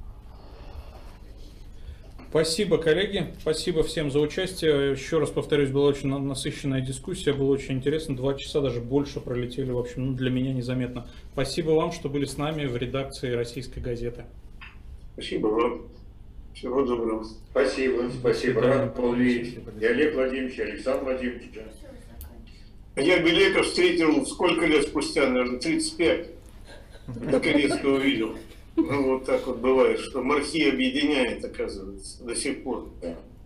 S1: Спасибо, коллеги. Спасибо всем за участие. Еще раз повторюсь, была очень насыщенная дискуссия, было очень интересно. 2 часа, даже больше пролетели, в общем, для меня незаметно. Спасибо вам, что были с нами в редакции «Российской газеты».
S6: Спасибо вам. Всего доброго.
S3: Спасибо, спасибо. Рад был видеть и Олег Владимирович, и Александр Владимирович.
S6: Я Белека встретил сколько лет спустя, наверное, 35. Наконец-то увидел. Ну, вот так вот бывает, что мархи объединяет, оказывается, до сих пор.